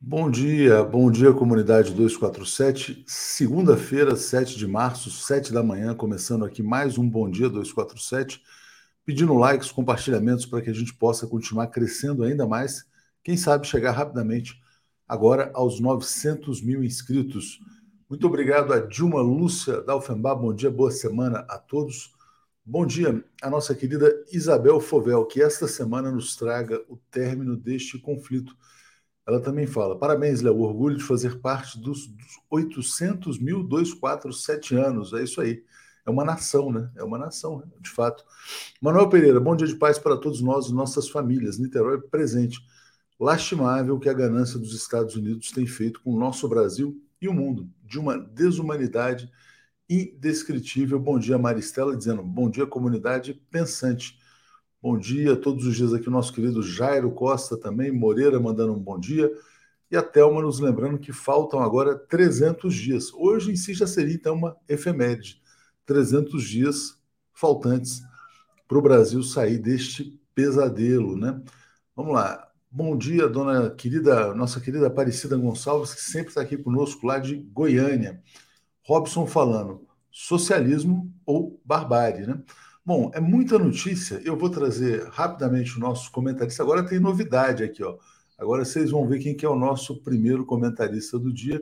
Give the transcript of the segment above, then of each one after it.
Bom dia, comunidade 247. Segunda-feira, 7 de março, 7 da manhã, começando aqui mais um Bom Dia 247, pedindo likes, compartilhamentos para que a gente possa continuar crescendo ainda mais, quem sabe chegar rapidamente agora aos 900 mil inscritos. Muito obrigado a Dilma Lúcia da Alfenbar, bom dia, boa semana a todos. Bom dia a nossa querida Isabel Fovel, que esta semana nos traga o término deste conflito. Ela também fala: parabéns, Léo, orgulho de fazer parte dos 800 mil 247 anos. É isso aí. É uma nação, né? É uma nação, de fato. Manuel Pereira, bom dia de paz para todos nós e nossas famílias. Niterói presente. Lastimável que a ganância dos Estados Unidos tem feito com o nosso Brasil e o mundo, de uma desumanidade indescritível. Bom dia, Maristela, dizendo bom dia, comunidade pensante. Bom dia, todos os dias aqui o nosso querido Jairo Costa também, Moreira mandando um bom dia, e a Thelma nos lembrando que faltam agora 300 dias. Hoje em si já seria então uma efeméride, 300 dias faltantes para o Brasil sair deste pesadelo, né? Vamos lá. Bom dia, dona querida, nossa querida Aparecida Gonçalves, que sempre está aqui conosco lá de Goiânia. Robson falando, socialismo ou barbárie, né? Bom, é muita notícia. Eu vou trazer rapidamente o nosso comentarista. Agora tem novidade aqui, ó. Agora vocês vão ver quem que é o nosso primeiro comentarista do dia.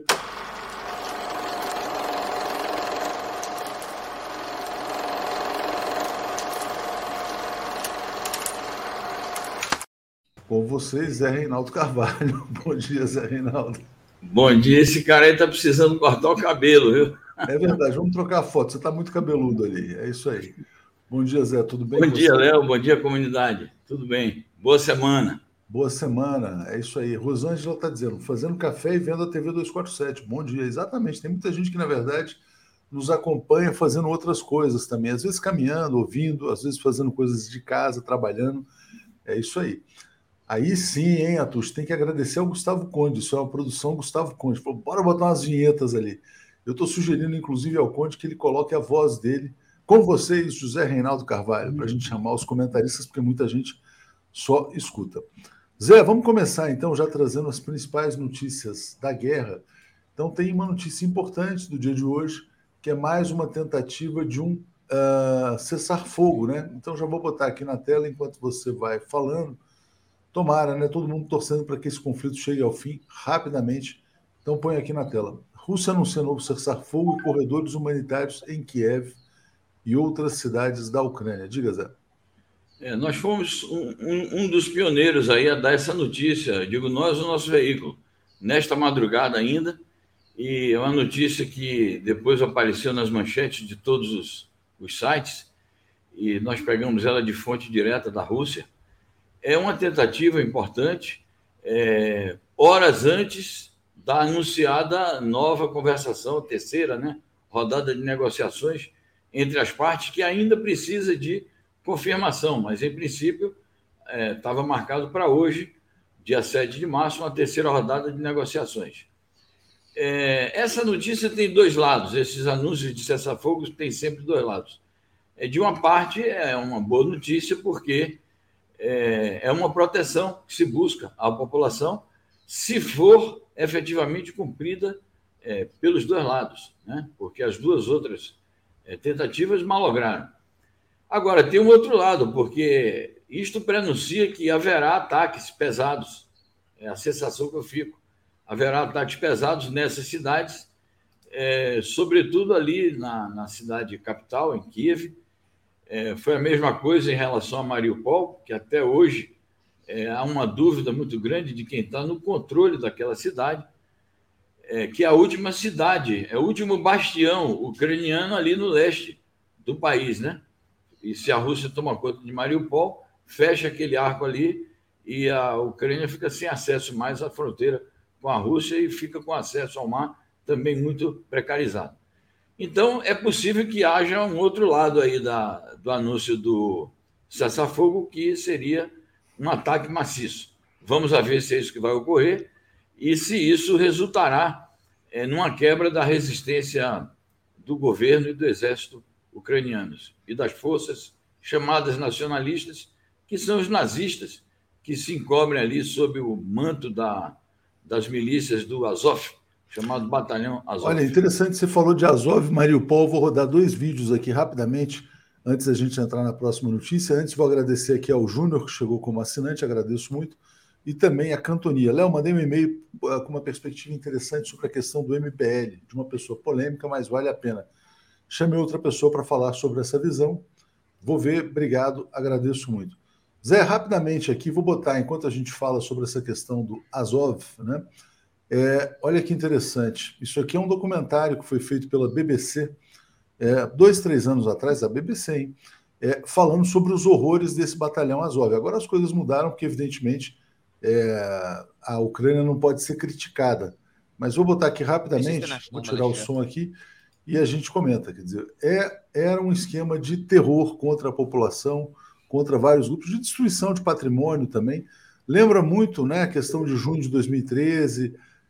Com vocês, Zé Reinaldo Carvalho. Bom dia, Zé Reinaldo. Bom dia, esse cara aí tá precisando cortar o cabelo, viu? É verdade, vamos trocar a foto. Você está muito cabeludo ali. É isso aí. Bom dia, Zé. Tudo bem Bom com dia, você? Léo. Bom dia, comunidade. Tudo bem? Boa semana. Boa semana, é isso aí. Rosângela está dizendo, fazendo café e vendo a TV 247. Bom dia, exatamente. Tem muita gente que, na verdade, nos acompanha fazendo outras coisas também. Às vezes caminhando, ouvindo, às vezes fazendo coisas de casa, trabalhando. É isso aí. Aí sim, hein, Atus, tem que agradecer ao Gustavo Conde. Isso é uma produção Gustavo Conde. Falou, bora botar umas vinhetas ali. Eu estou sugerindo, inclusive, ao Conde que ele coloque a voz dele com vocês, José Reinaldo Carvalho, para a gente chamar os comentaristas, porque muita gente só escuta. Zé, vamos começar então já trazendo as principais notícias da guerra. Então tem uma notícia importante do dia de hoje, que é mais uma tentativa de um cessar-fogo, né? Então já vou botar aqui na tela enquanto você vai falando. Tomara, né? Todo mundo torcendo para que esse conflito chegue ao fim rapidamente. Então põe aqui na tela. Rússia anuncia novo cessar-fogo e corredores humanitários em Kiev e outras cidades da Ucrânia. Diga, Zé. Nós fomos um dos pioneiros aí a dar essa notícia, digo nós, o nosso veículo, nesta madrugada ainda, e é uma notícia que depois apareceu nas manchetes de todos os sites, e nós pegamos ela de fonte direta da Rússia. É uma tentativa importante, horas antes da anunciada nova conversação, a terceira, né, rodada de negociações entre as partes, que ainda precisa de confirmação, mas em princípio estava marcado para hoje, dia 7 de março, uma terceira rodada de negociações. Essa notícia tem dois lados, esses anúncios de cessar-fogo têm sempre dois lados. De uma parte, é uma boa notícia, porque é uma proteção que se busca à população, se for efetivamente cumprida pelos dois lados, né? Porque as duas outras tentativas malograram. Agora, tem um outro lado, porque isto prenuncia que haverá ataques pesados, é a sensação que eu fico. Haverá ataques pesados nessas cidades, sobretudo ali na cidade capital, em Kiev. Foi a mesma coisa em relação a Mariupol, que até hoje há uma dúvida muito grande de quem está no controle daquela cidade, que é a última cidade, é o último bastião ucraniano ali no leste do país, né? E se a Rússia toma conta de Mariupol, fecha aquele arco ali e a Ucrânia fica sem acesso mais à fronteira com a Rússia e fica com acesso ao mar também muito precarizado. Então, é possível que haja um outro lado aí do anúncio do cessar-fogo, que seria um ataque maciço. Vamos ver se é isso que vai ocorrer e se isso resultará numa quebra da resistência do governo e do exército ucranianos e das forças chamadas nacionalistas, que são os nazistas, que se encobrem ali sob o manto das milícias do Azov, chamado Batalhão Azov. Olha, interessante, você falou de Azov, Mariupol, vou rodar 2 vídeos aqui rapidamente, antes da gente entrar na próxima notícia. Antes, vou agradecer aqui ao Júnior, que chegou como assinante, agradeço muito, e também a Cantonia. Léo, mandei um e-mail com uma perspectiva interessante sobre a questão do MPL, de uma pessoa polêmica, mas vale a pena. Chamei outra pessoa para falar sobre essa visão. Vou ver, obrigado, agradeço muito. Zé, rapidamente aqui, vou botar, enquanto a gente fala sobre essa questão do Azov, né? Olha que interessante. Isso aqui é um documentário que foi feito pela BBC, 2, 3 anos atrás, a BBC, hein? Falando sobre os horrores desse batalhão Azov. Agora as coisas mudaram, porque, evidentemente, a Ucrânia não pode ser criticada. Mas vou botar aqui rapidamente, vou tirar o som aqui, e a gente comenta. Quer dizer, era um esquema de terror contra a população, contra vários grupos, de destruição de patrimônio também. Lembra muito, né, a questão de junho de 2013,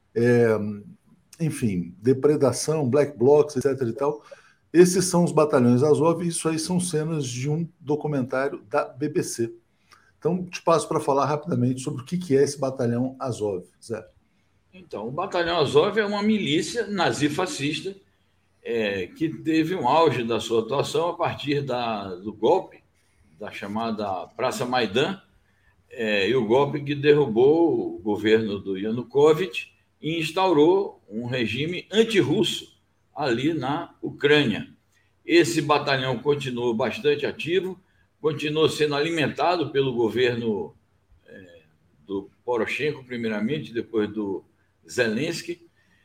enfim, depredação, black blocs, etc. e tal. Esses são os batalhões Azov, e isso aí são cenas de um documentário da BBC. Então, te passo para falar rapidamente sobre o que é esse batalhão Azov, Zé. Então, o batalhão Azov é uma milícia nazi-fascista que teve um auge da sua atuação a partir do golpe, da chamada Praça Maidan, e o golpe que derrubou o governo do Yanukovych e instaurou um regime antirrusso ali na Ucrânia. Esse batalhão continuou bastante ativo, continuou sendo alimentado pelo governo do Poroshenko, primeiramente, depois do Zelensky.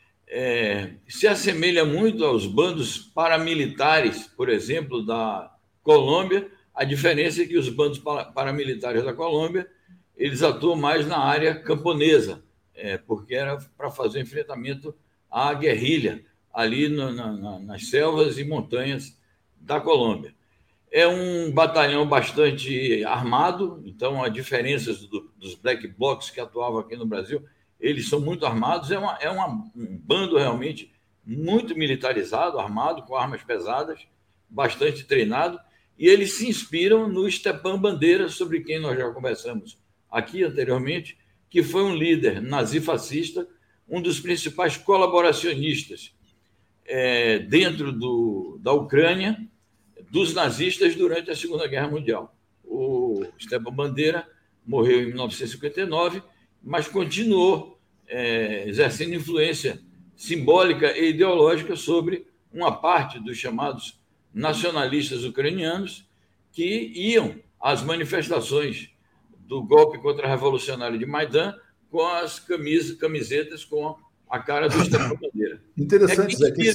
Se assemelha muito aos bandos paramilitares, por exemplo, da Colômbia. A diferença é que os bandos paramilitares da Colômbia eles atuam mais na área camponesa, porque era para fazer enfrentamento à guerrilha ali nas selvas e montanhas da Colômbia. É um batalhão bastante armado, então, a diferença dos black blocs que atuavam aqui no Brasil, eles são muito armados, um bando realmente muito militarizado, armado, com armas pesadas, bastante treinado, e eles se inspiram no Stepan Bandeira, sobre quem nós já conversamos aqui anteriormente, que foi um líder nazifascista, um dos principais colaboracionistas dentro da Ucrânia, dos nazistas durante a Segunda Guerra Mundial. O Stepan Bandeira morreu em 1959, mas continuou exercendo influência simbólica e ideológica sobre uma parte dos chamados nacionalistas ucranianos que iam às manifestações do golpe contra-revolucionário de Maidan com as camisetas com a cara do Stepan Bandeira. Interessante, Zé, que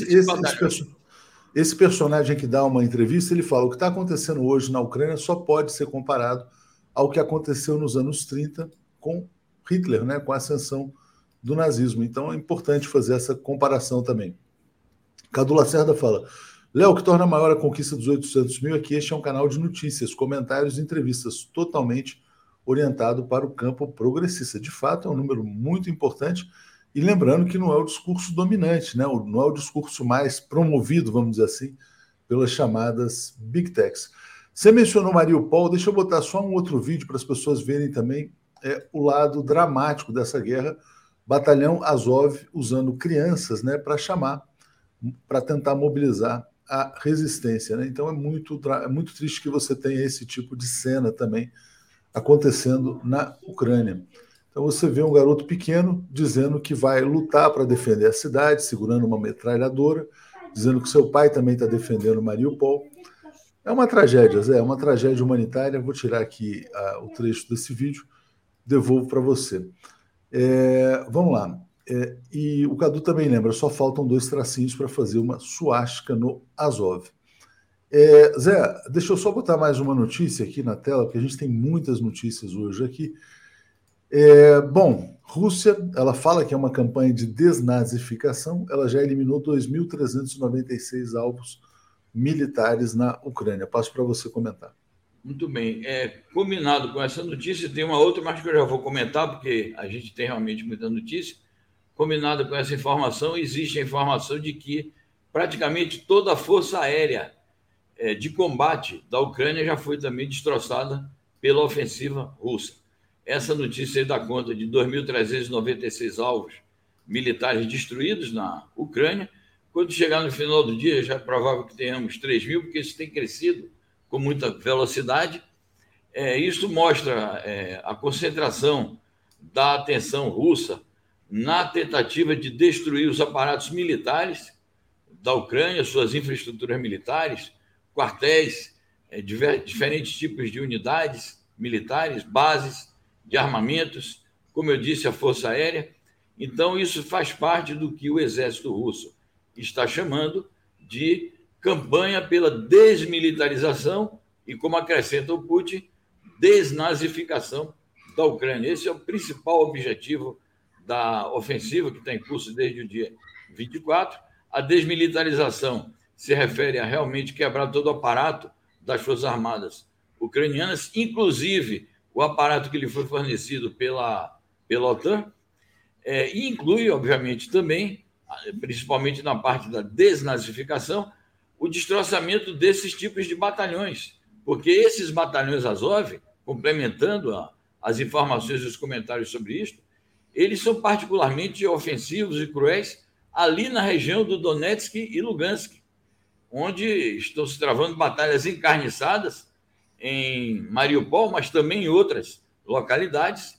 esse personagem que dá uma entrevista, ele fala: o que está acontecendo hoje na Ucrânia só pode ser comparado ao que aconteceu nos anos 30 com Hitler, né, com a ascensão do nazismo. Então é importante fazer essa comparação também. Cadu Lacerda fala: Léo, o que torna maior a conquista dos 800 mil é que este é um canal de notícias, comentários e entrevistas totalmente orientado para o campo progressista. De fato, é um número muito importante. E lembrando que não é o discurso dominante, né? Não é o discurso mais promovido, vamos dizer assim, pelas chamadas Big Techs. Você mencionou Mariupol, deixa eu botar só um outro vídeo para as pessoas verem também o lado dramático dessa guerra. Batalhão Azov usando crianças, né, para tentar mobilizar a resistência, né? Então é muito triste que você tenha esse tipo de cena também acontecendo na Ucrânia. Então você vê um garoto pequeno dizendo que vai lutar para defender a cidade, segurando uma metralhadora, dizendo que seu pai também está defendendo Mariupol. É uma tragédia, Zé, é uma tragédia humanitária. Vou tirar aqui o trecho desse vídeo, devolvo para você. Vamos lá. E o Cadu também lembra, só faltam 2 tracinhos para fazer uma suástica no Azov. Zé, deixa eu só botar mais uma notícia aqui na tela, porque a gente tem muitas notícias hoje aqui. Bom, Rússia, ela fala que é uma campanha de desnazificação, ela já eliminou 2.396 alvos militares na Ucrânia. Passo para você comentar. Muito bem. Combinado com essa notícia, tem uma outra, mas que eu já vou comentar, porque a gente tem realmente muita notícia. Combinado com essa informação, existe a informação de que praticamente toda a força aérea de combate da Ucrânia já foi também destroçada pela ofensiva russa. Essa notícia aí dá conta de 2.396 alvos militares destruídos na Ucrânia. Quando chegar no final do dia, já é provável que tenhamos 3.000, porque isso tem crescido com muita velocidade. Isso mostra a concentração da atenção russa na tentativa de destruir os aparatos militares da Ucrânia, suas infraestruturas militares, quartéis, diferentes tipos de unidades militares, bases de armamentos, como eu disse, a Força Aérea. Então, isso faz parte do que o exército russo está chamando de campanha pela desmilitarização e, como acrescenta o Putin, desnazificação da Ucrânia. Esse é o principal objetivo da ofensiva que está em curso desde o dia 24. A desmilitarização se refere a realmente quebrar todo o aparato das Forças Armadas ucranianas, inclusive o aparato que lhe foi fornecido pela OTAN, e inclui, obviamente, também, principalmente na parte da desnazificação, o destroçamento desses tipos de batalhões, porque esses batalhões Azov, complementando as informações e os comentários sobre isso, eles são particularmente ofensivos e cruéis ali na região do Donetsk e Lugansk, onde estão se travando batalhas encarniçadas em Mariupol, mas também em outras localidades.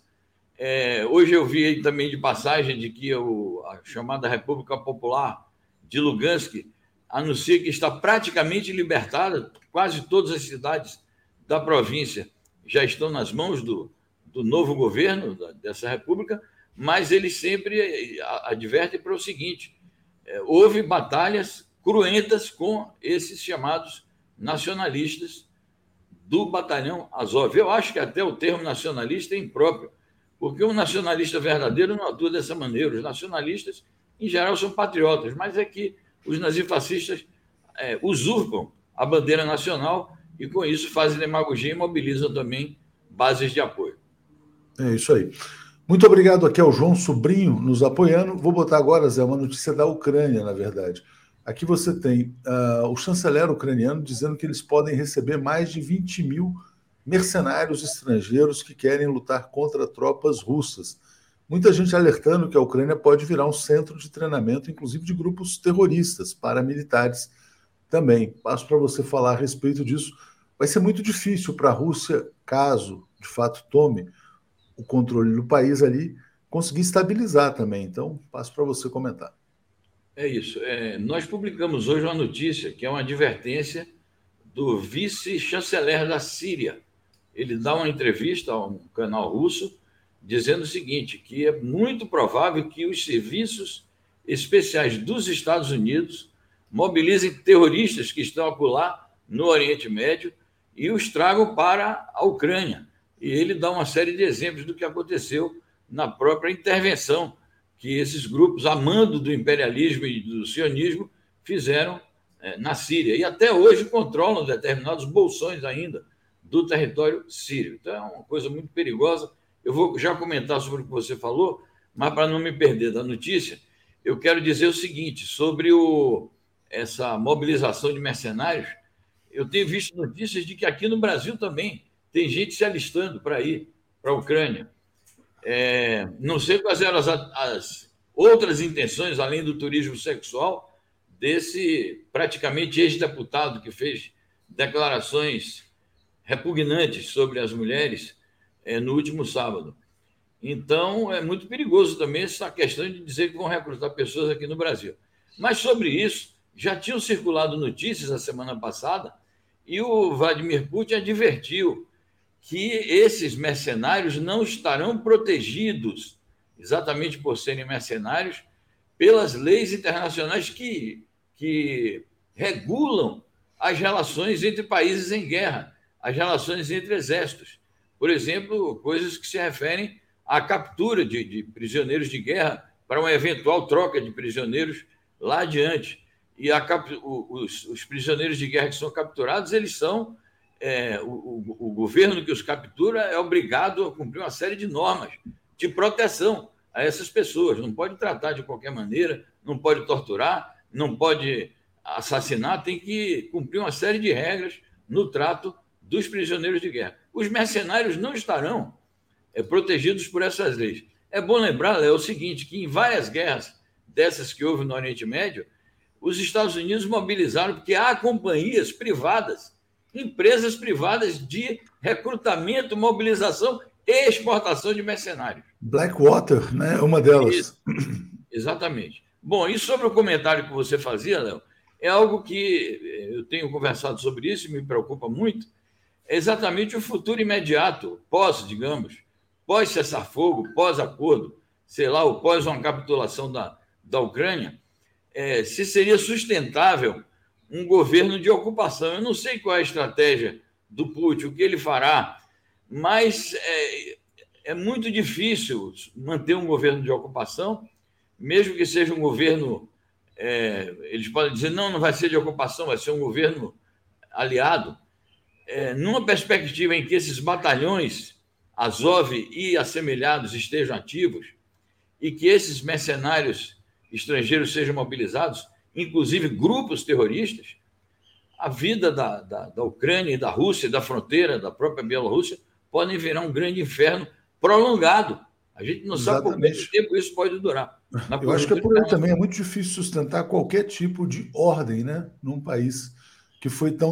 Hoje eu vi também de passagem de que a chamada República Popular de Lugansk anuncia que está praticamente libertada, quase todas as cidades da província já estão nas mãos do novo governo dessa república, mas eles sempre advertem para o seguinte: houve batalhas cruentas com esses chamados nacionalistas do batalhão Azov. Eu acho que até o termo nacionalista é impróprio, porque um nacionalista verdadeiro não atua dessa maneira. Os nacionalistas, em geral, são patriotas, mas é que os nazifascistas usurpam a bandeira nacional e, com isso, fazem demagogia e mobilizam também bases de apoio. É isso aí. Muito obrigado aqui ao João Sobrinho nos apoiando. Vou botar agora, Zé, uma notícia da Ucrânia, na verdade. Aqui você tem o chanceler ucraniano dizendo que eles podem receber mais de 20.000 mercenários estrangeiros que querem lutar contra tropas russas. Muita gente alertando que a Ucrânia pode virar um centro de treinamento, inclusive de grupos terroristas, paramilitares também. Passo para você falar a respeito disso. Vai ser muito difícil para a Rússia, caso de fato tome o controle do país ali, conseguir estabilizar também. Então, passo para você comentar. É isso. Nós publicamos hoje uma notícia que é uma advertência do vice-chanceler da Síria. Ele dá uma entrevista a um canal russo dizendo o seguinte, que é muito provável que os serviços especiais dos Estados Unidos mobilizem terroristas que estão acolá no Oriente Médio e os tragam para a Ucrânia. E ele dá uma série de exemplos do que aconteceu na própria intervenção que esses grupos, a mando do imperialismo e do sionismo, fizeram na Síria. E até hoje controlam determinados bolsões ainda do território sírio. Então é uma coisa muito perigosa. Eu vou já comentar sobre o que você falou, mas para não me perder da notícia, eu quero dizer o seguinte, sobre essa mobilização de mercenários. Eu tenho visto notícias de que aqui no Brasil também tem gente se alistando para ir para a Ucrânia. Não sei quais eram as outras intenções, além do turismo sexual, desse praticamente ex-deputado que fez declarações repugnantes sobre as mulheres no último sábado. Então, é muito perigoso também essa questão de dizer que vão recrutar pessoas aqui no Brasil. Mas sobre isso, já tinham circulado notícias a semana passada e o Vladimir Putin advertiu que esses mercenários não estarão protegidos, exatamente por serem mercenários, pelas leis internacionais que regulam as relações entre países em guerra, as relações entre exércitos. Por exemplo, coisas que se referem à captura de prisioneiros de guerra para uma eventual troca de prisioneiros lá adiante. E os prisioneiros de guerra que são capturados, eles são... o governo que os captura é obrigado a cumprir uma série de normas de proteção a essas pessoas. Não pode tratar de qualquer maneira, não pode torturar, não pode assassinar, tem que cumprir uma série de regras no trato dos prisioneiros de guerra. Os mercenários não estarão protegidos por essas leis. É bom lembrar, Léo, o seguinte, que em várias guerras dessas que houve no Oriente Médio, os Estados Unidos mobilizaram porque há companhias privadas, empresas privadas de recrutamento, mobilização e exportação de mercenários. Blackwater, né? Uma delas. Isso, exatamente. Bom, e sobre o comentário que você fazia, Léo, é algo que eu tenho conversado sobre isso e me preocupa muito, é exatamente o futuro imediato, digamos, pós cessar-fogo, pós-acordo, sei lá, ou pós uma capitulação da Ucrânia, se seria sustentável um governo de ocupação. Eu não sei qual é a estratégia do Putin, o que ele fará, mas é muito difícil manter um governo de ocupação, mesmo que seja um governo, eles podem dizer, não vai ser de ocupação, vai ser um governo aliado, numa perspectiva em que esses batalhões Azov e assemelhados estejam ativos e que esses mercenários estrangeiros sejam mobilizados, inclusive grupos terroristas, a vida da Ucrânia e da Rússia, da fronteira, da própria Bielorrússia, podem virar um grande inferno prolongado. A gente não sabe por quanto tempo isso pode durar. Eu acho que por aí também é muito difícil sustentar qualquer tipo de ordem, né, num país que foi tão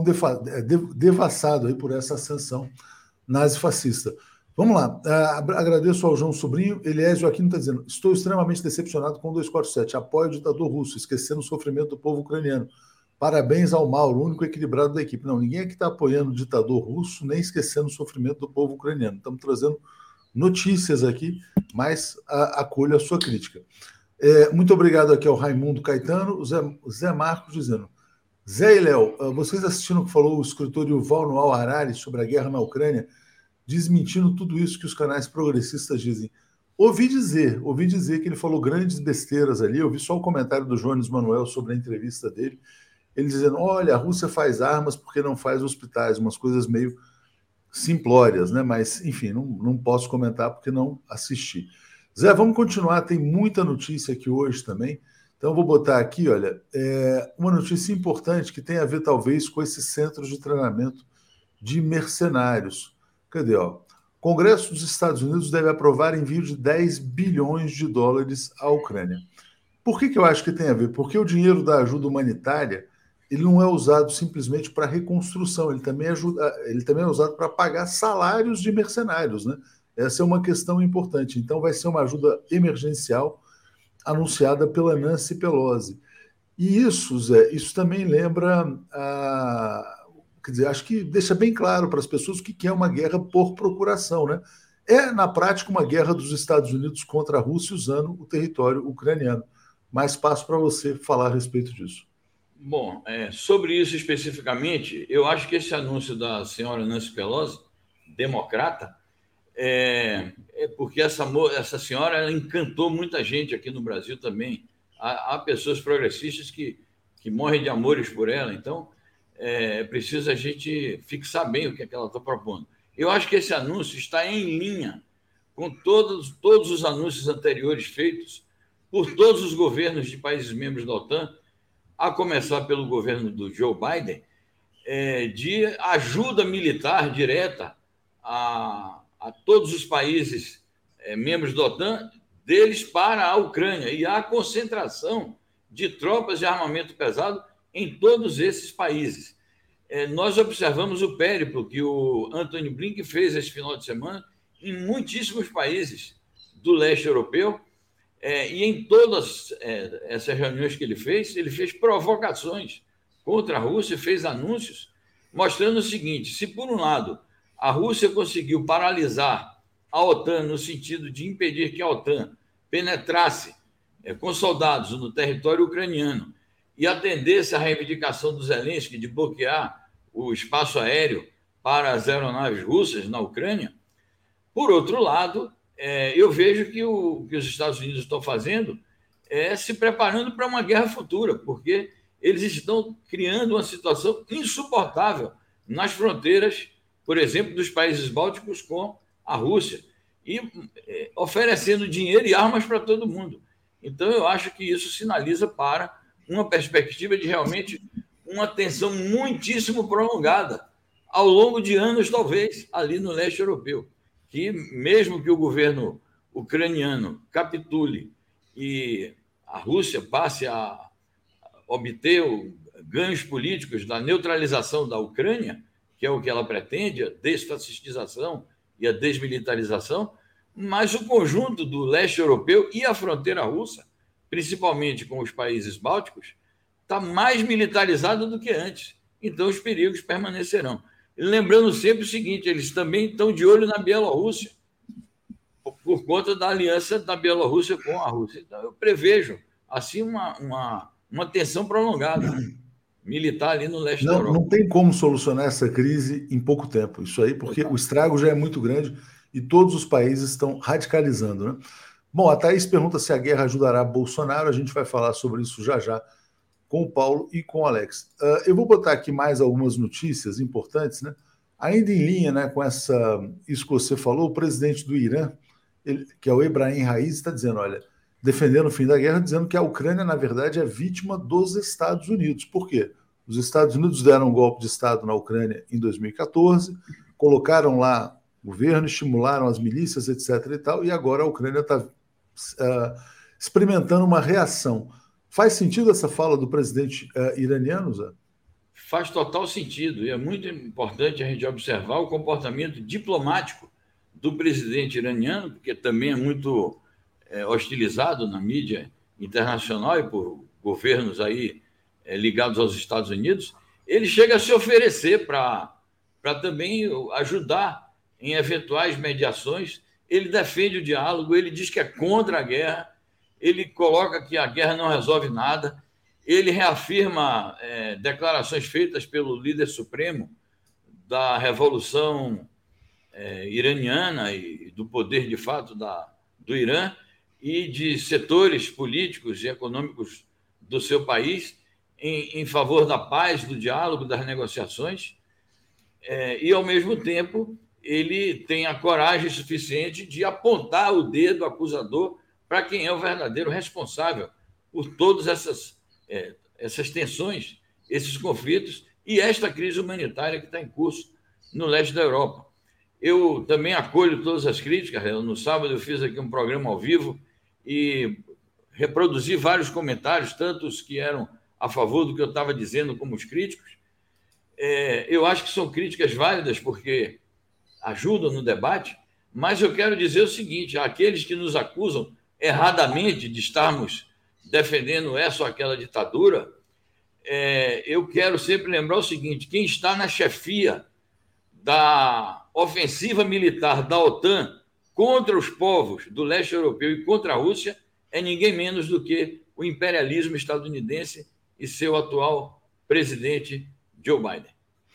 devassado aí por essa ascensão nazifascista. Vamos lá. Agradeço ao João Sobrinho. Eliésio Aquino está dizendo: estou extremamente decepcionado com o 247. Apoio o ditador russo, esquecendo o sofrimento do povo ucraniano. Parabéns ao Mauro, o único equilibrado da equipe. Não, ninguém aqui está apoiando o ditador russo, nem esquecendo o sofrimento do povo ucraniano. Estamos trazendo notícias aqui, mas acolho a sua crítica. Muito obrigado aqui ao Raimundo Caetano, o Zé Marcos dizendo: Zé e Léo, vocês assistiram o que falou o escritor Yuval Noah Harari sobre a guerra na Ucrânia, desmentindo tudo isso que os canais progressistas dizem? Ouvi dizer que ele falou grandes besteiras ali. Eu vi só o comentário do Jones Manuel sobre a entrevista dele, ele dizendo: olha, a Rússia faz armas porque não faz hospitais, umas coisas meio simplórias, né? Mas, enfim, não posso comentar porque não assisti. Zé, vamos continuar, tem muita notícia aqui hoje também. Então, eu vou botar aqui, olha, uma notícia importante que tem a ver, talvez, com esses centros de treinamento de mercenários. Cadê, ó? O Congresso dos Estados Unidos deve aprovar envio de 10 bilhões de dólares à Ucrânia. Por que eu acho que tem a ver? Porque o dinheiro da ajuda humanitária ele não é usado simplesmente para reconstrução, ele também é usado para pagar salários de mercenários, né? Essa é uma questão importante. Então, vai ser uma ajuda emergencial anunciada pela Nancy Pelosi. E isso, Zé, isso também lembra quer dizer, acho que deixa bem claro para as pessoas o que é uma guerra por procuração, né? É, na prática, uma guerra dos Estados Unidos contra a Rússia usando o território ucraniano. Mas passo para você falar a respeito disso. Bom, sobre isso especificamente, eu acho que esse anúncio da senhora Nancy Pelosi, democrata, porque essa senhora ela encantou muita gente aqui no Brasil também. Há pessoas progressistas que morrem de amores por ela, então precisa a gente fixar bem o que ela está propondo. Eu acho que esse anúncio está em linha com todos os anúncios anteriores feitos por todos os governos de países membros da OTAN, a começar pelo governo do Joe Biden, de ajuda militar direta a todos os países membros da OTAN, deles para a Ucrânia, e a concentração de tropas de armamento pesado em todos esses países. Nós observamos o périplo que o Antony Blinken fez esse final de semana em muitíssimos países do leste europeu, e em todas essas reuniões que ele fez provocações contra a Rússia, fez anúncios mostrando o seguinte: se por um lado a Rússia conseguiu paralisar a OTAN no sentido de impedir que a OTAN penetrasse com soldados no território ucraniano e atendesse à reivindicação do Zelensky de bloquear o espaço aéreo para as aeronaves russas na Ucrânia, por outro lado, eu vejo que o que os Estados Unidos estão fazendo é se preparando para uma guerra futura, porque eles estão criando uma situação insuportável nas fronteiras, por exemplo, dos países bálticos com a Rússia, e oferecendo dinheiro e armas para todo mundo. Então, eu acho que isso sinaliza para uma perspectiva de realmente uma tensão muitíssimo prolongada, ao longo de anos, talvez, ali no leste europeu, que, mesmo que o governo ucraniano capitule e a Rússia passe a obter ganhos políticos da neutralização da Ucrânia, que é o que ela pretende, a desfascistização e a desmilitarização, mas o conjunto do leste europeu e a fronteira russa, principalmente com os países bálticos, está mais militarizado do que antes. Então, os perigos permanecerão. Lembrando sempre o seguinte, eles também estão de olho na Bielorrússia, por conta da aliança da Bielorrússia com a Rússia. Então, eu prevejo, assim, uma tensão prolongada militar ali no leste da Não, Europa. não tem como solucionar essa crise em pouco tempo. Isso aí, porque o estrago já é muito grande e todos os países estão radicalizando, né? Bom, a Thaís pergunta se a guerra ajudará Bolsonaro. A gente vai falar sobre isso já já com o Paulo e com o Alex. Eu vou botar aqui mais algumas notícias importantes, né? Ainda em linha, né, com isso que você falou, o presidente do Irã, que é o Ebrahim Raisi, está dizendo, olha, defendendo o fim da guerra, dizendo que a Ucrânia, na verdade, é vítima dos Estados Unidos. Por quê? Os Estados Unidos deram um golpe de Estado na Ucrânia em 2014, colocaram lá o governo, estimularam as milícias, etc. e tal, e agora a Ucrânia está experimentando uma reação. Faz sentido essa fala do presidente iraniano, Zé? Faz total sentido, e é muito importante a gente observar o comportamento diplomático do presidente iraniano, porque também é muito hostilizado na mídia internacional e por governos aí ligados aos Estados Unidos. Ele chega a se oferecer para também ajudar em eventuais mediações. Ele defende o diálogo, ele diz que é contra a guerra, ele coloca que a guerra não resolve nada, ele reafirma declarações feitas pelo líder supremo da Revolução iraniana e do poder, de fato, do Irã e de setores políticos e econômicos do seu país em favor da paz, do diálogo, das negociações, e, ao mesmo tempo, ele tem a coragem suficiente de apontar o dedo acusador para quem é o verdadeiro responsável por todas essas tensões, esses conflitos e esta crise humanitária que está em curso no leste da Europa. Eu também acolho todas as críticas. No sábado eu fiz aqui um programa ao vivo e reproduzi vários comentários, tanto os que eram a favor do que eu estava dizendo como os críticos. Eu acho que são críticas válidas porque ajudam no debate, mas eu quero dizer o seguinte, aqueles que nos acusam erradamente de estarmos defendendo essa ou aquela ditadura, eu quero sempre lembrar o seguinte, quem está na chefia da ofensiva militar da OTAN contra os povos do leste europeu e contra a Rússia é ninguém menos do que o imperialismo estadunidense e seu atual presidente Joe Biden.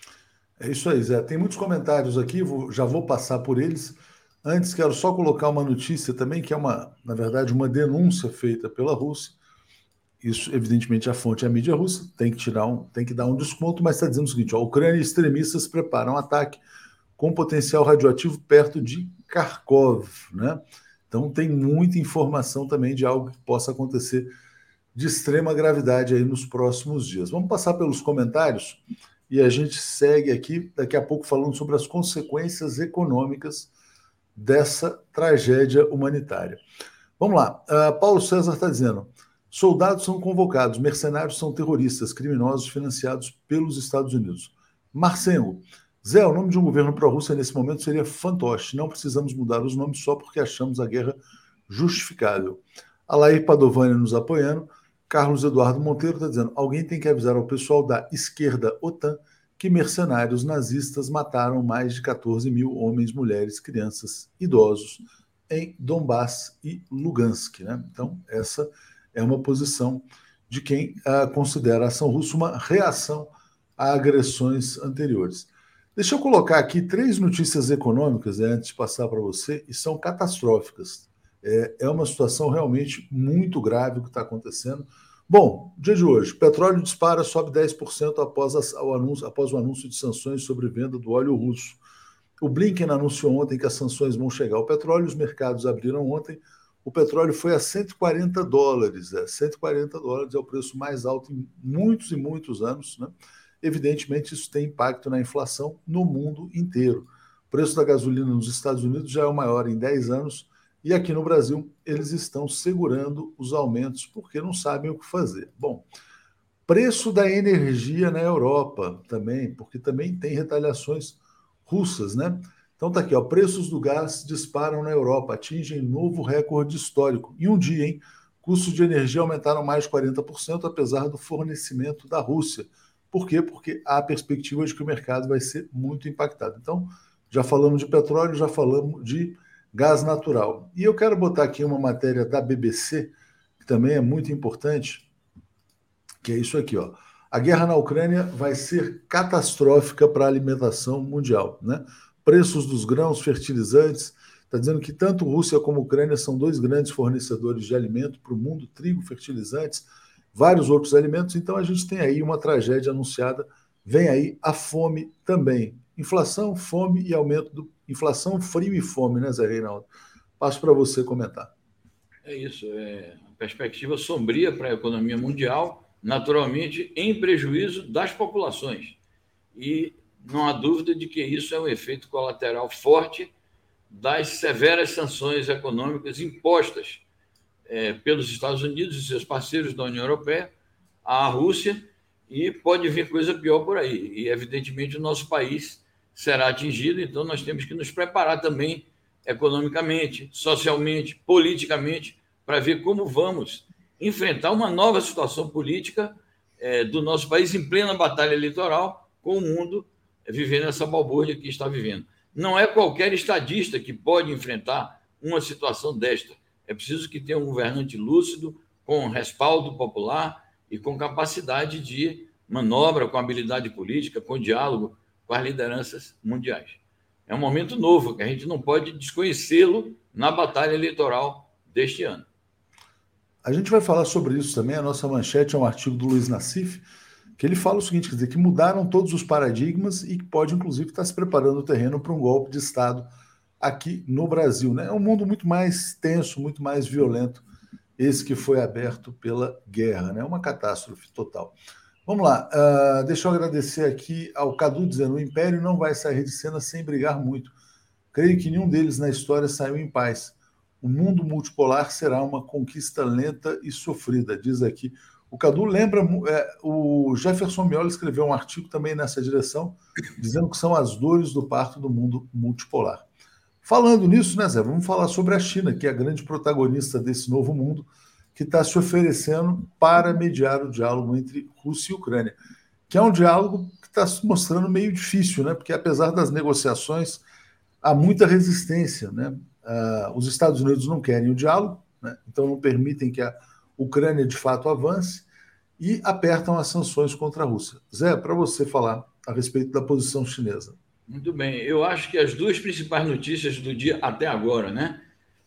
É isso aí, Zé. Tem muitos comentários aqui, já vou passar por eles. Antes, quero só colocar uma notícia também, que é na verdade, uma denúncia feita pela Rússia. Isso, evidentemente, a fonte é a mídia russa, tem que dar um desconto, mas está dizendo o seguinte: a Ucrânia e extremistas preparam um ataque com potencial radioativo perto de Kharkov, né? Então tem muita informação também de algo que possa acontecer de extrema gravidade aí nos próximos dias. Vamos passar pelos comentários e a gente segue aqui daqui a pouco falando sobre as consequências econômicas dessa tragédia humanitária. Vamos lá. Paulo César está dizendo: soldados são convocados, mercenários são terroristas, criminosos financiados pelos Estados Unidos. Marcengo: Zé, o nome de um governo pró-Rússia nesse momento seria fantoche. Não precisamos mudar os nomes só porque achamos a guerra justificável. Alair Padovani nos apoiando. Carlos Eduardo Monteiro está dizendo: alguém tem que avisar ao pessoal da esquerda OTAN que mercenários nazistas mataram mais de 14 mil homens, mulheres, crianças, idosos em Donbass e Lugansk, né? Então, essa é uma posição de quem considera a ação russa uma reação a agressões anteriores. Deixa eu colocar aqui 3 notícias econômicas antes de passar para você, e são catastróficas. É uma situação realmente muito grave o que está acontecendo. Bom, dia de hoje, petróleo dispara, sobe 10% após o anúncio de sanções sobre venda do óleo russo. O Blinken anunciou ontem que as sanções vão chegar ao petróleo, os mercados abriram ontem, o petróleo foi a $140. $140 é o preço mais alto em muitos e muitos anos, né? Evidentemente, isso tem impacto na inflação no mundo inteiro. O preço da gasolina nos Estados Unidos já é o maior em 10 anos e aqui no Brasil eles estão segurando os aumentos porque não sabem o que fazer. Bom, preço da energia na Europa também, porque também tem retaliações russas, né? Então tá aqui, ó, preços do gás disparam na Europa, atingem novo recorde histórico. Em um dia, hein? Custos de energia aumentaram mais de 40%, apesar do fornecimento da Rússia. Por quê? Porque há perspectiva de que o mercado vai ser muito impactado. Então, já falamos de petróleo, já falamos de gás natural. E eu quero botar aqui uma matéria da BBC, que também é muito importante, que é isso aqui, ó. A guerra na Ucrânia vai ser catastrófica para a alimentação mundial, né? Preços dos grãos, fertilizantes, está dizendo que tanto Rússia como Ucrânia são dois grandes fornecedores de alimento para o mundo, trigo, fertilizantes, vários outros alimentos, então a gente tem aí uma tragédia anunciada, vem aí a fome também. Inflação, fome e aumento do... Inflação, frio e fome, né, Zé Reinaldo? Passo para você comentar. É isso, é uma perspectiva sombria para a economia mundial, naturalmente em prejuízo das populações. E não há dúvida de que isso é um efeito colateral forte das severas sanções econômicas impostas pelos Estados Unidos e seus parceiros da União Europeia à Rússia, e pode vir coisa pior por aí. E, evidentemente, o nosso país será atingido, então nós temos que nos preparar também economicamente, socialmente, politicamente, para ver como vamos enfrentar uma nova situação política do nosso país em plena batalha eleitoral, com o mundo vivendo essa balbúrdia que está vivendo. Não é qualquer estadista que pode enfrentar uma situação desta. É preciso que tenha um governante lúcido, com respaldo popular e com capacidade de manobra, com habilidade política, com diálogo com as lideranças mundiais. É um momento novo, que a gente não pode desconhecê-lo na batalha eleitoral deste ano. A gente vai falar sobre isso também. A nossa manchete é um artigo do Luiz Nassif, que ele fala o seguinte, quer dizer, que mudaram todos os paradigmas e que pode, inclusive, estar se preparando o terreno para um golpe de Estado aqui no Brasil, né? É um mundo muito mais tenso, muito mais violento, esse que foi aberto pela guerra, né? Uma catástrofe total. Vamos lá, deixa eu agradecer aqui ao Cadu dizendo: o Império não vai sair de cena sem brigar muito. Creio que nenhum deles na história saiu em paz. O mundo multipolar será uma conquista lenta e sofrida, diz aqui. O Cadu lembra, o Jefferson Mioli escreveu um artigo também nessa direção, dizendo que são as dores do parto do mundo multipolar. Falando nisso, né, Zé, vamos falar sobre a China, que é a grande protagonista desse novo mundo, que está se oferecendo para mediar o diálogo entre Rússia e Ucrânia, que é um diálogo que está se mostrando meio difícil, né, porque apesar das negociações, há muita resistência, né? Os Estados Unidos não querem o diálogo, né? Então não permitem que a Ucrânia de fato avance e apertam as sanções contra a Rússia. Zé, para você falar a respeito da posição chinesa. Muito bem. Eu acho que as duas principais notícias do dia até agora, né,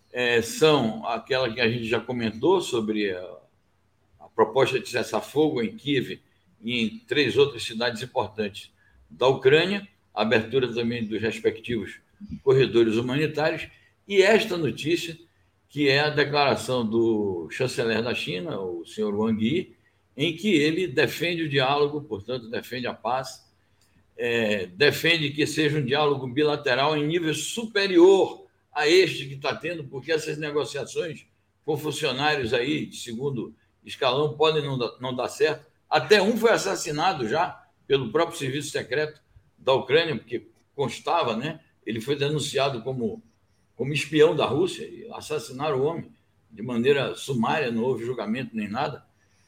são aquela que a gente já comentou sobre a proposta de cessar-fogo em Kiev e em 3 outras cidades importantes da Ucrânia, a abertura também dos respectivos corredores humanitários, e esta notícia, que é a declaração do chanceler da China, o senhor Wang Yi, em que ele defende o diálogo, portanto, defende a paz, defende que seja um diálogo bilateral em nível superior a este que está tendo, porque essas negociações com funcionários aí de segundo escalão podem não dar certo. Até um foi assassinado já pelo próprio serviço secreto da Ucrânia, porque constava, né? Ele foi denunciado como espião da Rússia e assassinaram o homem de maneira sumária, não houve julgamento nem nada.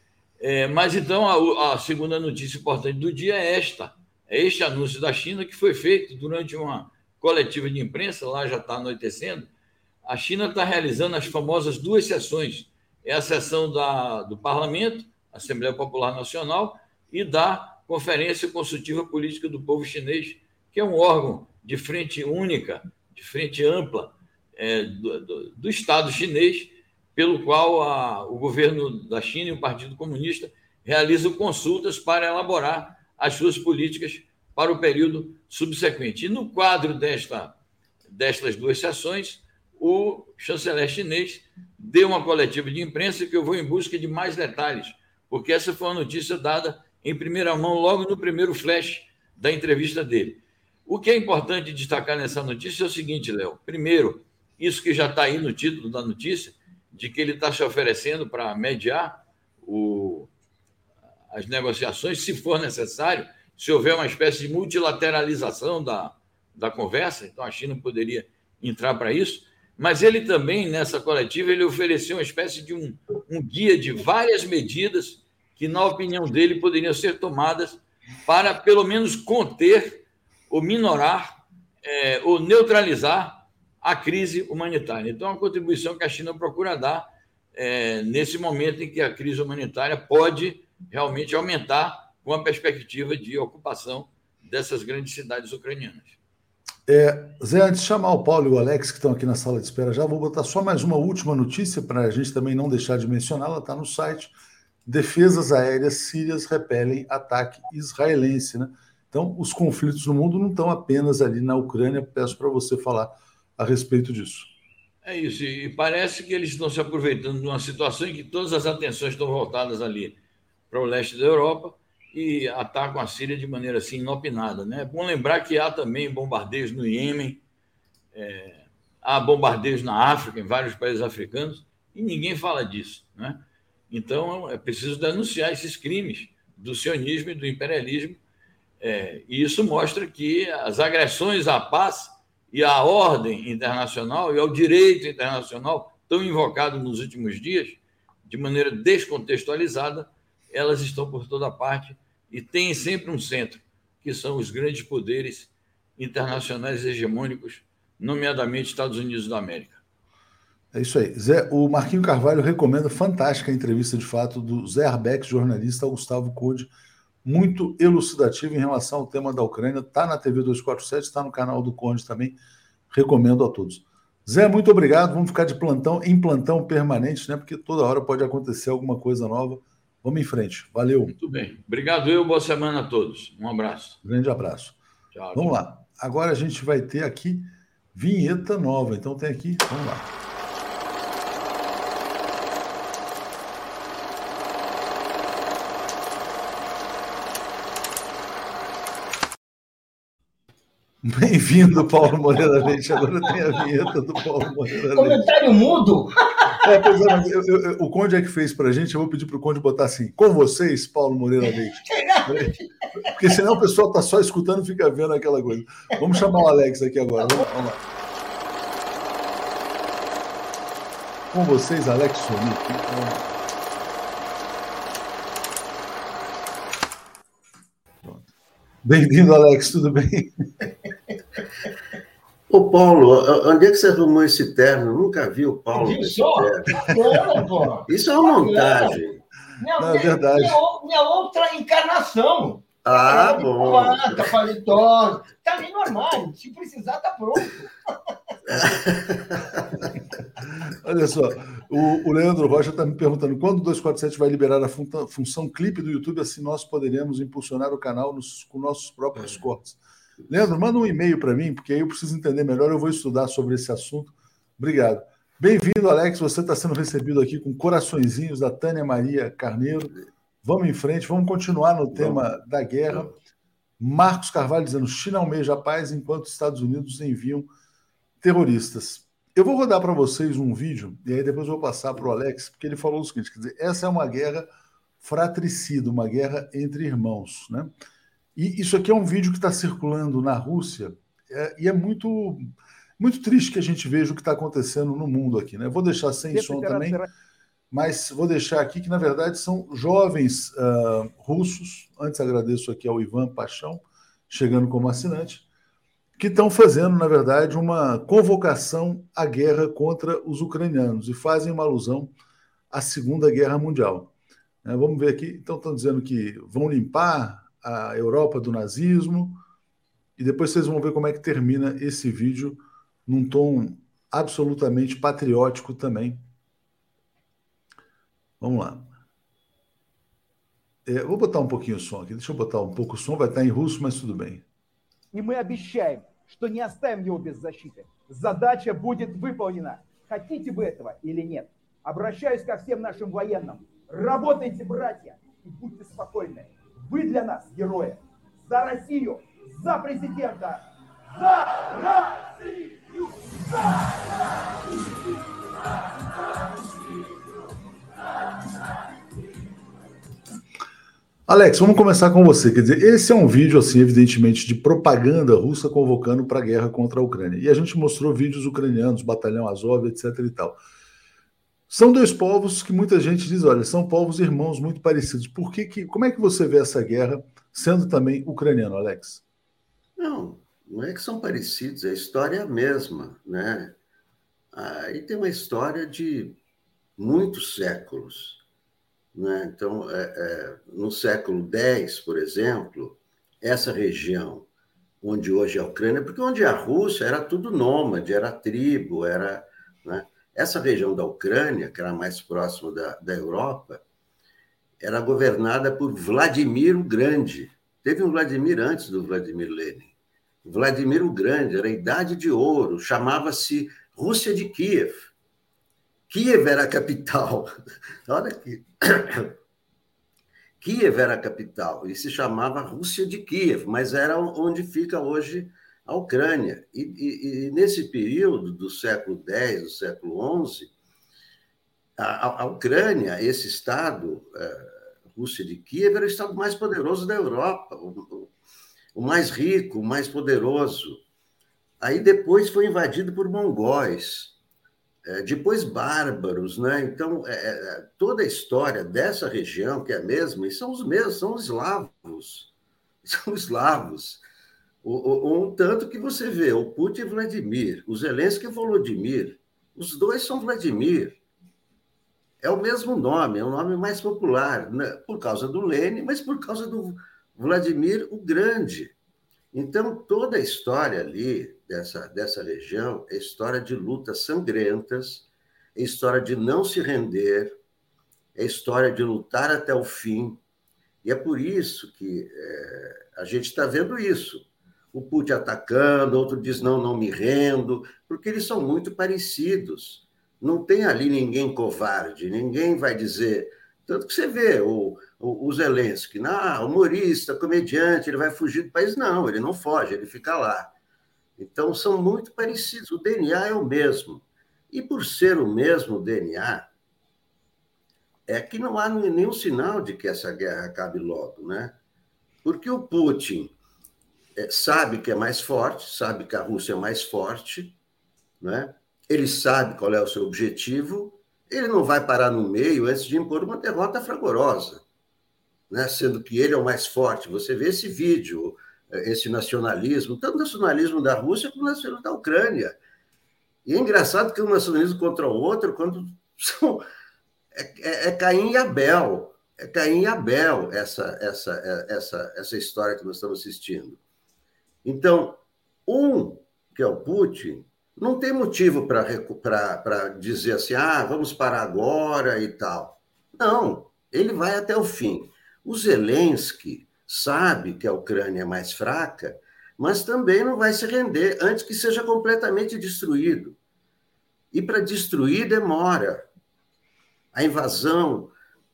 Mas então a segunda notícia importante do dia é este anúncio da China, que foi feito durante uma coletiva de imprensa, lá já está anoitecendo. A China está realizando as famosas 2 sessões, a sessão do Parlamento, Assembleia Popular Nacional, e da Conferência Consultiva Política do Povo Chinês, que é um órgão de frente única, de frente ampla do Estado chinês, pelo qual o governo da China e o Partido Comunista realizam consultas para elaborar as suas políticas para o período subsequente. E no quadro destas 2 sessões, o chanceler chinês deu uma coletiva de imprensa que eu vou em busca de mais detalhes, porque essa foi uma notícia dada em primeira mão logo no primeiro flash da entrevista dele. O que é importante destacar nessa notícia é o seguinte, Léo. Primeiro, isso que já está aí no título da notícia, de que ele está se oferecendo para mediar as negociações, se for necessário, se houver uma espécie de multilateralização da conversa, então a China poderia entrar para isso, mas ele também, nessa coletiva, ele ofereceu uma espécie de um guia de várias medidas que, na opinião dele, poderiam ser tomadas para, pelo menos, conter ou minorar ou neutralizar a crise humanitária. Então, é uma contribuição que a China procura dar nesse momento em que a crise humanitária pode realmente aumentar com a perspectiva de ocupação dessas grandes cidades ucranianas. Zé, antes de chamar o Paulo e o Alex, que estão aqui na sala de espera já, vou botar só mais uma última notícia para a gente também não deixar de mencioná-la, está no site. Defesas aéreas sírias repelem ataque israelense, né? Então, os conflitos no mundo não estão apenas ali na Ucrânia. Peço para você falar a respeito disso. É isso, e parece que eles estão se aproveitando de uma situação em que todas as atenções estão voltadas ali para o leste da Europa e atacam a Síria de maneira assim inopinada, né? É bom lembrar que há também bombardeios no Iêmen, há bombardeios na África, em vários países africanos, e ninguém fala disso, né? Então, é preciso denunciar esses crimes do sionismo e do imperialismo, e isso mostra que as agressões à paz e à ordem internacional e ao direito internacional, tão invocado nos últimos dias, de maneira descontextualizada, elas estão por toda parte e têm sempre um centro, que são os grandes poderes internacionais hegemônicos, nomeadamente Estados Unidos da América. É isso aí. Zé, o Marquinho Carvalho recomenda fantástica a entrevista de fato do Zé Arbeck, jornalista, ao Gustavo Conde, muito elucidativo em relação ao tema da Ucrânia. Está na TV 247, está no canal do Conde também. Recomendo a todos. Zé, muito obrigado. Vamos ficar de plantão, em plantão permanente, né? Porque toda hora pode acontecer alguma coisa nova. Vamos em frente. Valeu. Muito bem. Obrigado boa semana a todos. Um abraço. Grande abraço. Tchau. Vamos lá. Agora a gente vai ter aqui vinheta nova. Então tem aqui, vamos lá. Bem-vindo, Paulo Moreira Leite. Agora tem a vinheta do Paulo Moreira Leite. Comentário mudo? Pois é, mas o Conde é que fez pra gente. Eu vou pedir pro Conde botar assim: com vocês, Paulo Moreira Leite. Porque senão o pessoal tá só escutando e fica vendo aquela coisa. Vamos chamar o Alex aqui agora. Vamos lá. Com vocês, Alex Sonic. Bem-vindo, Alex, tudo bem? Ô, Paulo, onde é que você arrumou esse terno? Eu nunca vi o Paulo nesse terno. Isso é uma montagem. Não, é verdade. Minha outra encarnação. Bom. Paletó, tá ali no armário. Se precisar, tá pronto. Olha só, o Leandro Rocha está me perguntando quando o 247 vai liberar a função clipe do YouTube, assim nós poderemos impulsionar o canal com nossos próprios cortes. Leandro, manda um e-mail para mim, porque aí eu preciso entender melhor, eu vou estudar sobre esse assunto. Obrigado. Bem-vindo, Alex, você está sendo recebido aqui com coraçõezinhos da Tânia Maria Carneiro. Vamos em frente, vamos continuar no tema da guerra. Marcos Carvalho dizendo, China almeja a paz enquanto Estados Unidos enviam terroristas. Eu vou rodar para vocês um vídeo, e aí depois eu vou passar para o Alex, porque ele falou o seguinte, quer dizer, essa é uma guerra fratricida, uma guerra entre irmãos, né? E isso aqui é um vídeo que está circulando na Rússia, e é muito, muito triste que a gente veja o que está acontecendo no mundo aqui, né? Vou deixar sem som também, mas vou deixar aqui que, na verdade, são jovens russos, antes agradeço aqui ao Ivan Paixão, chegando como assinante, que estão fazendo, na verdade, uma convocação à guerra contra os ucranianos e fazem uma alusão à Segunda Guerra Mundial. Vamos ver aqui. Então, estão dizendo que vão limpar a Europa do nazismo e depois vocês vão ver como é que termina esse vídeo num tom absolutamente patriótico também. Vamos lá. Vou botar um pouquinho o som aqui. Deixa eu botar um pouco o som. Vai estar em russo, mas tudo bem. И мы обещаем, что не оставим его без защиты. Задача будет выполнена. Хотите вы этого или нет? Обращаюсь ко всем нашим военным. Работайте, братья, и будьте спокойны. Вы для нас герои. За Россию, за президента Alex, vamos começar com você. Quer dizer, esse é um vídeo, assim, evidentemente, de propaganda russa convocando para a guerra contra a Ucrânia. E a gente mostrou vídeos ucranianos, Batalhão Azov, etc. e tal. São dois povos que muita gente diz, olha, são povos irmãos muito parecidos. Como é que você vê essa guerra sendo também ucraniano, Alex? Não é que são parecidos, a história é a mesma, né? Aí tem uma história de muitos séculos, né? Então, no século X, por exemplo, essa região onde hoje é a Ucrânia, porque onde é a Rússia era tudo nômade, era tribo, era, né? Essa região da Ucrânia, que era mais próxima da Europa, era governada por Vladimir o Grande. Teve um Vladimir antes do Vladimir Lenin. Vladimir o Grande, era a Idade de Ouro, chamava-se Rússia de Kiev. Kiev era a capital. Olha aqui. Kiev era a capital e se chamava Rússia de Kiev, mas era onde fica hoje a Ucrânia. E nesse período do século X, do século XI, a Ucrânia, esse estado, Rússia de Kiev, era o estado mais poderoso da Europa, o mais rico, o mais poderoso. Aí depois foi invadido por mongóis, depois bárbaros, né? Então, toda a história dessa região, que é a mesma, e são os mesmos, são os eslavos. São eslavos. Um tanto que você vê, o Putin é Vladimir, o Zelensky é Volodymyr, os dois são Vladimir. É o mesmo nome, é o nome mais popular, né? Por causa do Lenin, mas por causa do Vladimir o Grande. Então, toda a história ali dessa região é história de lutas sangrentas, é história de não se render, é história de lutar até o fim. E é por isso que a gente está vendo isso. O Putin atacando, outro diz, não me rendo, porque eles são muito parecidos. Não tem ali ninguém covarde, ninguém vai dizer... Tanto que você vê o Zelensky, humorista, comediante, ele vai fugir do país. Não, ele não foge, ele fica lá. Então, são muito parecidos. O DNA é o mesmo. E por ser o mesmo DNA, é que não há nenhum sinal de que essa guerra acabe logo, né? Porque o Putin sabe que é mais forte, sabe que a Rússia é mais forte, né? Ele sabe qual é o seu objetivo, ele não vai parar no meio antes de impor uma derrota fragorosa, né? Sendo que ele é o mais forte. Você vê esse vídeo, esse nacionalismo, tanto o nacionalismo da Rússia como o nacionalismo da Ucrânia. E é engraçado que um nacionalismo contra o outro, quando são... É Caim e Abel. É Caim e Abel essa história que nós estamos assistindo. Então, que é o Putin, não tem motivo para dizer assim, vamos parar agora e tal. Não, ele vai até o fim. O Zelensky sabe que a Ucrânia é mais fraca, mas também não vai se render antes que seja completamente destruído. E para destruir demora. A invasão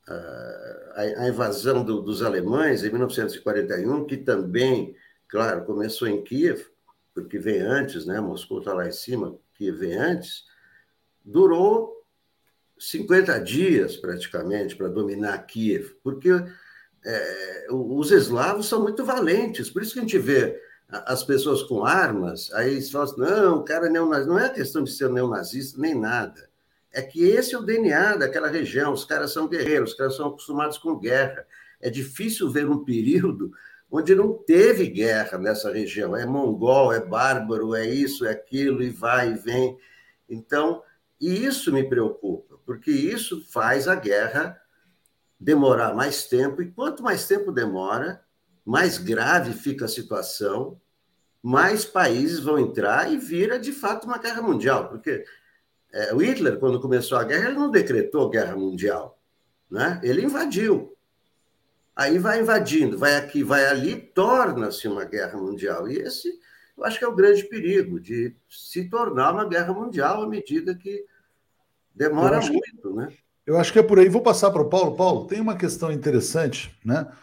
dos alemães em 1941, que também, claro, começou em Kiev, porque vem antes, né? Moscou está lá em cima, Kiev vem antes, durou 50 dias, praticamente, para dominar Kiev, porque os eslavos são muito valentes, por isso que a gente vê as pessoas com armas, aí se fala assim, não, o cara é neonazista, não é questão de ser neonazista, nem nada. É que esse é o DNA daquela região, os caras são guerreiros, os caras são acostumados com guerra. É difícil ver um período onde não teve guerra nessa região. É mongol, é bárbaro, é isso, é aquilo, e vai e vem. Então, e isso me preocupa, porque isso faz a guerra demorar mais tempo, e quanto mais tempo demora, mais grave fica a situação, mais países vão entrar e vira, de fato, uma guerra mundial, porque... o Hitler, quando começou a guerra, ele não decretou guerra mundial, né? Ele invadiu. Aí vai invadindo, vai aqui, vai ali, torna-se uma guerra mundial. E esse, eu acho que é o grande perigo, de se tornar uma guerra mundial à medida que demora muito, né? Eu acho que é por aí. Vou passar para o Paulo. Paulo, tem uma questão interessante, né?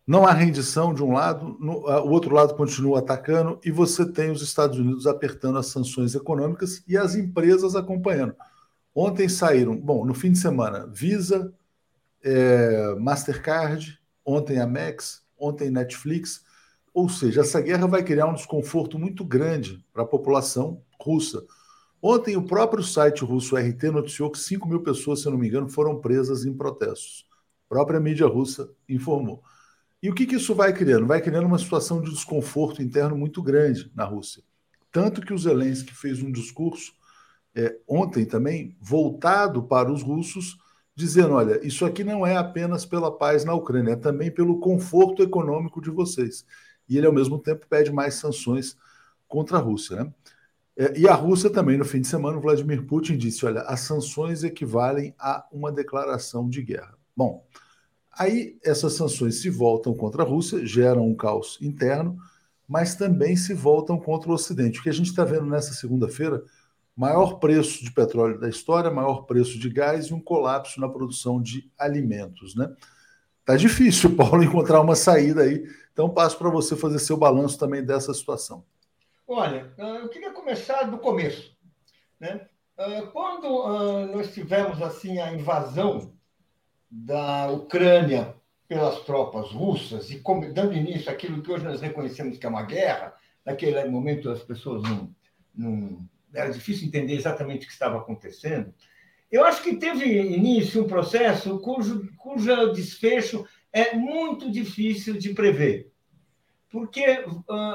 Não há rendição de um lado, o outro lado continua atacando e você tem os Estados Unidos apertando as sanções econômicas e as empresas acompanhando. Ontem saíram, bom, no fim de semana, Visa, Mastercard, ontem Amex, ontem Netflix. Ou seja, essa guerra vai criar um desconforto muito grande para a população russa. Ontem, o próprio site russo RT noticiou que 5 mil pessoas, se eu não me engano, foram presas em protestos. A própria mídia russa informou. E o que isso vai criando? Vai criando uma situação de desconforto interno muito grande na Rússia. Tanto que o Zelensky fez um discurso ontem também, voltado para os russos, dizendo, olha, isso aqui não é apenas pela paz na Ucrânia, é também pelo conforto econômico de vocês. E ele, ao mesmo tempo, pede mais sanções contra a Rússia, né? E a Rússia também, no fim de semana, o Vladimir Putin disse, olha, as sanções equivalem a uma declaração de guerra. Bom, aí essas sanções se voltam contra a Rússia, geram um caos interno, mas também se voltam contra o Ocidente. O que a gente está vendo nessa segunda-feira, maior preço de petróleo da história, maior preço de gás e um colapso na produção de alimentos, né? Tá difícil, Paulo, encontrar uma saída aí. Então passo para você fazer seu balanço também dessa situação. Olha, eu queria começar do começo, né? Quando nós tivemos assim a invasão da Ucrânia pelas tropas russas e dando início àquilo que hoje nós reconhecemos que é uma guerra, naquele momento as pessoas não era difícil entender exatamente o que estava acontecendo. Eu acho que teve início um processo cujo desfecho é muito difícil de prever, porque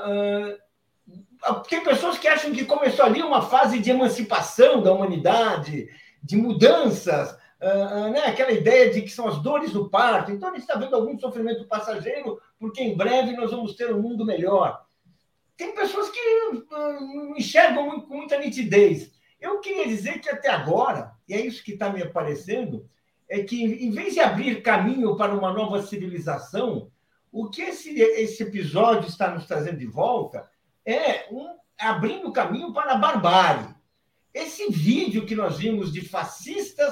tem pessoas que acham que começou ali uma fase de emancipação da humanidade, de mudanças, né? Aquela ideia de que são as dores do parto. Então, a gente está vendo algum sofrimento passageiro, porque em breve nós vamos ter um mundo melhor. Tem pessoas que enxergam com muita nitidez. Eu queria dizer que até agora, e é isso que está me aparecendo, é que, em vez de abrir caminho para uma nova civilização, o que esse episódio está nos trazendo de volta é abrindo caminho para a barbárie. Esse vídeo que nós vimos de fascistas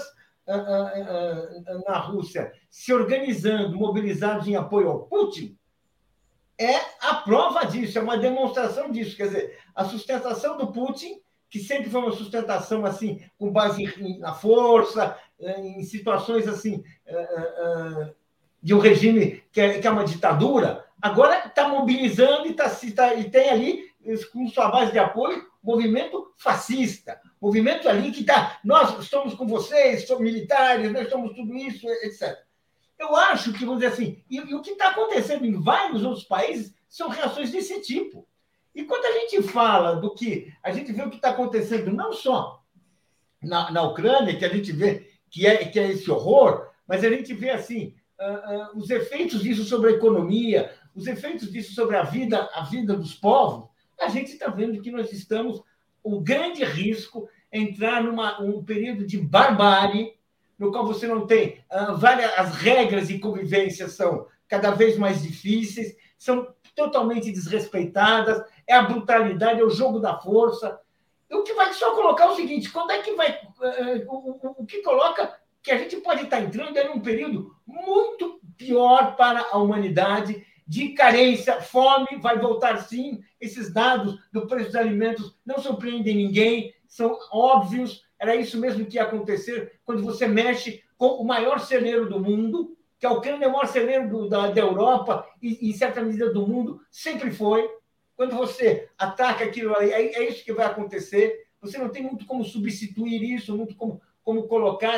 na Rússia se organizando, mobilizados em apoio ao Putin, é a prova disso, é uma demonstração disso. Quer dizer, a sustentação do Putin, que sempre foi uma sustentação assim, com base na força, em situações assim, de um regime que é uma ditadura, agora está mobilizando e tem ali, com sua base de apoio, movimento fascista, movimento ali que está, nós estamos com vocês, somos militares, nós somos tudo isso, etc. Eu acho que, vamos dizer assim, e o que está acontecendo em vários outros países são reações desse tipo. E quando a gente fala do que, a gente vê o que está acontecendo não só na Ucrânia, que a gente vê que é esse horror, mas a gente vê, assim, os efeitos disso sobre a economia, os efeitos disso sobre a vida dos povos, a gente está vendo que nós estamos, o grande risco é entrar num período de barbárie, no qual você não tem as regras de convivência são cada vez mais difíceis, são totalmente desrespeitadas, é a brutalidade, é o jogo da força. O que vai só colocar o seguinte, quando é que vai... O que coloca que a gente pode estar entrando é num período muito pior para a humanidade, de carência, fome, vai voltar sim. Esses dados do preço dos alimentos não surpreendem ninguém, são óbvios. Era isso mesmo que ia acontecer quando você mexe com o maior celeiro do mundo, que a Ucrânia é o maior celeiro da Europa e, em certa medida, do mundo, sempre foi. Quando você ataca aquilo ali, é isso que vai acontecer. Você não tem muito como substituir isso, muito como colocar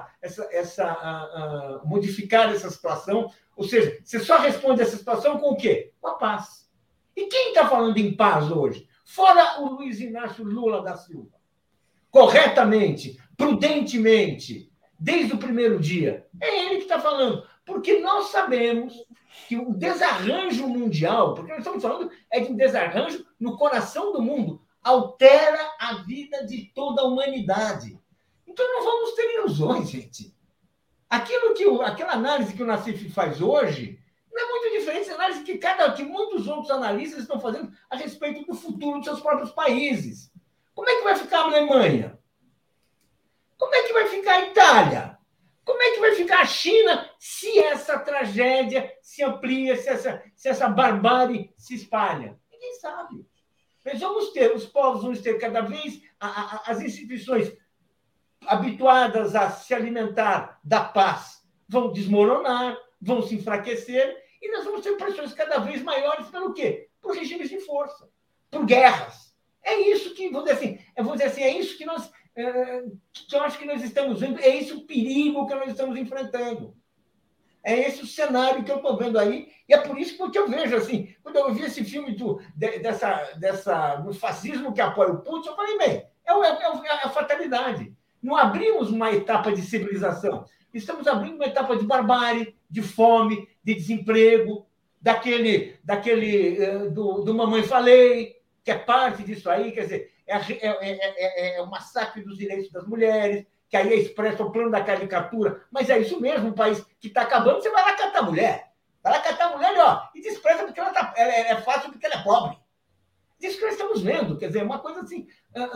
modificar essa situação. Ou seja, você só responde essa situação com o quê? Com a paz. E quem está falando em paz hoje? Fora o Luiz Inácio Lula da Silva. Corretamente, prudentemente, desde o primeiro dia. É ele que está falando. Porque nós sabemos que o desarranjo mundial, porque nós estamos falando de um desarranjo no coração do mundo, altera a vida de toda a humanidade. Então não vamos ter ilusões, gente. Aquela análise que o Nassif faz hoje não é muito diferente da análise que muitos outros analistas estão fazendo a respeito do futuro dos seus próprios países. Como é que vai ficar a Alemanha? Como é que vai ficar a Itália? Como é que vai ficar a China se essa tragédia se amplia, se essa barbárie se espalha? Ninguém sabe. Mas os povos vão ter cada vez, as instituições habituadas a se alimentar da paz vão desmoronar, vão se enfraquecer, e nós vamos ter pressões cada vez maiores pelo quê? Por regimes de força, por guerras. É isso que, vamos dizer assim, é isso que eu acho que nós estamos vendo, é esse o perigo que nós estamos enfrentando. É esse o cenário que eu estou vendo aí, e é por isso que eu vejo, assim, quando eu vi esse filme do fascismo que apoia o Putin, eu falei, bem, é a fatalidade. Não abrimos uma etapa de civilização, estamos abrindo uma etapa de barbárie, de fome, de desemprego, do Mamãe Falei, que é parte disso aí, quer dizer, é o massacre dos direitos das mulheres, que aí é expresso o plano da caricatura, mas é isso mesmo, um país que está acabando, você vai lá catar a mulher. Vai lá catar a mulher, ó, e despreza porque ela é fácil porque ela é pobre. Isso que nós estamos vendo, quer dizer, uma coisa assim,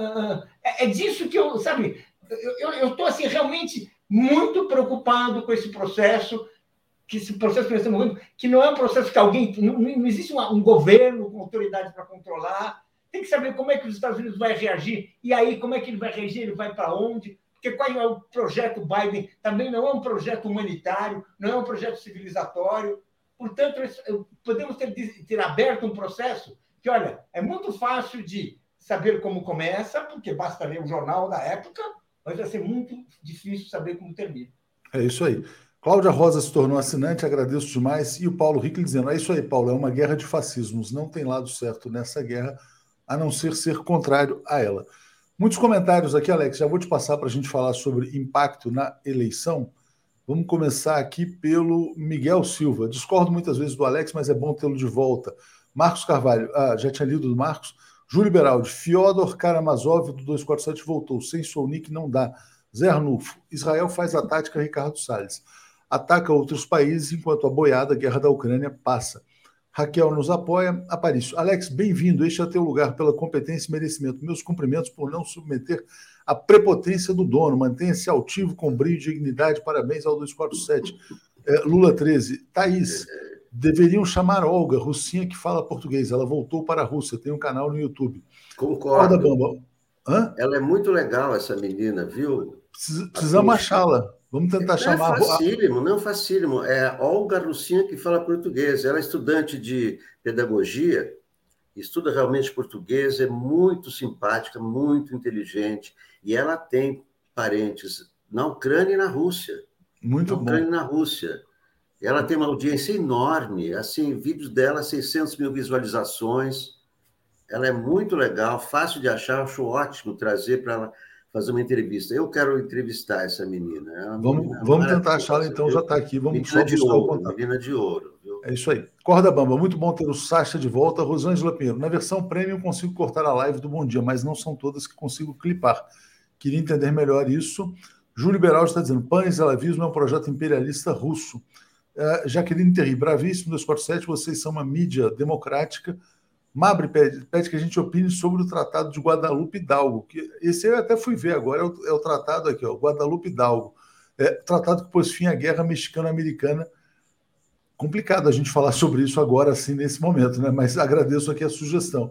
é disso que eu, sabe, eu estou assim, realmente muito preocupado com esse processo, que nós estamos vendo, que não é um processo que não existe um governo com autoridade para controlar, tem que saber como é que os Estados Unidos vai reagir, e aí como é que ele vai reagir, ele vai para onde, porque qual é o projeto Biden, também não é um projeto humanitário, não é um projeto civilizatório, portanto, podemos ter aberto um processo que, olha, é muito fácil de saber como começa, porque basta ler o jornal da época, mas vai ser muito difícil saber como termina. É isso aí. Cláudia Rosa se tornou assinante, agradeço demais. E o Paulo Rick dizendo, é isso aí, Paulo, é uma guerra de fascismos, não tem lado certo nessa guerra, a não ser contrário a ela. Muitos comentários aqui, Alex, já vou te passar para a gente falar sobre impacto na eleição. Vamos começar aqui pelo Miguel Silva. Discordo muitas vezes do Alex, mas é bom tê-lo de volta. Marcos Carvalho, já tinha lido do Marcos. Júlio Beraldi, Fyodor Karamazov do 247 voltou, sem Solnik não dá. Zé Arnulfo, Israel faz a tática Ricardo Salles. Ataca outros países enquanto a boiada, a guerra da Ucrânia, passa. Raquel nos apoia. Aparício. Alex, bem-vindo. Este é teu lugar pela competência e merecimento. Meus cumprimentos por não submeter à prepotência do dono. Mantenha-se altivo, com brilho e dignidade. Parabéns ao 247. Lula 13. Thaís, deveriam chamar Olga, russinha que fala português. Ela voltou para a Rússia. Tem um canal no YouTube. Concordo. Bamba. Hã? Ela é muito legal, essa menina, viu? Precisamos achá-la. Vamos tentar chamar. Não é facílimo. É a Olga Russinha que fala português. Ela é estudante de pedagogia, estuda realmente português, é muito simpática, muito inteligente. E ela tem parentes na Ucrânia e na Rússia. Muito bom. Na Ucrânia e na Rússia. Ela tem uma audiência enorme. Assim, vídeos dela, 600 mil visualizações. Ela é muito legal, fácil de achar. Acho ótimo trazer para ela fazer uma entrevista. Eu quero entrevistar essa menina. Vamos tentar achá-la, então, já está aqui. Vamos só buscar o contato. Menina de ouro. Viu? É isso aí. Corda Bamba, muito bom ter o Sacha de volta. Rosângela Pinheiro, na versão premium consigo cortar a live do Bom Dia, mas não são todas que consigo clipar. Queria entender melhor isso. Júlio Beraldi está dizendo, pan-eslavismo é um projeto imperialista russo. Jaqueline Terry, bravíssimo, 247, vocês são uma mídia democrática. Mabre pede que a gente opine sobre o Tratado de Guadalupe Hidalgo, que esse eu até fui ver agora, é o tratado aqui, ó, Guadalupe Hidalgo, tratado que pôs fim à Guerra Mexicano-Americana. Complicado a gente falar sobre isso agora, assim, nesse momento, né? Mas agradeço aqui a sugestão.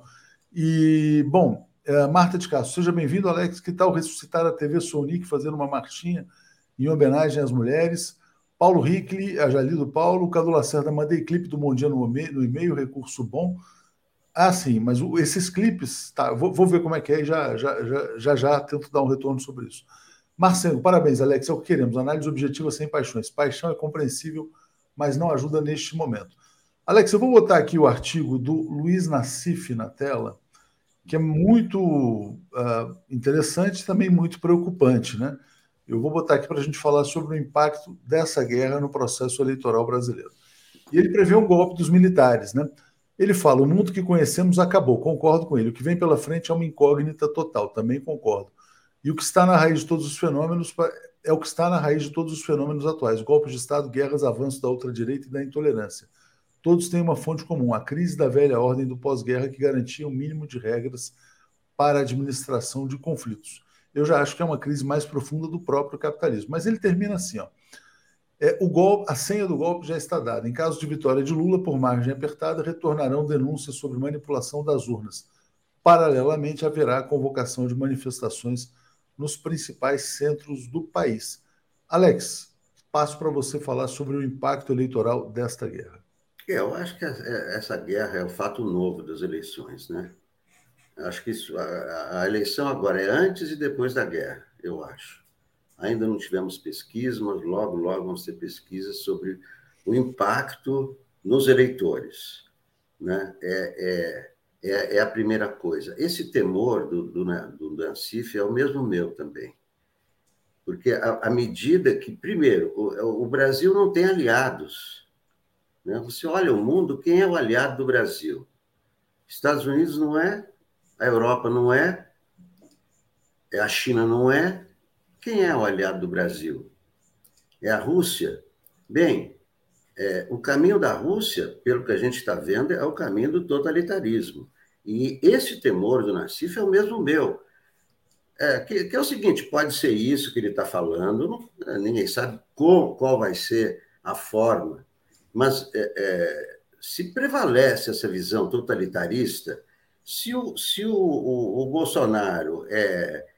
E, bom, Marta de Castro, seja bem-vindo, Alex, que tal ressuscitar a TV Sonic fazendo uma marchinha em homenagem às mulheres? Paulo Ricli, já li do Paulo, Cadu Lacerda, mandei clipe do Bom Dia no e-mail, recurso bom. Ah, sim, mas esses clipes, tá, vou ver como é que é e já tento dar um retorno sobre isso. Marcelo, parabéns, Alex, é o que queremos, análise objetiva sem paixões. Paixão é compreensível, mas não ajuda neste momento. Alex, eu vou botar aqui o artigo do Luiz Nassif na tela, que é muito interessante e também muito preocupante, né? Eu vou botar aqui para a gente falar sobre o impacto dessa guerra no processo eleitoral brasileiro. E ele prevê um golpe dos militares, né? Ele fala, o mundo que conhecemos acabou, concordo com ele. O que vem pela frente é uma incógnita total, também concordo. E o que está na raiz de todos os fenômenos é o que está na raiz de todos os fenômenos atuais. Golpes de Estado, guerras, avanço da ultradireita e da intolerância. Todos têm uma fonte comum, a crise da velha ordem do pós-guerra que garantia um mínimo de regras para a administração de conflitos. Eu já acho que é uma crise mais profunda do próprio capitalismo. Mas ele termina assim, ó. A senha do golpe já está dada. Em caso de vitória de Lula por margem apertada, retornarão denúncias sobre manipulação das urnas. Paralelamente, haverá convocação de manifestações nos principais centros do país. Alex, passo para você falar sobre o impacto eleitoral desta guerra. Eu acho que essa guerra é o fato novo das eleições, né? Acho que a eleição agora é antes e depois da guerra, eu acho. Ainda não tivemos pesquisa, mas logo vamos ter pesquisas sobre o impacto nos eleitores, né? É a primeira coisa. Esse temor do Nassif é o mesmo meu também. Porque à medida que, primeiro, o Brasil não tem aliados, né? Você olha o mundo, quem é o aliado do Brasil? Estados Unidos não é, a Europa não é, a China não é. Quem é o aliado do Brasil? É a Rússia? Bem, o caminho da Rússia, pelo que a gente está vendo, é o caminho do totalitarismo. E esse temor do Nassif é o mesmo meu. Que é o seguinte, pode ser isso que ele está falando, ninguém sabe qual vai ser a forma, mas se prevalece essa visão totalitarista, se o Bolsonaro é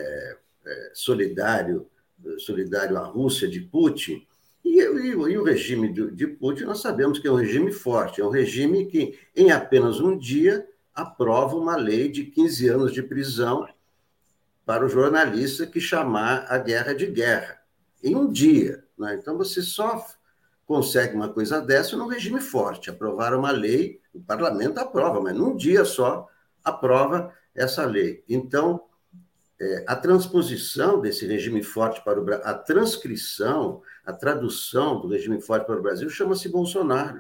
solidário à Rússia de Putin, e o regime de Putin, nós sabemos que é um regime forte, é um regime que, em apenas um dia, aprova uma lei de 15 anos de prisão para o jornalista que chamar a guerra de guerra, em um dia, né? Então, você só consegue uma coisa dessa num regime forte. Aprovar uma lei, o parlamento aprova, mas num dia só aprova essa lei. Então, a transposição desse regime forte para o Brasil, a transcrição, a tradução do regime forte para o Brasil chama-se Bolsonaro.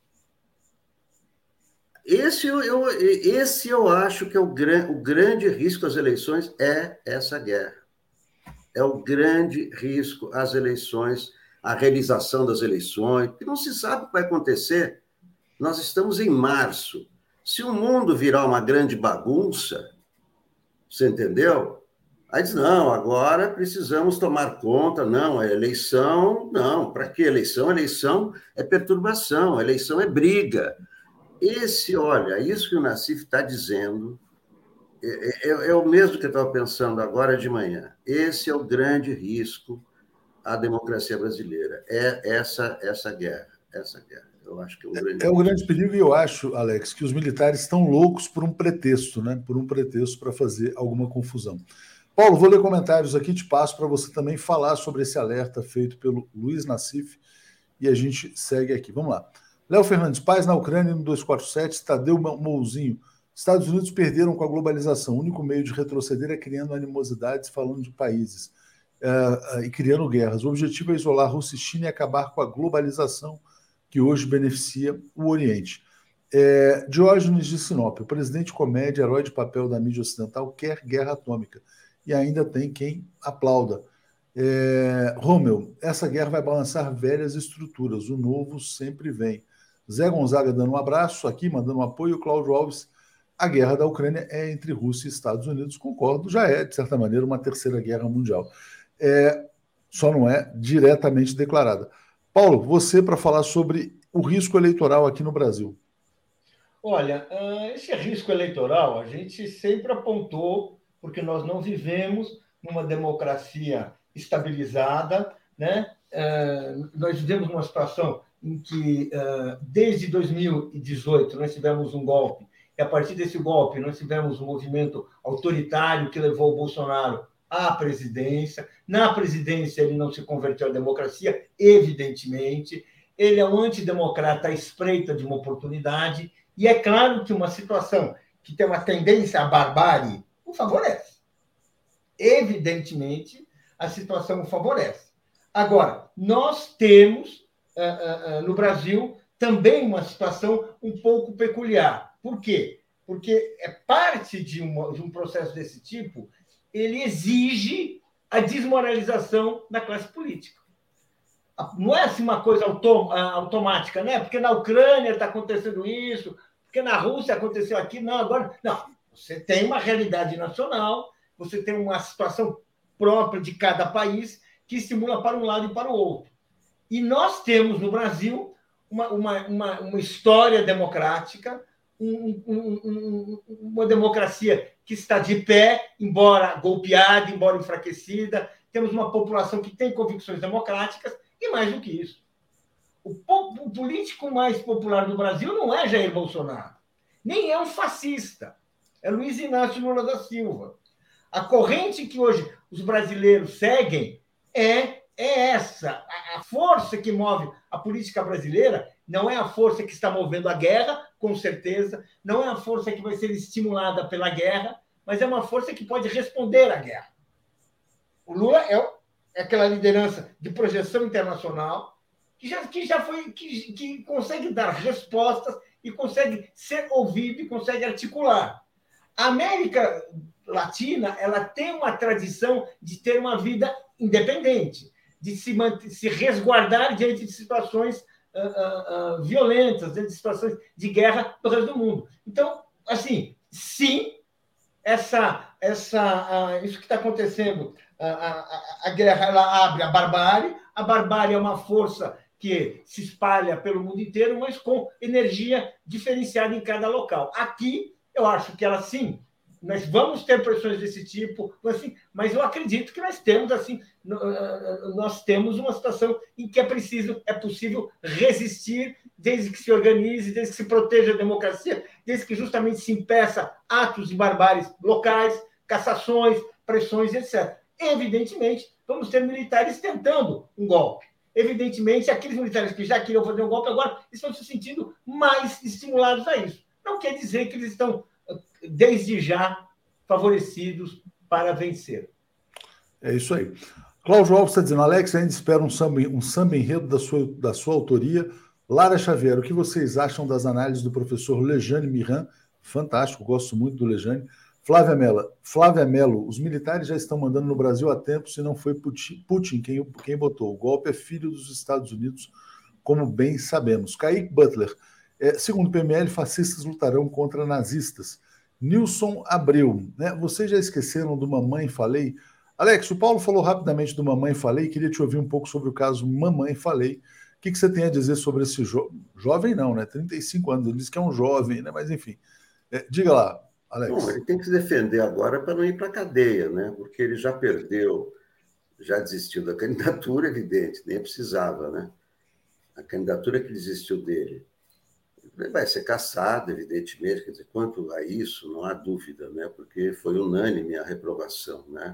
Esse eu acho que é o grande risco às eleições, é essa guerra. É o grande risco às eleições, a realização das eleições, porque não se sabe o que vai acontecer. Nós estamos em março. Se o mundo virar uma grande bagunça, você entendeu? Aí diz, não, agora precisamos tomar conta, não, a eleição, não, para que eleição? Eleição é perturbação, eleição é briga. Olha, isso que o Nassif está dizendo é o mesmo que eu estava pensando agora de manhã. Esse é o grande risco à democracia brasileira, essa guerra. Eu acho que é um grande o grande perigo, e eu acho, Alex, que os militares estão loucos por um pretexto, né? Por um pretexto para fazer alguma confusão. Paulo, vou ler comentários aqui, te passo para você também falar sobre esse alerta feito pelo Luiz Nassif e a gente segue aqui. Vamos lá. Léo Fernandes, paz na Ucrânia no 247, Tadeu Mouzinho. Estados Unidos perderam com a globalização. O único meio de retroceder é criando animosidades, falando de países e criando guerras. O objetivo é isolar a Rússia e China e acabar com a globalização que hoje beneficia o Oriente. Diógenes de Sinop, o presidente comédia, herói de papel da mídia ocidental, quer guerra atômica. E ainda tem quem aplauda. Rommel, essa guerra vai balançar velhas estruturas. O novo sempre vem. Zé Gonzaga dando um abraço aqui, mandando um apoio. Cláudio Alves, a guerra da Ucrânia é entre Rússia e Estados Unidos. Concordo, já é, de certa maneira, uma terceira guerra mundial. Só não é diretamente declarada. Paulo, você para falar sobre o risco eleitoral aqui no Brasil. Olha, esse risco eleitoral a gente sempre apontou, porque nós não vivemos numa democracia estabilizada, né? Nós vivemos numa situação em que, desde 2018, nós tivemos um golpe, e a partir desse golpe nós tivemos um movimento autoritário que levou o Bolsonaro à presidência. Na presidência ele não se converteu à democracia, evidentemente. Ele é um antidemocrata à espreita de uma oportunidade, e é claro que uma situação que tem uma tendência à barbárie o favorece. Evidentemente, a situação o favorece. Agora, nós temos, no Brasil, também uma situação um pouco peculiar. Por quê? Porque parte de um processo desse tipo, ele exige a desmoralização da classe política. Não é assim uma coisa automática, né? Porque na Ucrânia está acontecendo isso, porque na Rússia aconteceu aquilo, não, agora... Não, você tem uma realidade nacional, você tem uma situação própria de cada país que estimula para um lado e para o outro. E nós temos no Brasil uma história democrática, uma democracia que está de pé, embora golpeada, embora enfraquecida. Temos uma população que tem convicções democráticas e, mais do que isso, o político mais popular do Brasil não é Jair Bolsonaro, nem é um fascista, é Luiz Inácio Lula da Silva. A corrente que hoje os brasileiros seguem é essa. A força que move a política brasileira não é a força que está movendo a guerra, com certeza, não é a força que vai ser estimulada pela guerra, mas é uma força que pode responder à guerra. O Lula é aquela liderança de projeção internacional que consegue dar respostas e consegue ser ouvido e consegue articular. A América Latina, ela tem uma tradição de ter uma vida independente, de se resguardar diante de situações violentas, diante de situações de guerra do resto do mundo. Então, assim, sim, isso que está acontecendo, a guerra, ela abre a barbárie é uma força que se espalha pelo mundo inteiro, mas com energia diferenciada em cada local. Aqui, eu acho que ela, sim, nós vamos ter pressões desse tipo, assim, mas eu acredito que nós temos uma situação em que é possível resistir, desde que se organize, desde que se proteja a democracia, desde que justamente se impeça atos de barbáries locais, cassações, pressões, etc. Evidentemente, vamos ter militares tentando um golpe. Evidentemente, aqueles militares que já queriam fazer um golpe agora estão se sentindo mais estimulados a isso. Não quer dizer que eles estão, desde já, favorecidos para vencer. É isso aí. Cláudio Alves está dizendo, Alex, ainda espera um samba enredo da sua autoria. Lara Xavier, o que vocês acham das análises do professor Lejane Miran? Fantástico, gosto muito do Lejane. Flávia Mello, os militares já estão mandando no Brasil há tempo, se não foi Putin quem botou. O golpe é filho dos Estados Unidos, como bem sabemos. Kaique Butler, segundo o PML, fascistas lutarão contra nazistas. Nilson Abreu, né? Vocês já esqueceram do Mamãe Falei? Alex, o Paulo falou rapidamente do Mamãe Falei, queria te ouvir um pouco sobre o caso Mamãe Falei. O que você tem a dizer sobre esse jovem não, né? 35 anos, ele diz que é um jovem, né? Mas enfim, diga lá, Alex. Bom, ele tem que se defender agora para não ir para a cadeia, né? Porque ele já perdeu, já desistiu da candidatura, evidente, nem precisava, né? A candidatura que desistiu dele. Ele vai ser cassado, evidentemente, quer dizer, quanto a isso, não há dúvida, né? Porque foi unânime a reprovação, né?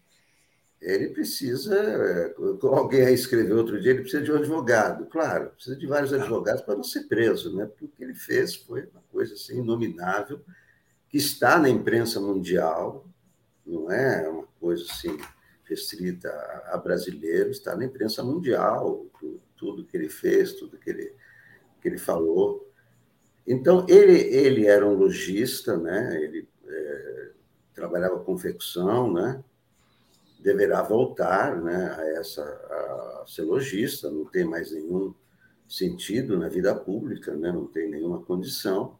Ele precisa, como alguém aí escreveu outro dia, ele precisa de um advogado. Claro, precisa de vários advogados para não ser preso, né? Porque o que ele fez foi uma coisa assim, inominável, que está na imprensa mundial, não é uma coisa assim restrita a brasileiros, está na imprensa mundial, tudo que ele fez, tudo que ele falou. Então, ele era um lojista, né? Ele trabalhava com confecção, né? Deverá voltar, né, a ser lojista, não tem mais nenhum sentido na vida pública, né, não tem nenhuma condição.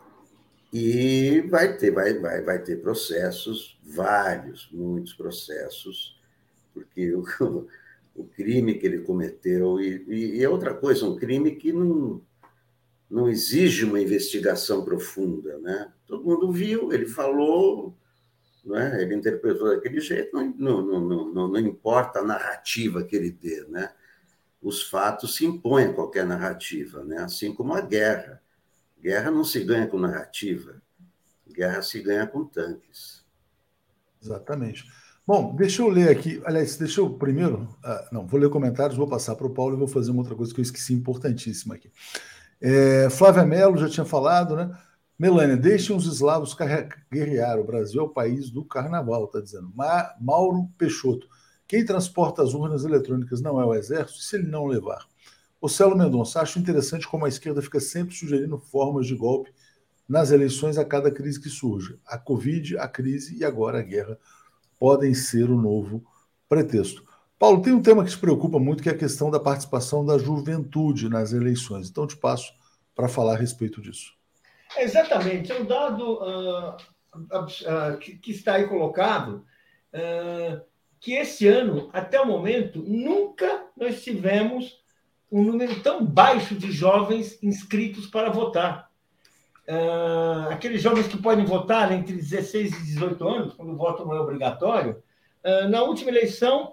E vai ter processos, muitos processos, porque o crime que ele cometeu, e é outra coisa, um crime que não exige uma investigação profunda, né? Todo mundo viu, ele falou, né? Ele interpretou daquele jeito, não importa a narrativa que ele dê, né? Os fatos se impõem a qualquer narrativa, né? Assim como a guerra. Guerra não se ganha com narrativa, guerra se ganha com tanques. Exatamente. Bom, deixa eu ler aqui, aliás, deixa eu primeiro, vou ler comentários, vou passar para o Paulo e vou fazer uma outra coisa que eu esqueci, importantíssima aqui. Flávia Mello, já tinha falado, né? Melânia, deixem os eslavos guerrear. O Brasil é o país do carnaval, está dizendo. Mauro Peixoto. Quem transporta as urnas eletrônicas não é o Exército, se ele não levar. Ocelo Mendonça, acho interessante como a esquerda fica sempre sugerindo formas de golpe nas eleições a cada crise que surge. A Covid, a crise e agora a guerra podem ser o novo pretexto. Paulo, tem um tema que te preocupa muito, que é a questão da participação da juventude nas eleições. Então, te passo para falar a respeito disso. Exatamente. É um dado que está aí colocado, que esse ano, até o momento, nunca nós tivemos um número tão baixo de jovens inscritos para votar. Aqueles jovens que podem votar entre 16 e 18 anos, quando o voto não é obrigatório, na última eleição,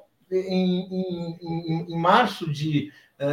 em março de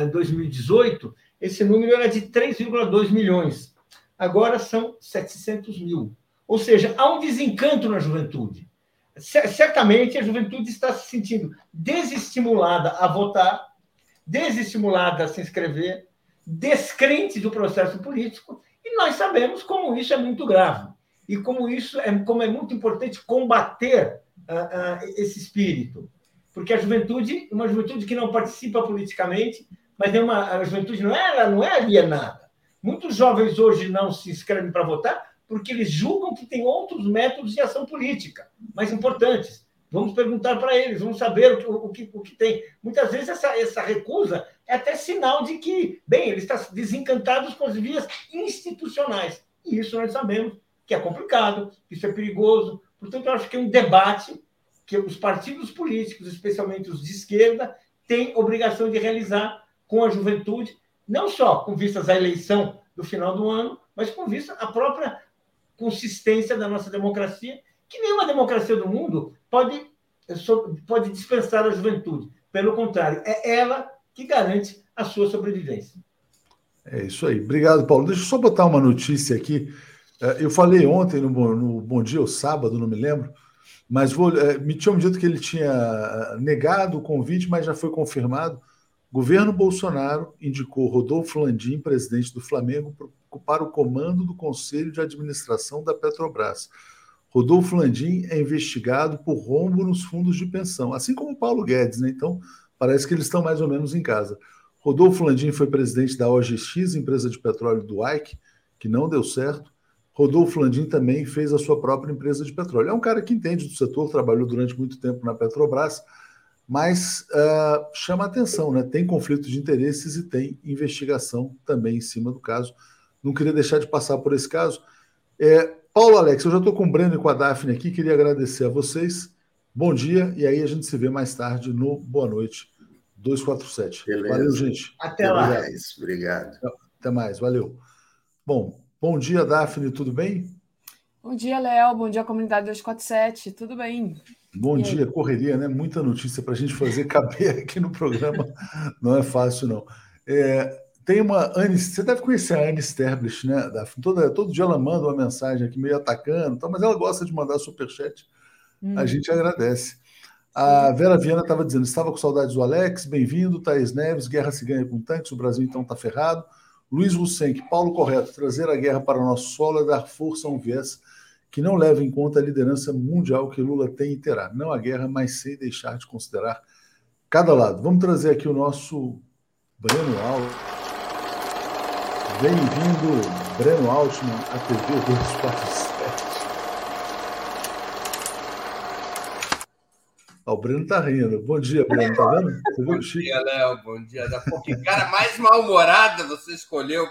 2018, esse número era de 3,2 milhões. Agora são 700 mil. Ou seja, há um desencanto na juventude. Certamente a juventude está se sentindo desestimulada a votar, desestimulada a se inscrever, descrente do processo político, e nós sabemos como isso é muito grave e como é muito importante combater esse espírito, porque a juventude, uma juventude que não participa politicamente, mas a juventude não é alienada. Muitos jovens hoje não se inscrevem para votar porque eles julgam que tem outros métodos de ação política mais importantes. Vamos perguntar para eles, vamos saber o que tem. Muitas vezes essa recusa é até sinal de que, bem, eles estão desencantados com as vias institucionais. E isso nós sabemos que é complicado, que isso é perigoso. Portanto, eu acho que é um debate que os partidos políticos, especialmente os de esquerda, têm obrigação de realizar com a juventude, não só com vistas à eleição do final do ano, mas com vista à própria consistência da nossa democracia, que nenhuma democracia do mundo pode dispensar a juventude. Pelo contrário, é ela que garante a sua sobrevivência. É isso aí. Obrigado, Paulo. Deixa eu só botar uma notícia aqui. Eu falei ontem no Bom Dia, ou sábado, não me lembro, mas me tinham dito que ele tinha negado o convite, mas já foi confirmado. O governo Bolsonaro indicou Rodolfo Landim, presidente do Flamengo, para o comando do Conselho de Administração da Petrobras. Rodolfo Landim é investigado por rombo nos fundos de pensão, assim como o Paulo Guedes, né? Então, parece que eles estão mais ou menos em casa. Rodolfo Landim foi presidente da OGX, empresa de petróleo do Ike, que não deu certo. Rodolfo Landim também fez a sua própria empresa de petróleo. É um cara que entende do setor, trabalhou durante muito tempo na Petrobras, mas chama atenção, né? Tem conflito de interesses e tem investigação também em cima do caso. Não queria deixar de passar por esse caso. Paulo, Alex, eu já estou com o Breno e com a Daphne aqui, queria agradecer a vocês. Bom dia, e aí a gente se vê mais tarde no Boa Noite 247. Beleza. Valeu, gente. Até lá. Obrigado. Até mais, valeu. Bom dia, Daphne, tudo bem? Bom dia, Léo. Bom dia, comunidade 247. Tudo bem? Bom dia, correria, né? Muita notícia para a gente fazer caber aqui no programa. Não é fácil, não. Tem uma Anne, você deve conhecer a Anne Sterblich, né, Daphne? Todo dia ela manda uma mensagem aqui meio atacando, mas ela gosta de mandar superchat. A gente agradece. A Vera Viana estava dizendo, estava com saudades do Alex, bem-vindo. Thaís Neves, guerra se ganha com tanques, o Brasil então está ferrado. Luiz Russenck, Paulo correto, trazer a guerra para o nosso solo é dar força a um viés que não leva em conta a liderança mundial que Lula tem e terá. Não a guerra, mas sem deixar de considerar cada lado. Vamos trazer aqui o nosso Breno Altman. Bem-vindo, Breno Altman, à TV 247. O Breno tá rindo. Bom dia, Breno. Tá vendo? Você viu? Bom dia, Léo. Bom dia. Que cara mais mal-humorada você escolheu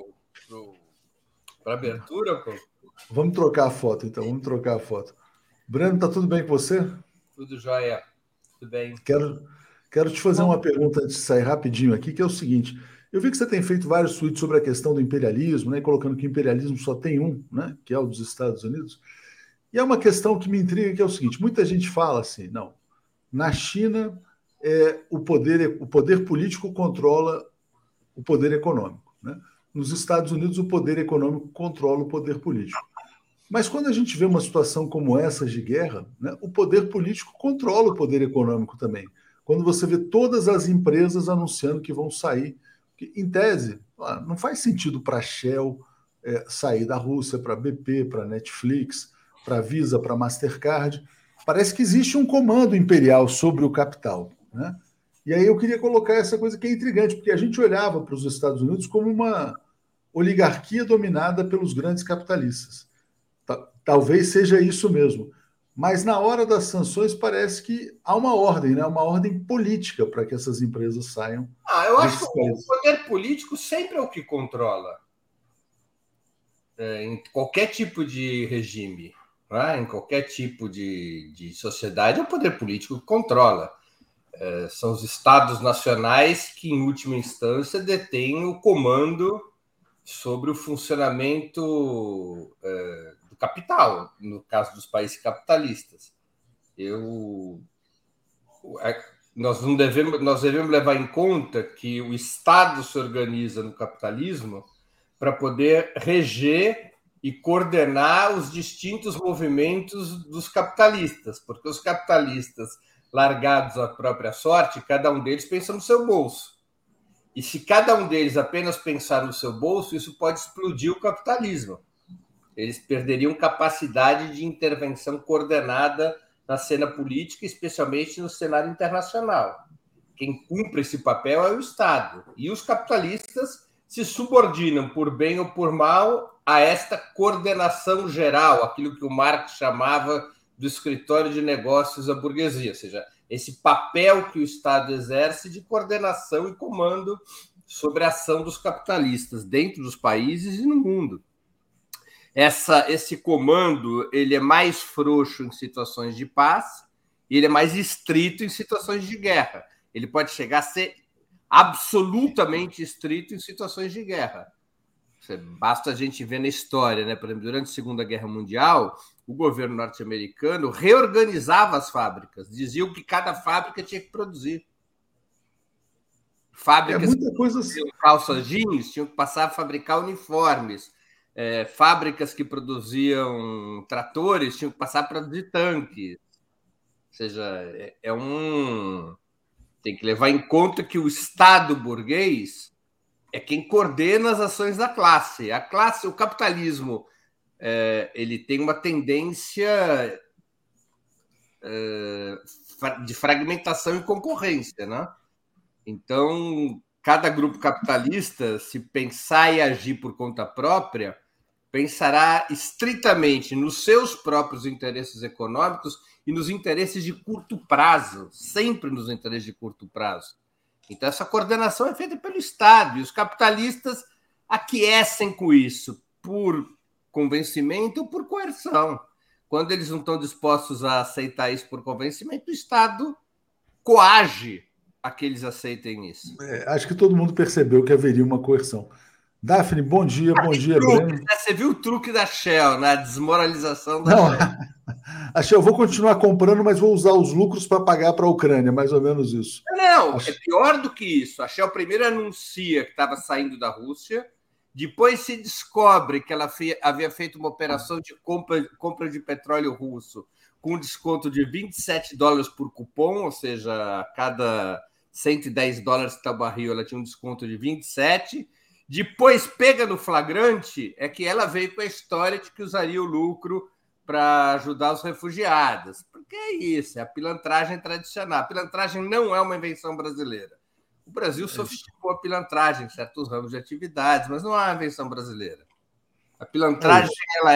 para abertura, pô? Vamos trocar a foto, então. Vamos trocar a foto. Breno, tá tudo bem com você? Tudo jóia. Tudo bem. Quero te fazer uma pergunta antes de sair rapidinho aqui, que é o seguinte. Eu vi que você tem feito vários tweets sobre a questão do imperialismo, né, colocando que o imperialismo só tem um, né, que é o dos Estados Unidos. E é uma questão que me intriga, que é o seguinte, muita gente fala assim, não, na China o poder político controla o poder econômico, né? Nos Estados Unidos o poder econômico controla o poder político. Mas quando a gente vê uma situação como essa de guerra, né, o poder político controla o poder econômico também. Quando você vê todas as empresas anunciando que vão sair, que, em tese, não faz sentido para a Shell sair da Rússia, para a BP, para a Netflix, para a Visa, para a Mastercard. Parece que existe um comando imperial sobre o capital, né? E aí eu queria colocar essa coisa que é intrigante, porque a gente olhava para os Estados Unidos como uma oligarquia dominada pelos grandes capitalistas. Talvez seja isso mesmo. Mas na hora das sanções parece que há uma ordem, né? Uma ordem política para que essas empresas saiam. Eu acho que o poder político sempre é o que controla. Em qualquer tipo de regime, né? Em qualquer tipo de sociedade, é o poder político que controla. São os estados nacionais que, em última instância, detêm o comando sobre o funcionamento do capital, no caso dos países capitalistas. Nós devemos levar em conta que o Estado se organiza no capitalismo para poder reger e coordenar os distintos movimentos dos capitalistas, porque os capitalistas, largados à própria sorte, cada um deles pensa no seu bolso. E se cada um deles apenas pensar no seu bolso, isso pode explodir o capitalismo. Eles perderiam capacidade de intervenção coordenada na cena política, especialmente no cenário internacional. Quem cumpre esse papel é o Estado. E os capitalistas se subordinam, por bem ou por mal, a esta coordenação geral, aquilo que o Marx chamava do escritório de negócios da burguesia, ou seja, esse papel que o Estado exerce de coordenação e comando sobre a ação dos capitalistas dentro dos países e no mundo. Esse comando ele é mais frouxo em situações de paz e ele é mais estrito em situações de guerra. Ele pode chegar a ser absolutamente estrito em situações de guerra. Basta a gente ver na história, né? Por exemplo, durante a Segunda Guerra Mundial, o governo norte-americano reorganizava as fábricas, dizia que cada fábrica tinha que produzir. Fábricas que produziam calças jeans tinham que passar a fabricar uniformes. Fábricas que produziam tratores tinham que passar a produzir tanques. Ou seja, tem que levar em conta que o Estado burguês é quem coordena as ações da classe. O capitalismo, ele tem uma tendência de fragmentação e concorrência, né? Então, cada grupo capitalista, se pensar e agir por conta própria, pensará estritamente nos seus próprios interesses econômicos e nos interesses de curto prazo, sempre nos interesses de curto prazo. Então, essa coordenação é feita pelo Estado, e os capitalistas aquecem com isso, por convencimento ou por coerção. Quando eles não estão dispostos a aceitar isso por convencimento, o Estado coage a que eles aceitem isso. Acho que todo mundo percebeu que haveria uma coerção. Daphne, bom dia, Breno. Você viu o truque da Shell, né? A desmoralização da Shell. A Shell, eu vou continuar comprando, mas vou usar os lucros para pagar para a Ucrânia, mais ou menos isso. Não, é pior do que isso. A Shell primeiro anuncia que estava saindo da Rússia, depois se descobre que ela havia feito uma operação de compra de petróleo russo com desconto de $27 por cupom, ou seja, a cada $110 que está o barril, ela tinha um desconto de 27. Depois, pega no flagrante, é que ela veio com a história de que usaria o lucro para ajudar os refugiados. Porque é isso, é a pilantragem tradicional. A pilantragem não é uma invenção brasileira. O Brasil sofisticou a pilantragem em certos ramos de atividades, mas não é uma invenção brasileira. A pilantragem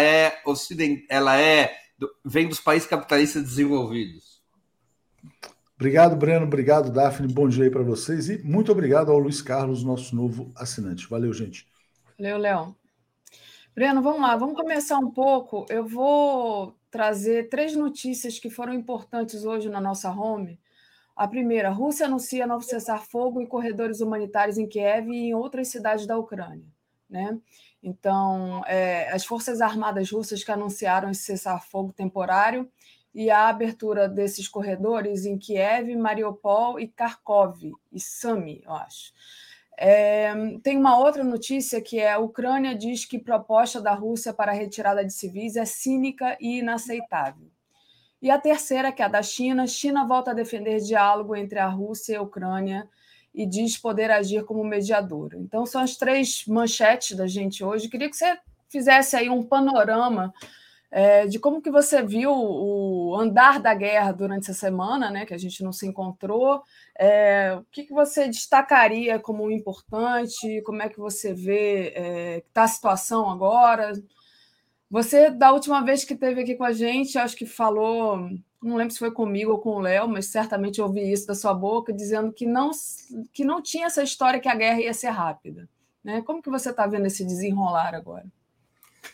vem dos países capitalistas desenvolvidos. Obrigado, Breno. Obrigado, Daphne. Bom dia aí para vocês. E muito obrigado ao Luiz Carlos, nosso novo assinante. Valeu, gente. Valeu, Léo. Breno, vamos lá. Vamos começar um pouco. Eu vou trazer 3 notícias que foram importantes hoje na nossa home. A primeira, a Rússia anuncia novo cessar-fogo e corredores humanitários em Kiev e em outras cidades da Ucrânia, né? Então, as Forças Armadas russas que anunciaram esse cessar-fogo temporário e a abertura desses corredores em Kiev, Mariupol e Kharkov, e Sami, eu acho. Tem uma outra notícia que a Ucrânia diz que a proposta da Rússia para a retirada de civis é cínica e inaceitável. E a terceira, que é a da China. China volta a defender diálogo entre a Rússia e a Ucrânia e diz poder agir como mediadora. Então, são as 3 manchetes da gente hoje. Queria que você fizesse aí um panorama de como que você viu o andar da guerra durante essa semana, né, que a gente não se encontrou. O que você destacaria como importante? Como é que você vê que está a situação agora? Você, da última vez que esteve aqui com a gente, acho que falou, não lembro se foi comigo ou com o Léo, mas certamente ouvi isso da sua boca, dizendo que não tinha essa história que a guerra ia ser rápida, né? Como que você está vendo esse desenrolar agora?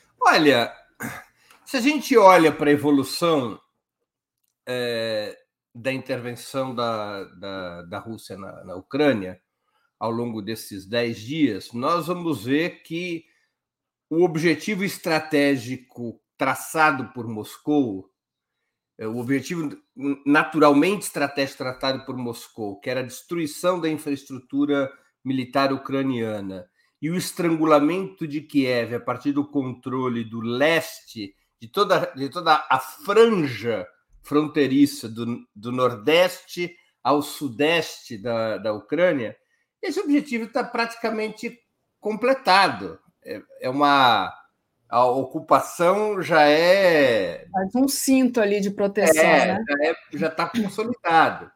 Olha, se a gente olha para a evolução da intervenção da Rússia na Ucrânia, ao longo desses 10 dias, nós vamos ver que o objetivo estratégico traçado por Moscou, o objetivo naturalmente estratégico tratado por Moscou, que era a destruição da infraestrutura militar ucraniana e o estrangulamento de Kiev a partir do controle do leste, de toda a franja fronteiriça do nordeste ao sudeste da Ucrânia, esse objetivo está praticamente completado. A ocupação já é... Faz um cinto ali de proteção, né? Já está consolidado.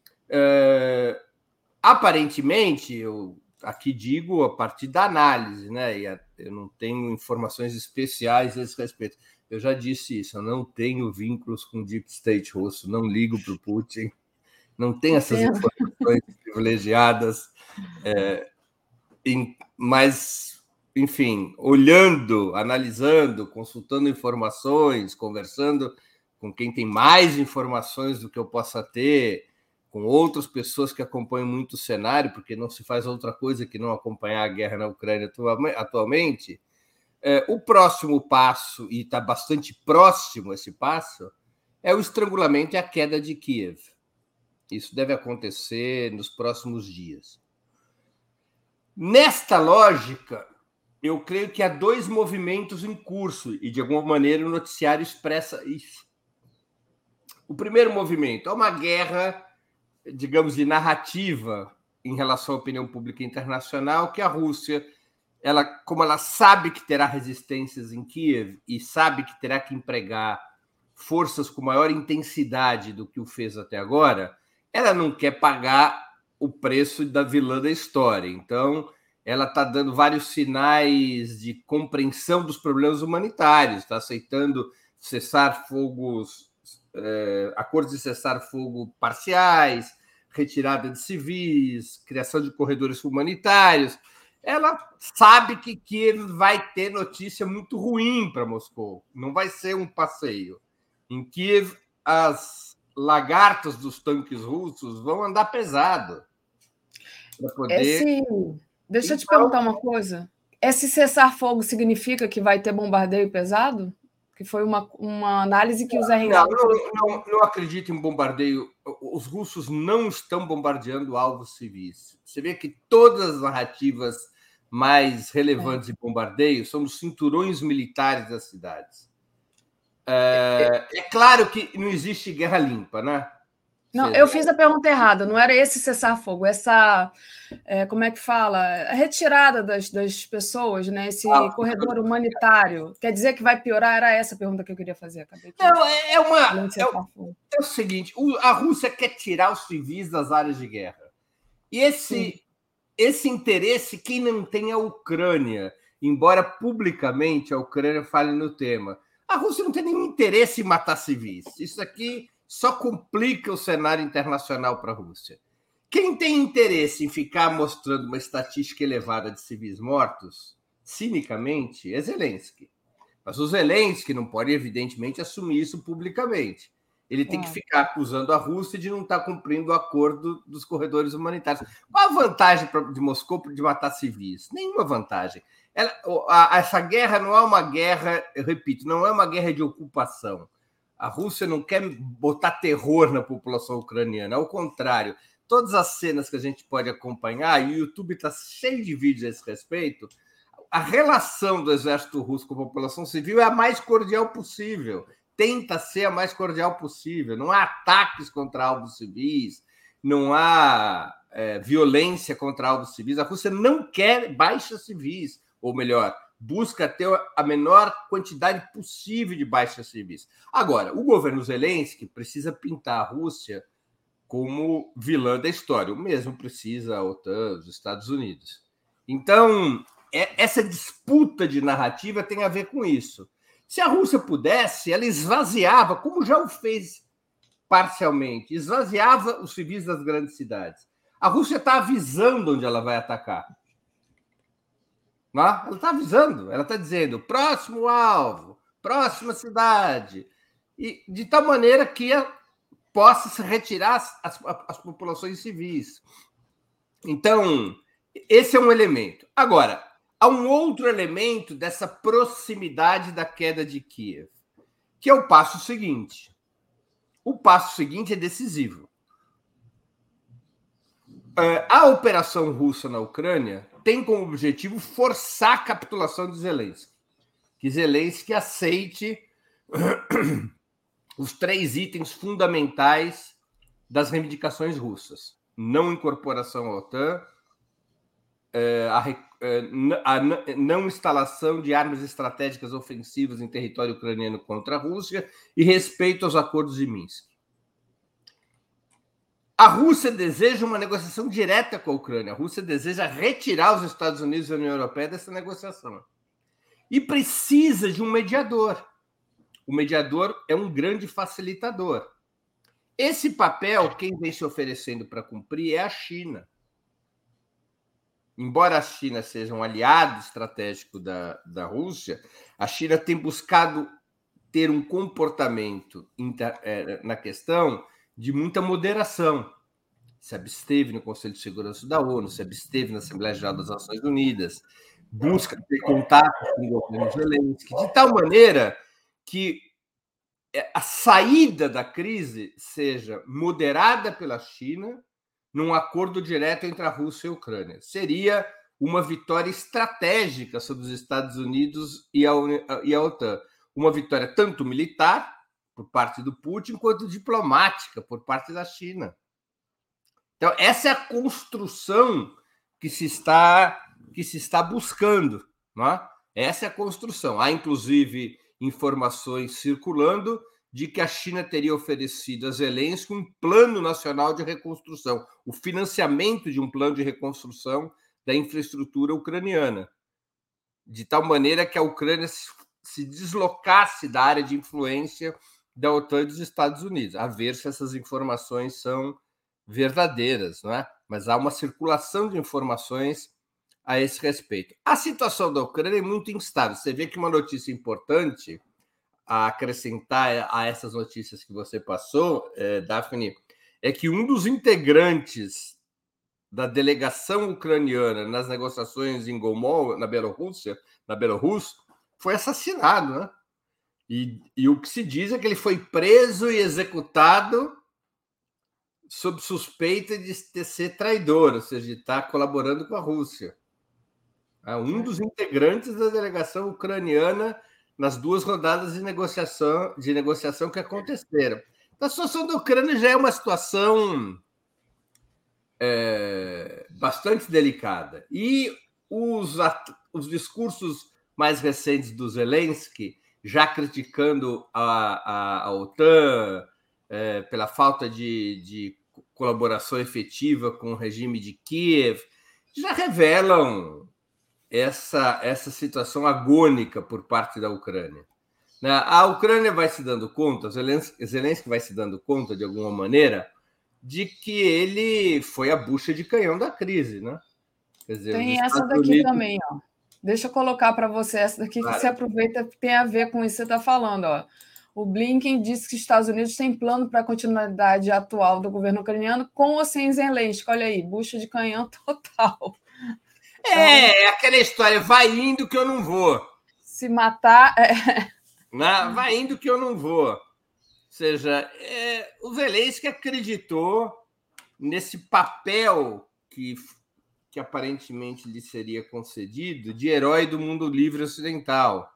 Aparentemente, eu aqui digo a partir da análise, né? E eu não tenho informações especiais a esse respeito. Eu já disse isso, eu não tenho vínculos com o Deep State russo, não ligo para o Putin, não tenho essas informações privilegiadas, mas, enfim, olhando, analisando, consultando informações, conversando com quem tem mais informações do que eu possa ter, com outras pessoas que acompanham muito o cenário, porque não se faz outra coisa que não acompanhar a guerra na Ucrânia atualmente, o próximo passo, e está bastante próximo esse passo, é o estrangulamento e a queda de Kiev. Isso deve acontecer nos próximos dias. Nesta lógica, eu creio que há 2 movimentos em curso, e de alguma maneira o noticiário expressa isso. O primeiro movimento é uma guerra, digamos, de narrativa em relação à opinião pública internacional, que a Rússia, como ela sabe que terá resistências em Kiev e sabe que terá que empregar forças com maior intensidade do que o fez até agora, ela não quer pagar o preço da vilã da história. Então, ela está dando vários sinais de compreensão dos problemas humanitários, está aceitando acordos de cessar-fogo parciais, retirada de civis, criação de corredores humanitários. Ela sabe que Kiev vai ter notícia muito ruim para Moscou. Não vai ser um passeio. Em Kiev, as lagartas dos tanques russos vão andar pesado. Deixa eu te perguntar uma coisa. Esse cessar-fogo significa que vai ter bombardeio pesado? Que foi uma análise que os RNA... Não acredito em bombardeio. Os russos não estão bombardeando alvos civis. Você vê que todas as narrativas mais relevantes de bombardeio são os cinturões militares das cidades. É claro que não existe guerra limpa, né? Não, eu fiz a pergunta errada. Não era esse cessar-fogo, essa, como é que fala? A retirada das pessoas, né? Esse corredor humanitário. Quer dizer que vai piorar? Era essa a pergunta que eu queria fazer. É o seguinte, a Rússia quer tirar os civis das áreas de guerra. E esse interesse, quem não tem é a Ucrânia, embora publicamente a Ucrânia fale no tema. A Rússia não tem nenhum interesse em matar civis. Isso aqui só complica o cenário internacional para a Rússia. Quem tem interesse em ficar mostrando uma estatística elevada de civis mortos, cinicamente, é Zelensky. Mas o Zelensky não pode, evidentemente, assumir isso publicamente. Ele tem que ficar acusando a Rússia de não estar cumprindo o acordo dos corredores humanitários. Qual a vantagem de Moscou de matar civis? Nenhuma vantagem. Essa guerra não é uma guerra, eu repito, não é uma guerra de ocupação. A Rússia não quer botar terror na população ucraniana, ao contrário. Todas as cenas que a gente pode acompanhar, e o YouTube está cheio de vídeos a esse respeito, a relação do exército russo com a população civil é a mais cordial possível. Tenta ser a mais cordial possível. Não há ataques contra alvos civis, não há violência contra alvos civis. A Rússia não quer baixas civis, ou melhor, busca ter a menor quantidade possível de baixas civis. Agora, o governo Zelensky precisa pintar a Rússia como vilã da história. O mesmo precisa a OTAN, os Estados Unidos. Então, essa disputa de narrativa tem a ver com isso. Se a Rússia pudesse, ela esvaziava, como já o fez parcialmente, esvaziava os civis das grandes cidades. A Rússia está avisando onde ela vai atacar. Ela está avisando, ela está dizendo próximo alvo, próxima cidade. E de tal maneira que possa se retirar as populações civis. Então, esse é um elemento. Agora, há um outro elemento dessa proximidade da queda de Kiev, que é o passo seguinte. O passo seguinte é decisivo. A operação russa na Ucrânia tem como objetivo forçar a capitulação de Zelensky. Que Zelensky aceite os 3 itens fundamentais das reivindicações russas: não incorporação à OTAN, a não instalação de armas estratégicas ofensivas em território ucraniano contra a Rússia e respeito aos acordos de Minsk. A Rússia deseja uma negociação direta com a Ucrânia. A Rússia deseja retirar os Estados Unidos e a União Europeia dessa negociação. E precisa de um mediador. O mediador é um grande facilitador. Esse papel, quem vem se oferecendo para cumprir é a China. Embora a China seja um aliado estratégico da Rússia, a China tem buscado ter um comportamento na questão de muita moderação. Se absteve no Conselho de Segurança da ONU, se absteve na Assembleia Geral das Nações Unidas, busca ter contato com o governo Zelensky, de tal maneira que a saída da crise seja moderada pela China num acordo direto entre a Rússia e a Ucrânia. Seria uma vitória estratégica sobre os Estados Unidos e a OTAN. Uma vitória tanto militar, por parte do Putin, quanto diplomática, por parte da China. Então, essa é a construção que se está buscando. Não é? Essa é a construção. Há, inclusive, informações circulando de que a China teria oferecido a Zelensky um plano nacional de reconstrução, o financiamento de um plano de reconstrução da infraestrutura ucraniana, de tal maneira que a Ucrânia se deslocasse da área de influência da OTAN e dos Estados Unidos, a ver se essas informações são verdadeiras, não é? Mas há uma circulação de informações a esse respeito. A situação da Ucrânia é muito instável. Você vê que uma notícia importante a acrescentar a essas notícias que você passou, Daphne, é que um dos integrantes da delegação ucraniana nas negociações em Gomel, na Bielorrússia, foi assassinado, né? E o que se diz é que ele foi preso e executado sob suspeita de ser traidor, ou seja, de estar colaborando com a Rússia. Um dos integrantes da delegação ucraniana nas 2 rodadas de negociação que aconteceram. A situação da Ucrânia já é uma situação bastante delicada. E os discursos mais recentes do Zelensky, já criticando a OTAN pela falta de colaboração efetiva com o regime de Kiev, já revelam essa situação agônica por parte da Ucrânia. A Ucrânia vai se dando conta, Zelensky vai se dando conta, de alguma maneira, de que ele foi a bucha de canhão da crise, né? Quer dizer, tem essa daqui também, ó. Deixa eu colocar para você essa daqui, que se aproveita, que tem a ver com isso que você está falando. Ó. O Blinken disse que os Estados Unidos têm plano para a continuidade atual do governo ucraniano com ou sem Zelensky. Olha aí, bucha de canhão total. É aquela história, vai indo que eu não vou. Se matar... Vai indo que eu não vou. Ou seja, o Zelensky acreditou nesse papel que aparentemente lhe seria concedido de herói do mundo livre ocidental.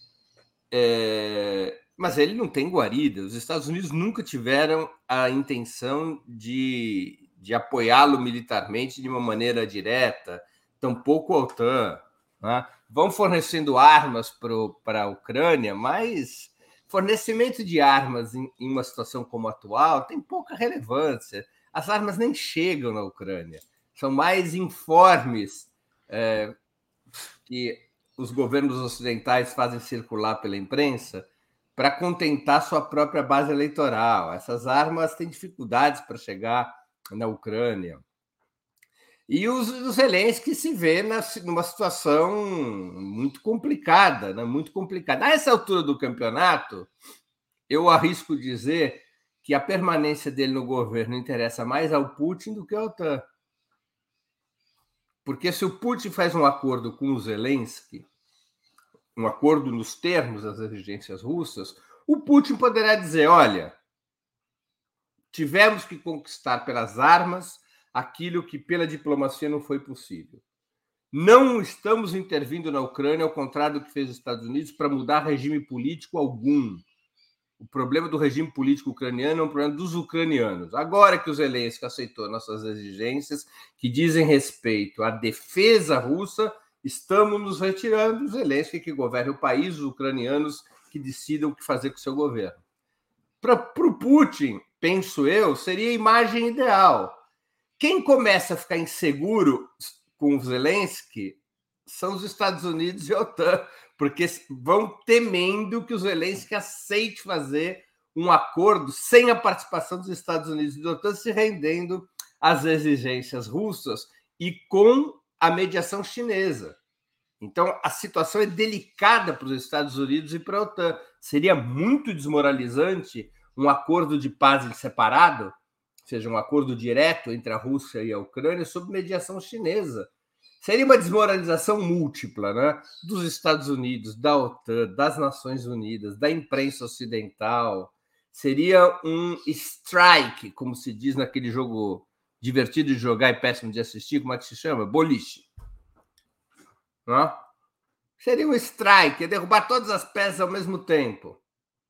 Mas ele não tem guarida. Os Estados Unidos nunca tiveram a intenção de apoiá-lo militarmente de uma maneira direta, tampouco a OTAN. Né? Vão fornecendo armas para a Ucrânia, mas fornecimento de armas em uma situação como a atual tem pouca relevância. As armas nem chegam na Ucrânia. São mais informes que os governos ocidentais fazem circular pela imprensa para contentar sua própria base eleitoral. Essas armas têm dificuldades para chegar na Ucrânia. E o Zelensky se vê numa situação muito complicada, né? Muito complicada. A essa altura do campeonato, eu arrisco dizer que a permanência dele no governo interessa mais ao Putin do que à OTAN. Porque se o Putin faz um acordo com o Zelensky, um acordo nos termos das exigências russas, o Putin poderá dizer, olha, tivemos que conquistar pelas armas aquilo que pela diplomacia não foi possível. Não estamos intervindo na Ucrânia, ao contrário do que fez os Estados Unidos, para mudar regime político algum. O problema do regime político ucraniano é um problema dos ucranianos. Agora que o Zelensky aceitou nossas exigências, que dizem respeito à defesa russa, estamos nos retirando. O Zelensky que governa o país, os ucranianos que decidam o que fazer com o seu governo. Para o Putin, penso eu, seria a imagem ideal. Quem começa a ficar inseguro com o Zelensky são os Estados Unidos e a OTAN, porque vão temendo que o Zelensky aceite fazer um acordo sem a participação dos Estados Unidos e da OTAN, se rendendo às exigências russas e com a mediação chinesa. Então, a situação é delicada para os Estados Unidos e para a OTAN. Seria muito desmoralizante um acordo de paz em separado, ou seja, um acordo direto entre a Rússia e a Ucrânia sob mediação chinesa. Seria uma desmoralização múltipla, né? Dos Estados Unidos, da OTAN, das Nações Unidas, da imprensa ocidental. Seria um strike, como se diz naquele jogo divertido de jogar e péssimo de assistir, como é que se chama? Boliche. Não? Seria um strike, é derrubar todas as peças ao mesmo tempo.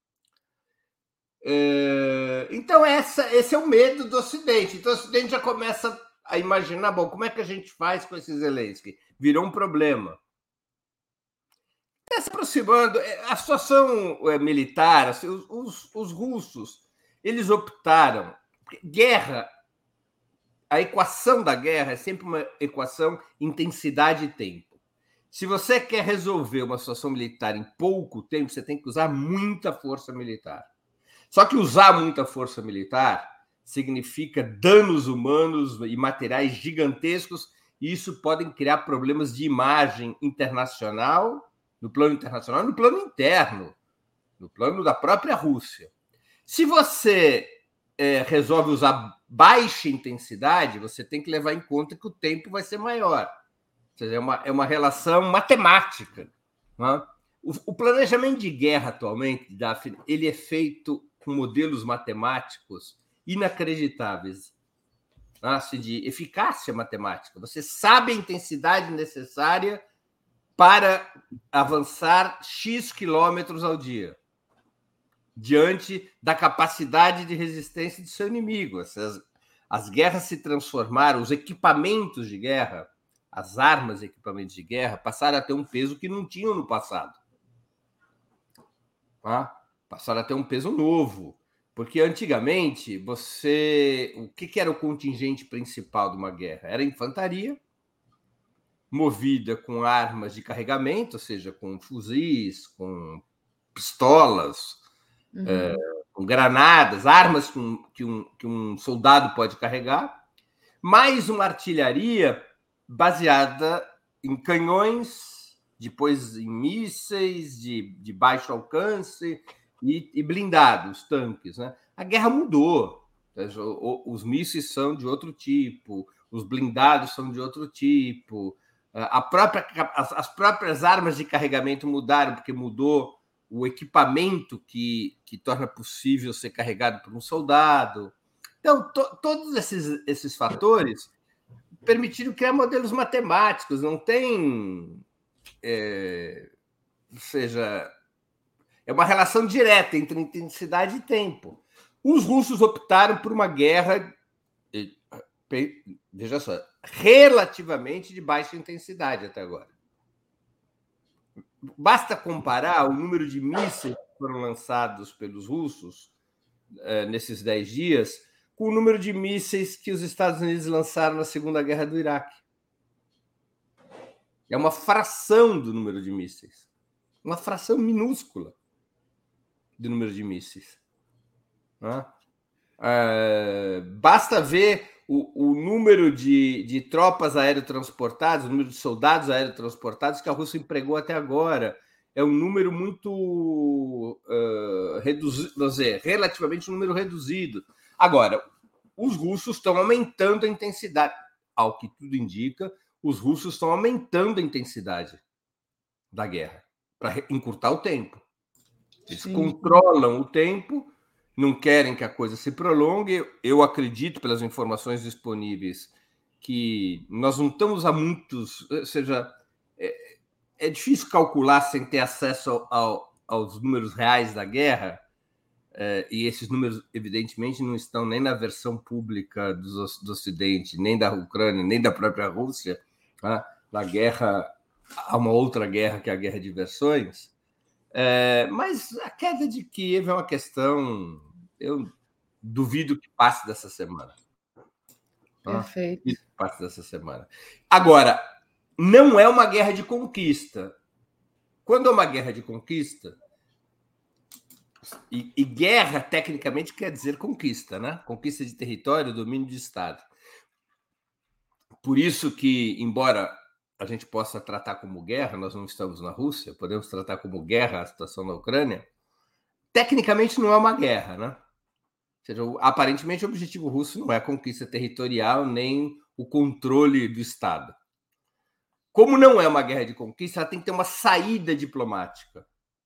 Então, esse é o medo do Ocidente. Então, o Ocidente já começa a imaginar, bom, como é que a gente faz com esse Zelensky? Virou um problema. Está se aproximando. A situação militar, assim, os russos, eles optaram. Guerra, a equação da guerra é sempre uma equação intensidade e tempo. Se você quer resolver uma situação militar em pouco tempo, você tem que usar muita força militar. Só que usar muita força militar significa danos humanos e materiais gigantescos, e isso pode criar problemas de imagem internacional, no plano internacional e no plano interno, no plano da própria Rússia. Se você resolve usar baixa intensidade, você tem que levar em conta que o tempo vai ser maior. Ou seja, é uma relação matemática. Né? O planejamento de guerra atualmente, Daphne, ele é feito com modelos matemáticos inacreditáveis, de eficácia matemática. Você sabe a intensidade necessária para avançar X quilômetros ao dia, diante da capacidade de resistência do seu inimigo. As guerras se transformaram, os equipamentos de guerra, as armas e equipamentos de guerra, passaram a ter um peso que não tinham no passado. Passaram a ter um peso novo. Porque antigamente, o que era o contingente principal de uma guerra? Era a infantaria, movida com armas de carregamento, ou seja, com fuzis, com pistolas, com granadas, armas que um soldado pode carregar, mais uma artilharia baseada em canhões, depois em mísseis de baixo alcance e blindados, tanques. Né? A guerra mudou. Os mísseis são de outro tipo, os blindados são de outro tipo, as próprias armas de carregamento mudaram, porque mudou o equipamento que torna possível ser carregado por um soldado. Então, todos esses fatores permitiram criar modelos matemáticos. Não tem... ou seja, é uma relação direta entre intensidade e tempo. Os russos optaram por uma guerra, veja só, relativamente de baixa intensidade até agora. Basta comparar o número de mísseis que foram lançados pelos russos nesses 10 dias com o número de mísseis que os Estados Unidos lançaram na Segunda Guerra do Iraque. É uma fração do número de mísseis. Uma fração minúscula do número de mísseis. Basta ver o número de tropas aerotransportadas, o número de soldados aerotransportados que a Rússia empregou até agora. é um número muito reduzido, vamos dizer, relativamente um número reduzido. Agora, os russos estão aumentando a intensidade. Ao que tudo indica, os russos estão aumentando a intensidade da guerra para encurtar o tempo. Eles controlam o tempo, não querem que a coisa se prolongue. Eu acredito, pelas informações disponíveis, que nós não estamos a muitos... Ou seja, é difícil calcular sem ter acesso aos números reais da guerra, e esses números, evidentemente, não estão nem na versão pública do Ocidente, nem da Ucrânia, nem da própria Rússia. Tá? Na guerra, há uma outra guerra, que é a Guerra de Versões. Mas a queda de Kiev é uma questão... Eu duvido que passe dessa semana. Perfeito. Duvido que passe dessa semana. Agora, não é uma guerra de conquista. Quando é uma guerra de conquista... E guerra, tecnicamente, quer dizer conquista, né? Conquista de território, domínio de Estado. Por isso que, embora a gente possa tratar como guerra, nós não estamos na Rússia, podemos tratar como guerra a situação na Ucrânia, tecnicamente não é uma guerra, né? Ou seja, aparentemente o objetivo russo não é a conquista territorial nem o controle do Estado. Como não é uma guerra de conquista, ela tem que ter uma saída diplomática.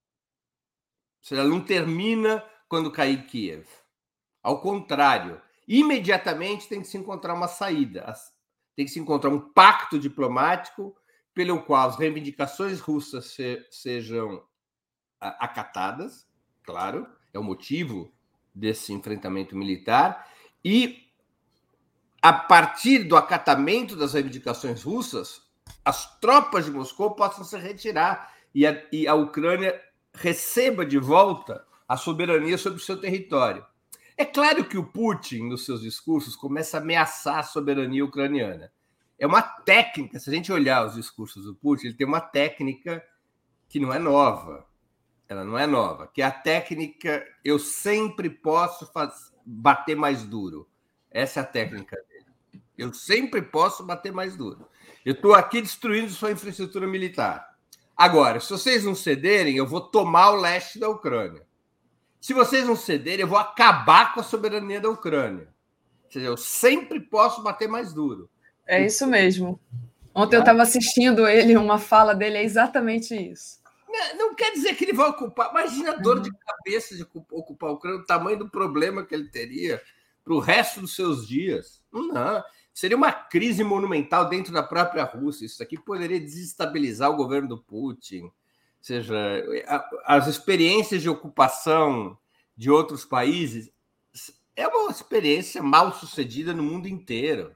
Ou seja, ela não termina quando cair Kiev. Ao contrário, imediatamente tem que se encontrar uma saída. Tem que se encontrar um pacto diplomático pelo qual as reivindicações russas sejam acatadas, claro, é o motivo desse enfrentamento militar, e a partir do acatamento das reivindicações russas, as tropas de Moscou possam se retirar e a Ucrânia receba de volta a soberania sobre o seu território. É claro que o Putin, nos seus discursos, começa a ameaçar a soberania ucraniana. É uma técnica, se a gente olhar os discursos do Putin, ele tem uma técnica que não é nova. Ela não é nova, que é a técnica eu sempre posso bater mais duro. Essa é a técnica dele. Eu sempre posso bater mais duro. Eu estou aqui destruindo sua infraestrutura militar. Agora, se vocês não cederem, eu vou tomar o leste da Ucrânia. Se vocês não cederem, eu vou acabar com a soberania da Ucrânia. Ou seja, eu sempre posso bater mais duro. É isso mesmo. Ontem eu estava assistindo uma fala dele, é exatamente isso. Não quer dizer que ele vai ocupar. Imagina a dor de cabeça de ocupar a Ucrânia, o tamanho do problema que ele teria para o resto dos seus dias. Não. Seria uma crise monumental dentro da própria Rússia. Isso aqui poderia desestabilizar o governo do Putin. Ou seja, as experiências de ocupação de outros países é uma experiência mal sucedida no mundo inteiro.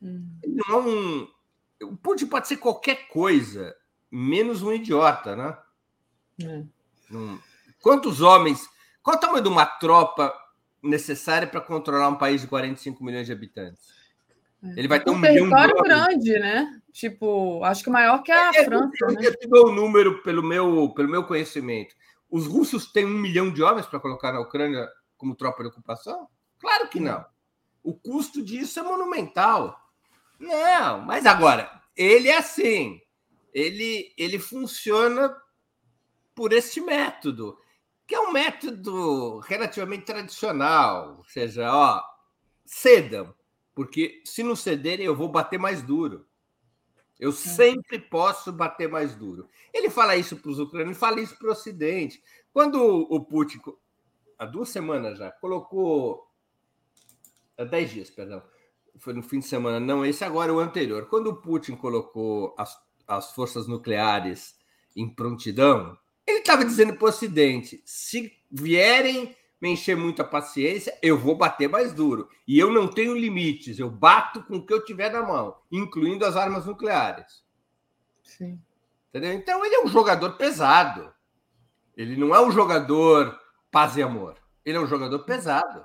Não, o Putin pode ser qualquer coisa, menos um idiota, né? Quantos homens... Qual o tamanho de uma tropa necessária para controlar um país de 45 milhões de habitantes? Ele vai ter um território grande, né? Tipo, acho que maior que a França. Eu te dou o número pelo meu conhecimento. Os russos têm 1 milhão de homens para colocar na Ucrânia como tropa de ocupação? Claro que não. O custo disso é monumental. Não, mas agora, ele é assim. Ele funciona por este método, que é um método relativamente tradicional. Ou seja, cedam. Porque se não cederem, eu vou bater mais duro. Eu sempre posso bater mais duro. Ele fala isso para os ucranianos, fala isso para o Ocidente. Quando o Putin, há 2 semanas já, colocou... Há 10 dias, perdão. Foi no fim de semana, não esse agora, o anterior. Quando o Putin colocou as forças nucleares em prontidão, ele estava dizendo para o Ocidente, se vierem me encher muita paciência, eu vou bater mais duro. E eu não tenho limites, eu bato com o que eu tiver na mão, incluindo as armas nucleares. Sim. Entendeu? Então, ele é um jogador pesado. Ele não é um jogador paz e amor. Ele é um jogador pesado.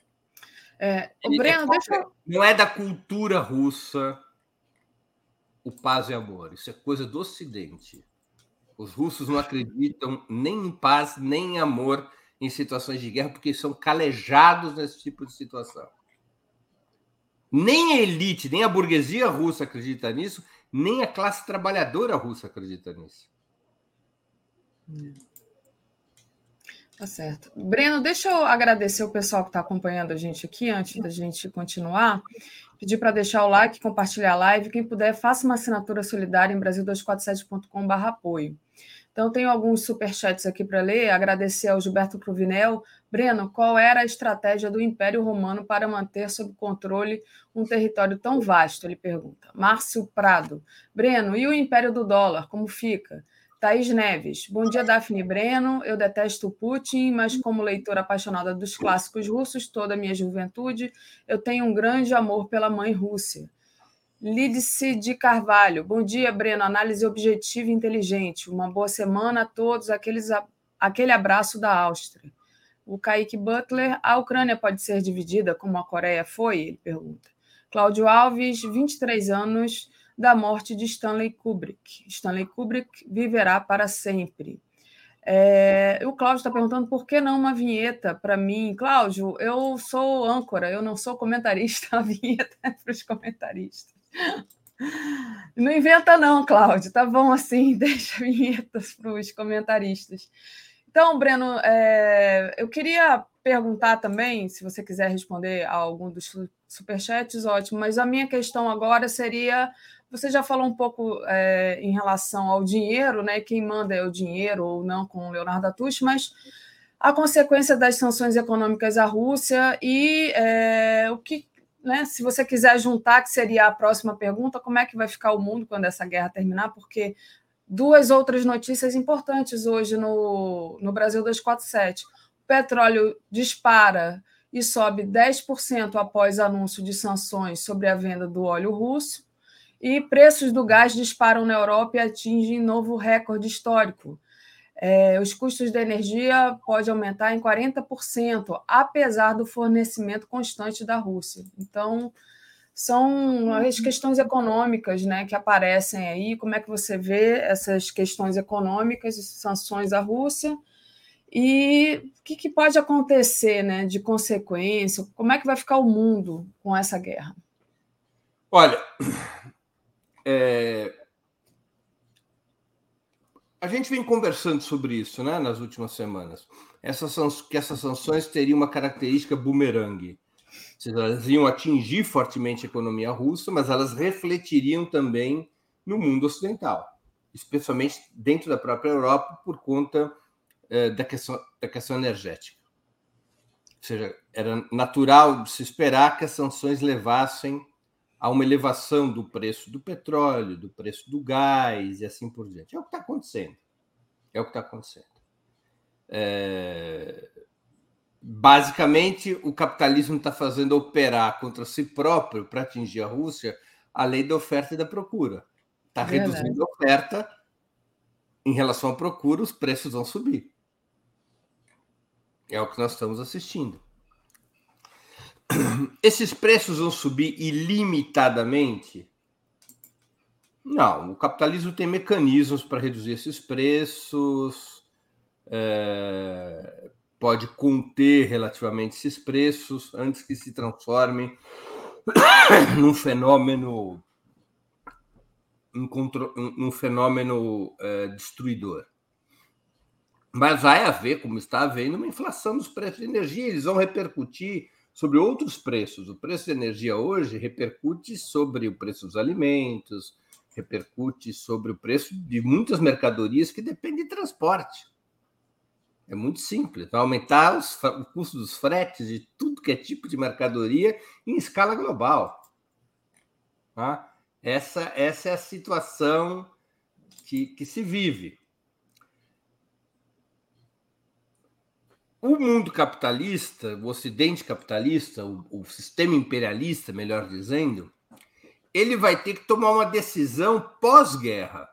Breno, deixa eu... Não é da cultura russa o paz e amor. Isso é coisa do Ocidente. Os russos não acreditam nem em paz, nem em amor em situações de guerra, porque são calejados nesse tipo de situação. Nem a elite, nem a burguesia russa acredita nisso, nem a classe trabalhadora russa acredita nisso. Tá certo. Breno, deixa eu agradecer o pessoal que está acompanhando a gente aqui, antes da gente continuar. Pedir para deixar o like, compartilhar a live. Quem puder, faça uma assinatura solidária em Brasil247.com/apoio. Então, tenho alguns superchats aqui para ler. Agradecer ao Gilberto Cruvinel. Breno, qual era a estratégia do Império Romano para manter sob controle um território tão vasto? Ele pergunta. Márcio Prado. Breno, e o Império do Dólar, como fica? Thaís Neves. Bom dia, Daphne e Breno. Eu detesto o Putin, mas como leitora apaixonada dos clássicos russos toda a minha juventude, eu tenho um grande amor pela mãe Rússia. Lídice de Carvalho. Bom dia, Breno. Análise objetiva e inteligente. Uma boa semana a todos. Aquele abraço da Áustria. O Kaique Butler. A Ucrânia pode ser dividida como a Coreia foi? Ele pergunta. Cláudio Alves, 23 anos da morte de Stanley Kubrick. Stanley Kubrick viverá para sempre. O Cláudio está perguntando por que não uma vinheta para mim. Cláudio, eu sou âncora, eu não sou comentarista. A vinheta é para os comentaristas. Não inventa não, Cláudio. Tá bom assim, deixa vinhetas para os comentaristas. Então, Breno, eu queria perguntar também, se você quiser responder a algum dos superchats, ótimo, mas a minha questão agora seria, você já falou um pouco em relação ao dinheiro, né? Quem manda é o dinheiro ou não, com o Leonardo Atush, mas a consequência das sanções econômicas à Rússia e o que, né, se você quiser juntar, que seria a próxima pergunta, como é que vai ficar o mundo quando essa guerra terminar, porque duas outras notícias importantes hoje no Brasil 247. O petróleo dispara e sobe 10% após anúncio de sanções sobre a venda do óleo russo, e preços do gás disparam na Europa e atingem novo recorde histórico. Os custos da energia podem aumentar em 40%, apesar do fornecimento constante da Rússia. Então, são as questões econômicas, né, que aparecem aí. Como é que você vê essas questões econômicas e sanções à Rússia? E o que pode acontecer, né, de consequência? Como é que vai ficar o mundo com essa guerra? Olha, a gente vem conversando sobre isso, né, nas últimas semanas. Que essas sanções teriam uma característica bumerangue. Elas iam atingir fortemente a economia russa, mas elas refletiriam também no mundo ocidental, especialmente dentro da própria Europa, por conta da questão energética. Ou seja, era natural de se esperar que as sanções levassem a uma elevação do preço do petróleo, do preço do gás e assim por diante. É o que está acontecendo. Basicamente, o capitalismo está fazendo operar contra si próprio para atingir a Rússia a lei da oferta e da procura. Está reduzindo a oferta, em relação à procura, os preços vão subir. É o que nós estamos assistindo. Esses preços vão subir ilimitadamente? Não, o capitalismo tem mecanismos para reduzir esses preços, pode conter relativamente esses preços antes que se transformem num fenômeno destruidor. Mas vai haver, como está havendo, uma inflação dos preços de energia. Eles vão repercutir sobre outros preços. O preço de energia hoje repercute sobre o preço dos alimentos, repercute sobre o preço de muitas mercadorias que dependem de transporte. É muito simples. Vai aumentar o custo dos fretes de tudo que é tipo de mercadoria em escala global. Tá? Essa é a situação que se vive. O mundo capitalista, o Ocidente capitalista, o sistema imperialista, melhor dizendo, ele vai ter que tomar uma decisão pós-guerra.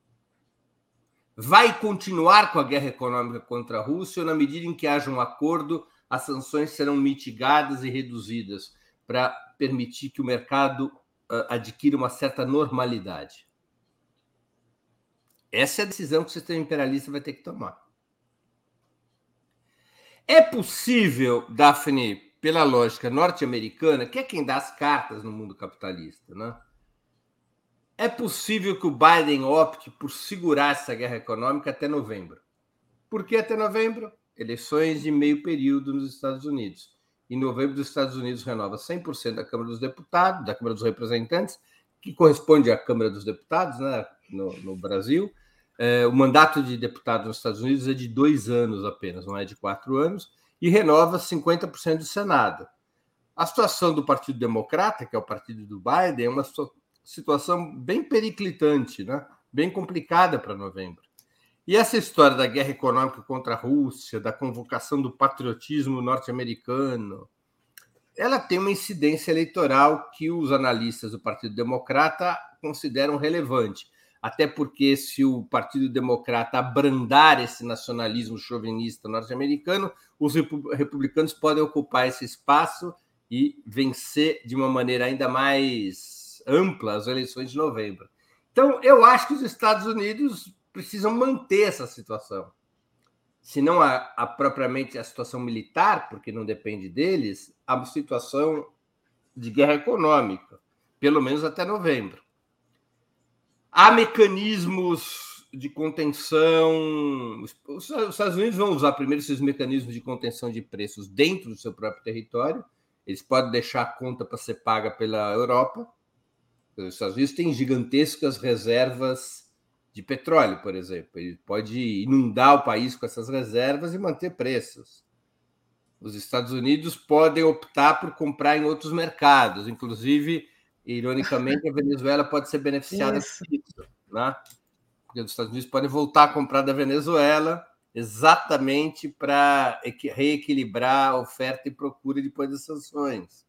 Vai continuar com a guerra econômica contra a Rússia ou, na medida em que haja um acordo, as sanções serão mitigadas e reduzidas para permitir que o mercado adquira uma certa normalidade? Essa é a decisão que o sistema imperialista vai ter que tomar. É possível, Daphne, pela lógica norte-americana, que é quem dá as cartas no mundo capitalista, né? É possível que o Biden opte por segurar essa guerra econômica até novembro. Por que até novembro? Eleições de meio período nos Estados Unidos. Em novembro, os Estados Unidos renova 100% da Câmara dos Deputados, da Câmara dos Representantes, que corresponde à Câmara dos Deputados, né, no Brasil. O mandato de deputado nos Estados Unidos é de 2 anos apenas, não é de 4 anos, e renova 50% do Senado. A situação do Partido Democrata, que é o partido do Biden, é uma situação bem periclitante, né? Bem complicada para novembro. E essa história da guerra econômica contra a Rússia, da convocação do patriotismo norte-americano, ela tem uma incidência eleitoral que os analistas do Partido Democrata consideram relevante. Até porque, se o Partido Democrata abrandar esse nacionalismo chauvinista norte-americano, os republicanos podem ocupar esse espaço e vencer de uma maneira ainda mais ampla as eleições de novembro. Então, eu acho que os Estados Unidos precisam manter essa situação. Se não propriamente a situação militar, porque não depende deles, a situação de guerra econômica, pelo menos até novembro. Há mecanismos de contenção. Os Estados Unidos vão usar primeiro esses mecanismos de contenção de preços dentro do seu próprio território. Eles podem deixar a conta para ser paga pela Europa. Os Estados Unidos têm gigantescas reservas de petróleo, por exemplo. Ele pode inundar o país com essas reservas e manter preços. Os Estados Unidos podem optar por comprar em outros mercados, inclusive, ironicamente, a Venezuela pode ser beneficiada por isso, né? Porque os Estados Unidos podem voltar a comprar da Venezuela exatamente para reequilibrar a oferta e procura depois das sanções.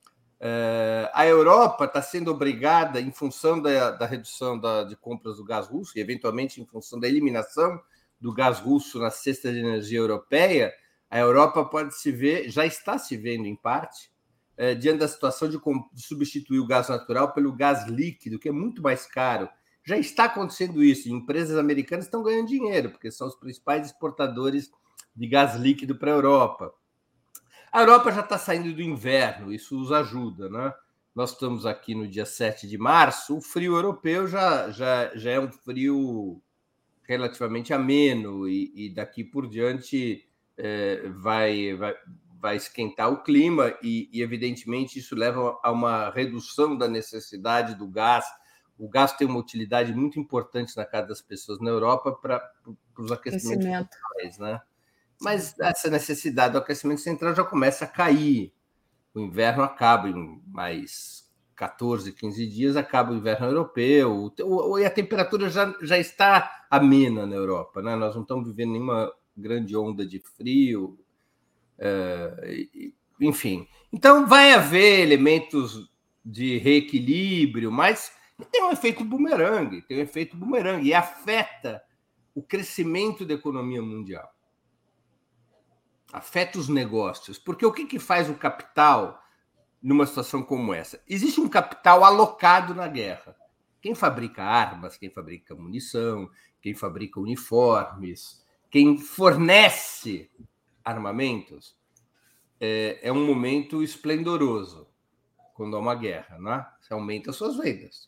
A Europa está sendo obrigada, em função da redução de compras do gás russo, e eventualmente em função da eliminação do gás russo na cesta de energia europeia, a Europa pode se ver, já está se vendo em parte, diante da situação de substituir o gás natural pelo gás líquido, que é muito mais caro. Já está acontecendo isso. Empresas americanas estão ganhando dinheiro, porque são os principais exportadores de gás líquido para a Europa. A Europa já está saindo do inverno, isso os ajuda, né? Nós estamos aqui no dia 7 de março, o frio europeu já é um frio relativamente ameno, e daqui por diante vai esquentar o clima, e evidentemente isso leva a uma redução da necessidade do gás. O gás tem uma utilidade muito importante na casa das pessoas na Europa para os aquecimentos centrais, né? Mas essa necessidade do aquecimento central já começa a cair. O inverno acaba em mais 14, 15 dias, acaba o inverno europeu, e a temperatura já está amena na Europa, né? Nós não estamos vivendo nenhuma grande onda de frio, enfim. Então, vai haver elementos de reequilíbrio, mas tem um efeito bumerangue, e afeta o crescimento da economia mundial. Afeta os negócios. Porque o que faz o capital numa situação como essa? Existe um capital alocado na guerra. Quem fabrica armas, quem fabrica munição, quem fabrica uniformes, quem fornece armamentos, é um momento esplendoroso quando há uma guerra, né? Você aumenta as suas vendas.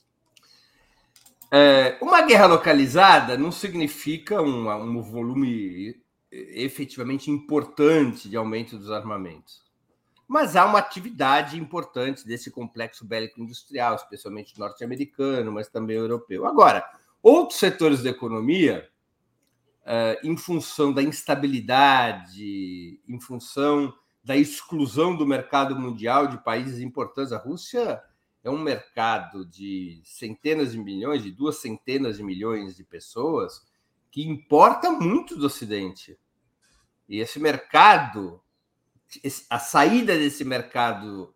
Uma guerra localizada não significa um volume efetivamente importante de aumento dos armamentos, mas há uma atividade importante desse complexo bélico-industrial, especialmente norte-americano, mas também europeu. Agora, outros setores da economia, em função da instabilidade, em função da exclusão do mercado mundial de países importantes, a Rússia é um mercado de centenas de milhões, de 2 centenas de milhões de pessoas, que importa muito do Ocidente. E esse mercado, a saída desse mercado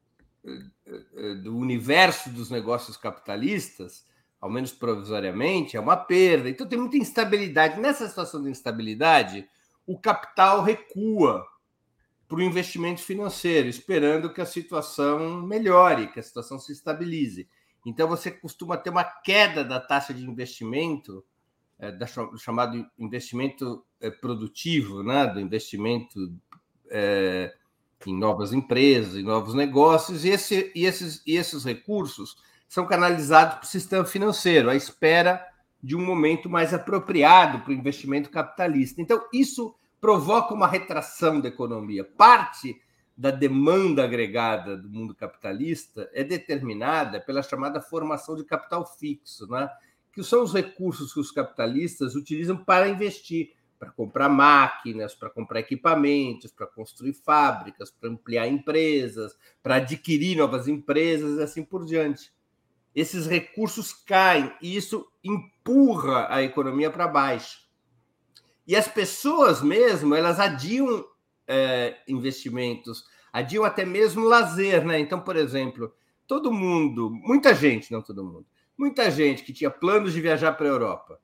do universo dos negócios capitalistas, ao menos provisoriamente, é uma perda. Então tem muita instabilidade. Nessa situação de instabilidade, o capital recua para o investimento financeiro, esperando que a situação melhore, que a situação se estabilize. Então você costuma ter uma queda da taxa de investimento, do chamado investimento produtivo, né? Do investimento em novas empresas, em novos negócios, e esses recursos são canalizados para o sistema financeiro, à espera de um momento mais apropriado para o investimento capitalista. Então, isso provoca uma retração da economia. Parte da demanda agregada do mundo capitalista é determinada pela chamada formação de capital fixo, né? Que são os recursos que os capitalistas utilizam para investir, para comprar máquinas, para comprar equipamentos, para construir fábricas, para ampliar empresas, para adquirir novas empresas e assim por diante. Esses recursos caem e isso empurra a economia para baixo. E as pessoas mesmo, elas adiam investimentos, adiam até mesmo lazer, né? Então, por exemplo, todo mundo, muita gente, não todo mundo, muita gente que tinha planos de viajar para a Europa,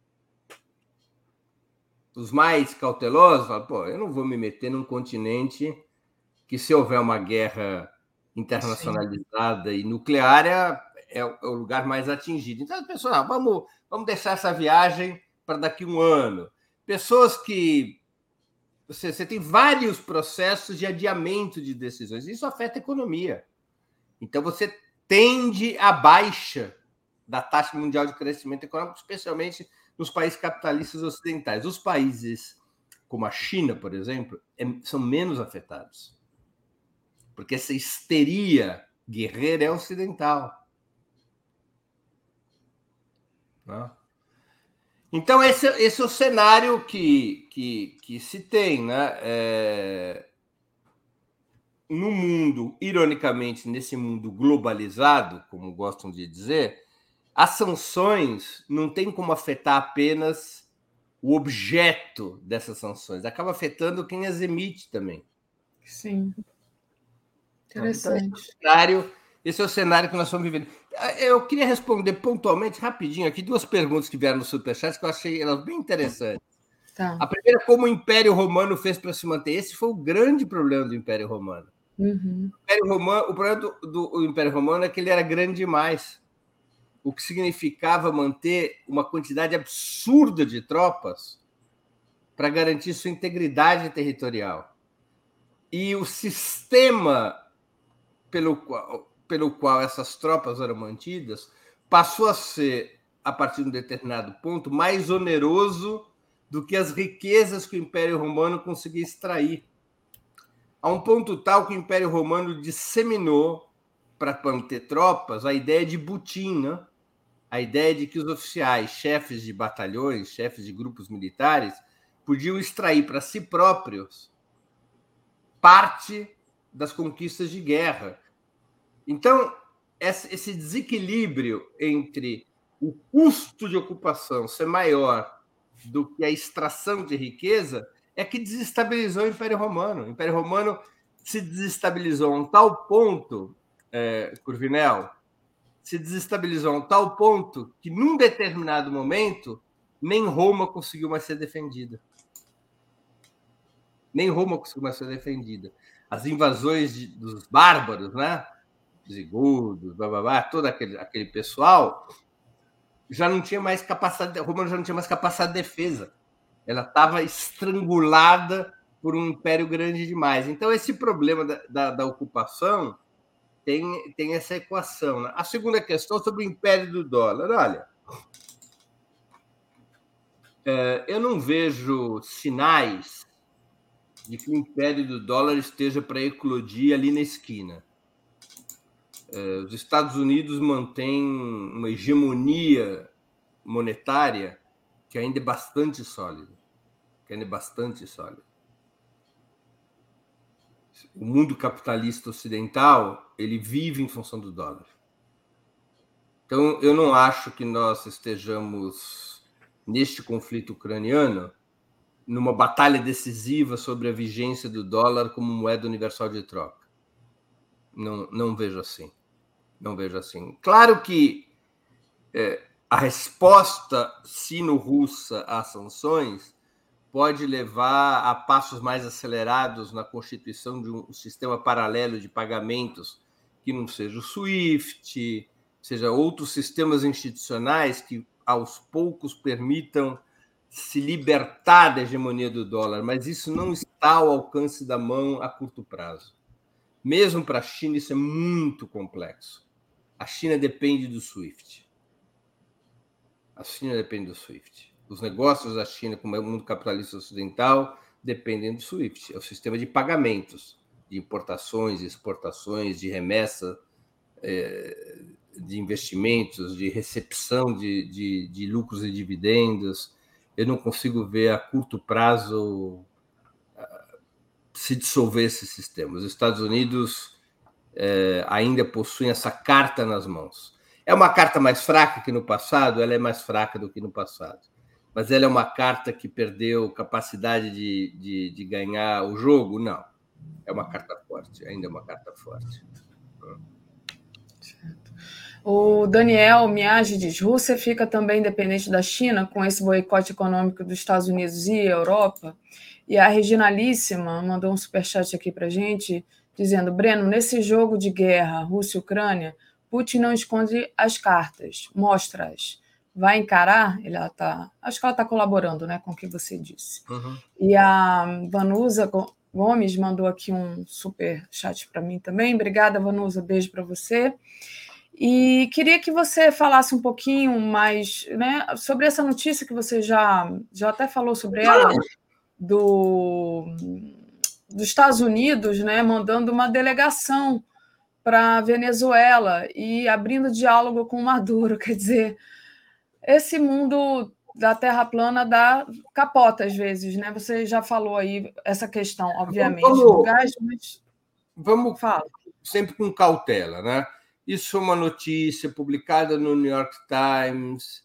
os mais cautelosos falam, pô, eu não vou me meter num continente que, se houver uma guerra internacionalizada e nuclear, é o lugar mais atingido. Então, as pessoas, vamos deixar essa viagem para daqui a um ano. Pessoas que... Você tem vários processos de adiamento de decisões. Isso afeta a economia. Então, você tende à baixa da taxa mundial de crescimento econômico, especialmente nos países capitalistas ocidentais. Os países como a China, por exemplo, são menos afetados. Porque essa histeria guerreira é ocidental. Então, esse é o cenário que se tem, né? No mundo, ironicamente, nesse mundo globalizado, como gostam de dizer, as sanções não têm como afetar apenas o objeto dessas sanções, acaba afetando quem as emite também. Sim. Interessante. Então, esse é o cenário que nós estamos vivendo. Eu queria responder pontualmente, rapidinho, aqui duas perguntas que vieram no Superchat que eu achei elas bem interessantes. Tá. A primeira, como o Império Romano fez para se manter? Esse foi o grande problema do Império Romano. Uhum. O problema do Império Romano é que ele era grande demais, o que significava manter uma quantidade absurda de tropas para garantir sua integridade territorial. E o sistema pelo qual essas tropas eram mantidas passou a ser, a partir de um determinado ponto, mais oneroso do que as riquezas que o Império Romano conseguia extrair. A um ponto tal que o Império Romano disseminou, para manter tropas, a ideia de butim, né? A ideia de que os oficiais, chefes de batalhões, chefes de grupos militares, podiam extrair para si próprios parte das conquistas de guerra. Então, esse desequilíbrio entre o custo de ocupação ser maior do que a extração de riqueza é que desestabilizou o Império Romano. O Império Romano se desestabilizou a um tal ponto, Curvinel, se desestabilizou a um tal ponto que, num determinado momento, nem Roma conseguiu mais ser defendida. Nem Roma conseguiu mais ser defendida. As invasões dos bárbaros, né? Visigodos, todo aquele pessoal, já não tinha mais capacidade, Roma já não tinha mais capacidade de defesa. Ela estava estrangulada por um império grande demais. Então, esse problema da ocupação tem essa equação, né? A segunda questão sobre o império do dólar. Olha, eu não vejo sinais de que o império do dólar esteja para eclodir ali na esquina. Os Estados Unidos mantêm uma hegemonia monetária que ainda é bastante sólida. O mundo capitalista ocidental, ele vive em função do dólar. Então, eu não acho que nós estejamos, neste conflito ucraniano, numa batalha decisiva sobre a vigência do dólar como moeda universal de troca. Não vejo assim. Não vejo assim. Claro que a resposta sino-russa às sanções pode levar a passos mais acelerados na constituição de um sistema paralelo de pagamentos que não seja o SWIFT, seja outros sistemas institucionais que, aos poucos, permitam se libertar da hegemonia do dólar, mas isso não está ao alcance da mão a curto prazo. Mesmo para a China, isso é muito complexo. A China depende do SWIFT. A China depende do SWIFT. Os negócios da China com o mundo capitalista ocidental dependem do SWIFT. É o sistema de pagamentos, de importações, exportações, de remessa, de investimentos, de recepção de lucros e dividendos. Eu não consigo ver a curto prazo se dissolver esse sistema. Os Estados Unidos ainda possuem essa carta nas mãos. É uma carta mais fraca que no passado? Ela é mais fraca do que no passado. Mas ela é uma carta que perdeu capacidade de ganhar o jogo? Não. É uma carta forte, ainda é uma carta forte. Certo. O Daniel Miage diz: Rússia fica também dependente da China com esse boicote econômico dos Estados Unidos e Europa. E a Reginalíssima mandou um superchat aqui para a gente, dizendo: Breno, nesse jogo de guerra Rússia e Ucrânia, Putin não esconde as cartas, mostra-as. Vai encarar? Acho que ela está colaborando, né, com o que você disse. Uhum. E a Vanusa Gomes mandou aqui um super chat para mim também. Obrigada, Vanusa. Beijo para você. E queria que você falasse um pouquinho mais, né, sobre essa notícia que você já até falou sobre ela, dos Estados Unidos, né, mandando uma delegação para a Venezuela e abrindo diálogo com Maduro. Quer dizer, esse mundo da terra plana dá capota às vezes, né? Você já falou aí essa questão, obviamente, do gás, mas... Vamos sempre com cautela, né? Isso é uma notícia publicada no New York Times,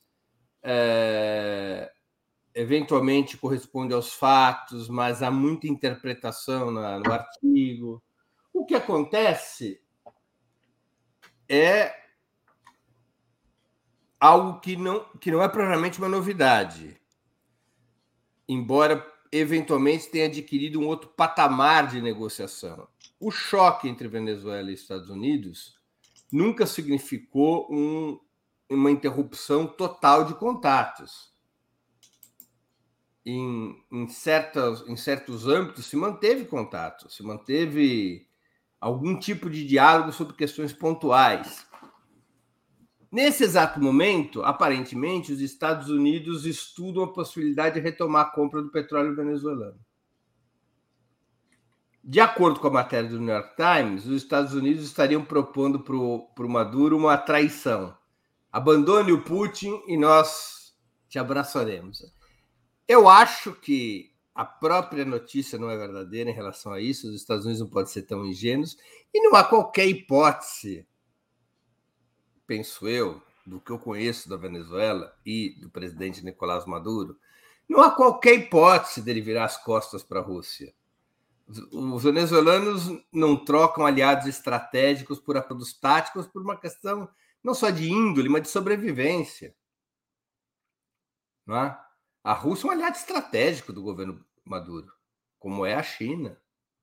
eventualmente corresponde aos fatos, mas há muita interpretação no artigo. O que acontece é algo que não é propriamente uma novidade, embora eventualmente tenha adquirido um outro patamar de negociação. O choque entre Venezuela e Estados Unidos nunca significou uma interrupção total de contatos. Em certos âmbitos se manteve contato, se manteve algum tipo de diálogo sobre questões pontuais. Nesse exato momento, aparentemente, os Estados Unidos estudam a possibilidade de retomar a compra do petróleo venezuelano. De acordo com a matéria do New York Times, os Estados Unidos estariam propondo para o Maduro uma traição. Abandone o Putin e nós te abraçaremos. Eu acho que a própria notícia não é verdadeira em relação a isso. Os Estados Unidos não podem ser tão ingênuos e não há qualquer hipótese, penso eu, do que eu conheço da Venezuela e do presidente Nicolás Maduro, não há qualquer hipótese dele virar as costas para a Rússia. Os venezuelanos não trocam aliados estratégicos por acordos táticos por uma questão não só de índole, mas de sobrevivência. Não é? A Rússia é um aliado estratégico do governo Maduro, como é a China.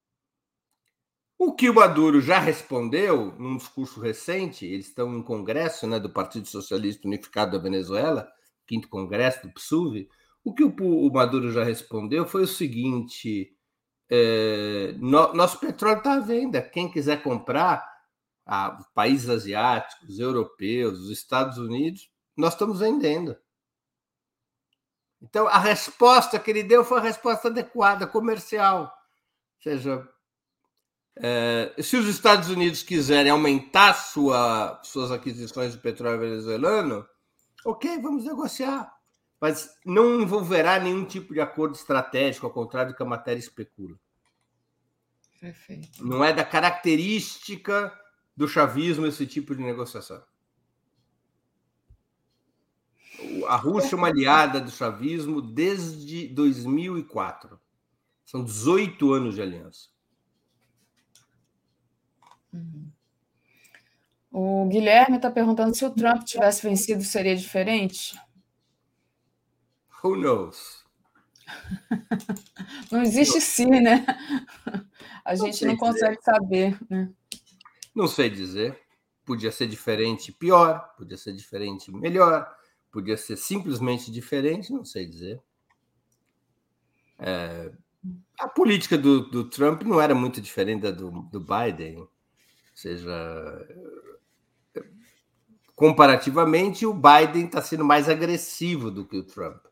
O que o Maduro já respondeu num discurso recente, eles estão em congresso, né, do Partido Socialista Unificado da Venezuela, 5º Congresso do PSUV, o que o Maduro já respondeu foi o seguinte: nosso petróleo está à venda, quem quiser comprar, países asiáticos, europeus, os Estados Unidos, nós estamos vendendo. Então, a resposta que ele deu foi a resposta adequada, comercial. Ou seja, se os Estados Unidos quiserem aumentar suas aquisições de petróleo venezuelano, ok, vamos negociar. Mas não envolverá nenhum tipo de acordo estratégico, ao contrário do que a matéria especula. Perfeito. Não é da característica do chavismo esse tipo de negociação. A Rússia é uma aliada do chavismo desde 2004. São 18 anos de aliança. O Guilherme está perguntando se o Trump tivesse vencido, seria diferente? Who knows? Não existe sim, né? A gente não consegue saber, né? Não sei dizer. Podia ser diferente pior, podia ser diferente melhor, podia ser simplesmente diferente, não sei dizer. A política do Trump não era muito diferente da do Biden. Ou seja, comparativamente, o Biden está sendo mais agressivo do que o Trump.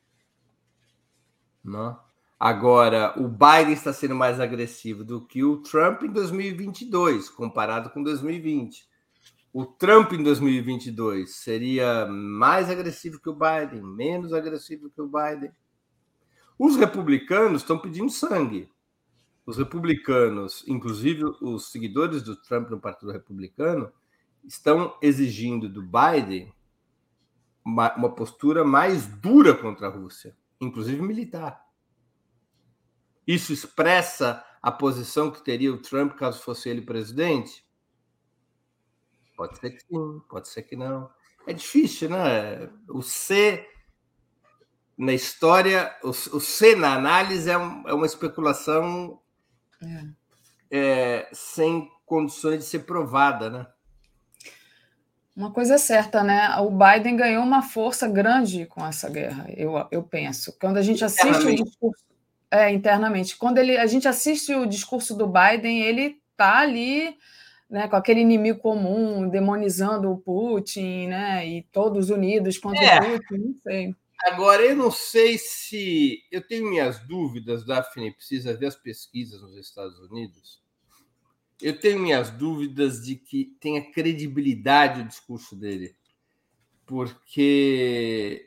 Não? Agora, o Biden está sendo mais agressivo do que o Trump em 2022, comparado com 2020. O Trump em 2022 seria mais agressivo que o Biden, menos agressivo que o Biden. Os republicanos estão pedindo sangue. Os republicanos, inclusive os seguidores do Trump no Partido Republicano, estão exigindo do Biden uma postura mais dura contra a Rússia, inclusive militar. Isso expressa a posição que teria o Trump caso fosse ele presidente? Pode ser que sim, pode ser que não. É difícil, né? O C na história, o C na análise é uma especulação sem condições de ser provada, né? Uma coisa é certa, né? O Biden ganhou uma força grande com essa guerra, eu penso. Quando a gente assiste o discurso... internamente. Quando a gente assiste o discurso do Biden, ele está ali, né, com aquele inimigo comum, demonizando o Putin, né, e todos unidos contra o Putin, não sei. Agora, eu não sei se... Eu tenho minhas dúvidas, Daphne, precisa ver as pesquisas nos Estados Unidos. Eu tenho minhas dúvidas de que tenha credibilidade o discurso dele, porque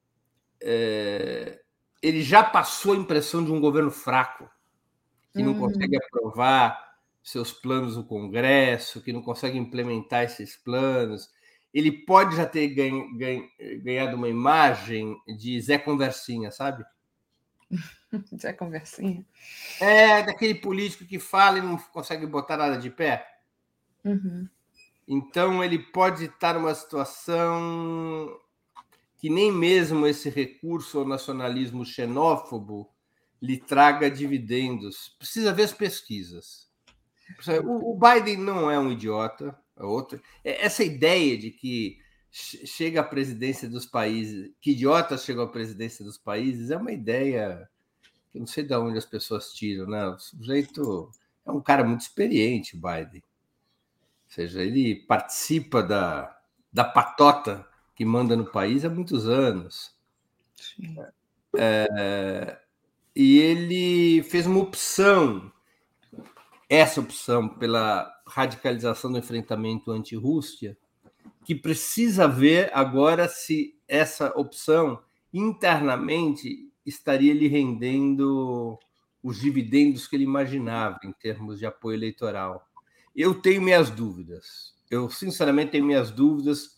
ele já passou a impressão de um governo fraco, que não consegue aprovar seus planos no Congresso, que não consegue implementar esses planos. Ele pode já ter ganhado uma imagem de Zé Conversinha, sabe? Zé Conversinha? Daquele político que fala e não consegue botar nada de pé. Uhum. Então, ele pode estar numa situação que nem mesmo esse recurso ao nacionalismo xenófobo lhe traga dividendos. Precisa ver as pesquisas. O Biden não é um idiota. Essa ideia de que chega à presidência dos países, que idiotas chegam à presidência dos países, é uma ideia que eu não sei de onde as pessoas tiram, né? O sujeito é um cara muito experiente, o Biden. Ou seja, ele participa da patota que manda no país há muitos anos. Sim. E ele fez uma opção, essa opção pela radicalização do enfrentamento anti-Rússia, que precisa ver agora se essa opção internamente estaria lhe rendendo os dividendos que ele imaginava em termos de apoio eleitoral. Eu tenho minhas dúvidas. Eu, sinceramente, tenho minhas dúvidas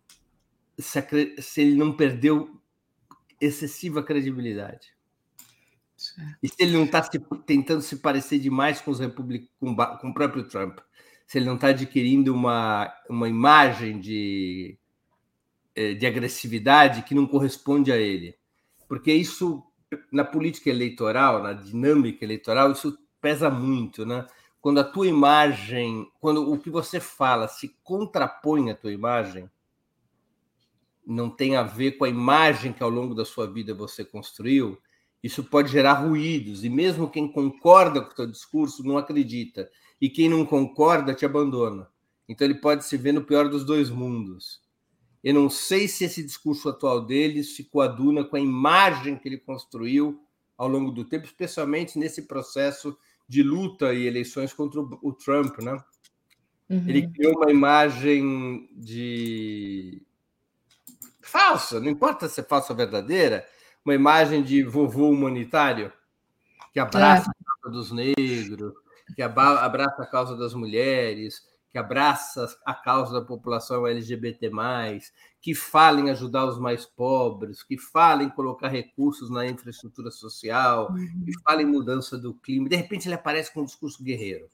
se ele não perdeu excessiva credibilidade. Certo. E se ele não está tentando se parecer demais com o próprio Trump. Se ele não está adquirindo uma imagem de agressividade que não corresponde a ele. Porque isso, na política eleitoral, na dinâmica eleitoral, isso pesa muito, né? Quando a tua imagem, quando o que você fala se contrapõe à tua imagem, não tem a ver com a imagem que ao longo da sua vida você construiu, isso pode gerar ruídos, e mesmo quem concorda com o teu discurso não acredita, e quem não concorda te abandona. Então ele pode se ver no pior dos dois mundos. Eu não sei se esse discurso atual dele se coaduna com a imagem que ele construiu ao longo do tempo, especialmente nesse processo de luta e eleições contra o Trump, né? Uhum. Ele criou uma imagem de falsa, não importa se é falsa ou verdadeira, uma imagem de vovô humanitário que abraça a causa dos negros, que abraça a causa das mulheres, que abraça a causa da população LGBT+, que fala em ajudar os mais pobres, que fala em colocar recursos na infraestrutura social, que fala em mudança do clima. De repente, ele aparece com um discurso guerreiro.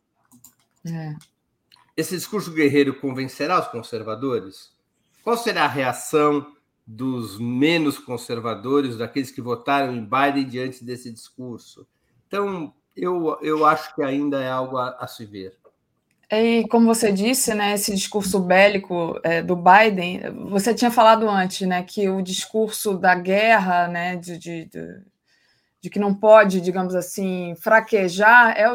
Esse discurso guerreiro convencerá os conservadores? Qual será a reação dos menos conservadores, daqueles que votaram em Biden diante desse discurso? Então, eu acho que ainda é algo a se ver. E, como você disse, né, esse discurso bélico do Biden, você tinha falado antes, né, que o discurso da guerra, né, de que não pode, digamos assim, fraquejar, é o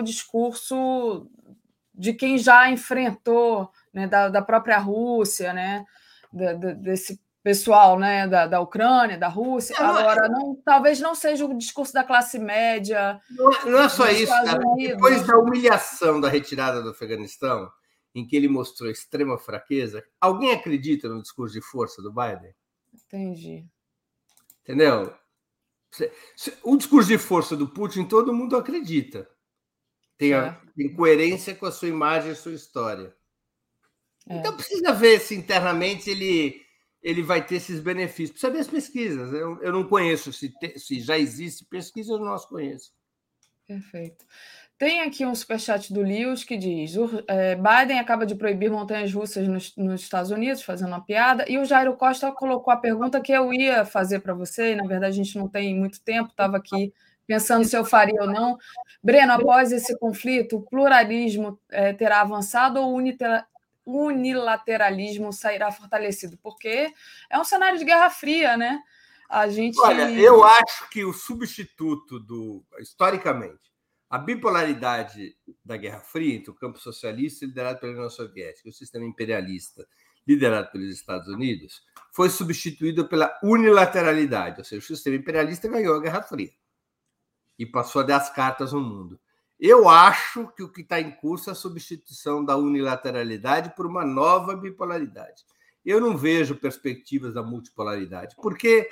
discurso de quem já enfrentou, né, da própria Rússia, né? desse pessoal, né, da Ucrânia, da Rússia. Agora, talvez não seja o discurso da classe média. Não é só isso, cara. Depois da humilhação da retirada do Afeganistão, em que ele mostrou extrema fraqueza, alguém acredita no discurso de força do Biden? Entendi. Entendeu? O discurso de força do Putin, todo mundo acredita. Tem coerência com a sua imagem e sua história. Então, precisa ver se internamente ele vai ter esses benefícios. Precisa ver as pesquisas. Eu não conheço se já existe pesquisa, eu não as conheço. Perfeito. Tem aqui um superchat do Lewis que diz: Biden acaba de proibir montanhas russas nos Estados Unidos, fazendo uma piada, e o Jairo Costa colocou a pergunta que eu ia fazer para você, e na verdade a gente não tem muito tempo, estava aqui pensando se eu faria ou não. Breno, após esse conflito, o pluralismo terá avançado ou o unilateralismo sairá fortalecido? Porque é um cenário de Guerra Fria, né? Olha, eu acho que o substituto historicamente, a bipolaridade da Guerra Fria entre o campo socialista, liderado pela União Soviética, e o sistema imperialista, liderado pelos Estados Unidos, foi substituído pela unilateralidade, ou seja, o sistema imperialista ganhou a Guerra Fria e passou a dar as cartas no mundo. Eu acho que o que está em curso é a substituição da unilateralidade por uma nova bipolaridade. Eu não vejo perspectivas da multipolaridade, porque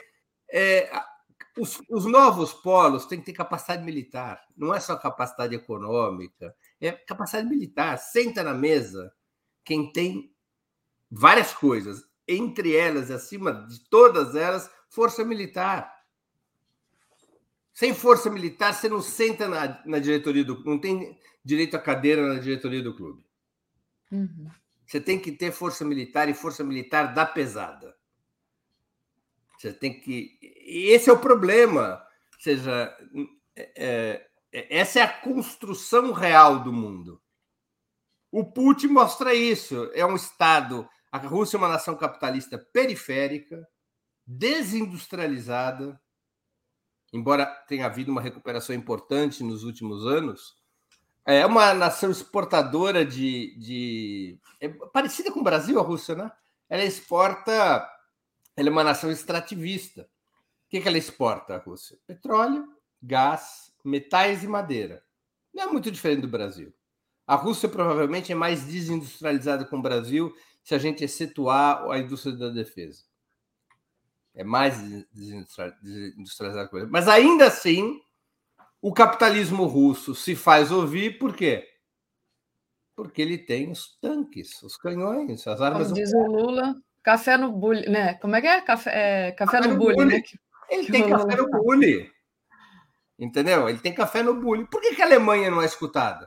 os novos polos têm que ter capacidade militar. Não é só capacidade econômica, é capacidade militar. Senta na mesa quem tem várias coisas, entre elas, acima de todas elas, força militar. Sem força militar, você não senta na diretoria do clube, não tem direito à cadeira na diretoria do clube. Uhum. Você tem que ter força militar e força militar da pesada. Você tem que... Esse é o problema. Ou seja, essa é a construção real do mundo. O Putin mostra isso. É um Estado... A Rússia é uma nação capitalista periférica, desindustrializada, embora tenha havido uma recuperação importante nos últimos anos. É uma nação exportadora é parecida com o Brasil, a Rússia, né? Ela exporta... Ela é uma nação extrativista. O que ela exporta, a Rússia? Petróleo, gás, metais e madeira. Não é muito diferente do Brasil. A Rússia provavelmente é mais desindustrializada que o Brasil se a gente excetuar a indústria da defesa. É mais desindustrializada que o Brasil. Mas ainda assim, o capitalismo russo se faz ouvir por quê? Porque ele tem os tanques, os canhões, as armas... Como diz o Lula... Café no bullying, né? Como é que é? Café no bullying, né? Ele tem café no bullying. Entendeu? Ele tem café no bullying. Por que a Alemanha não é escutada?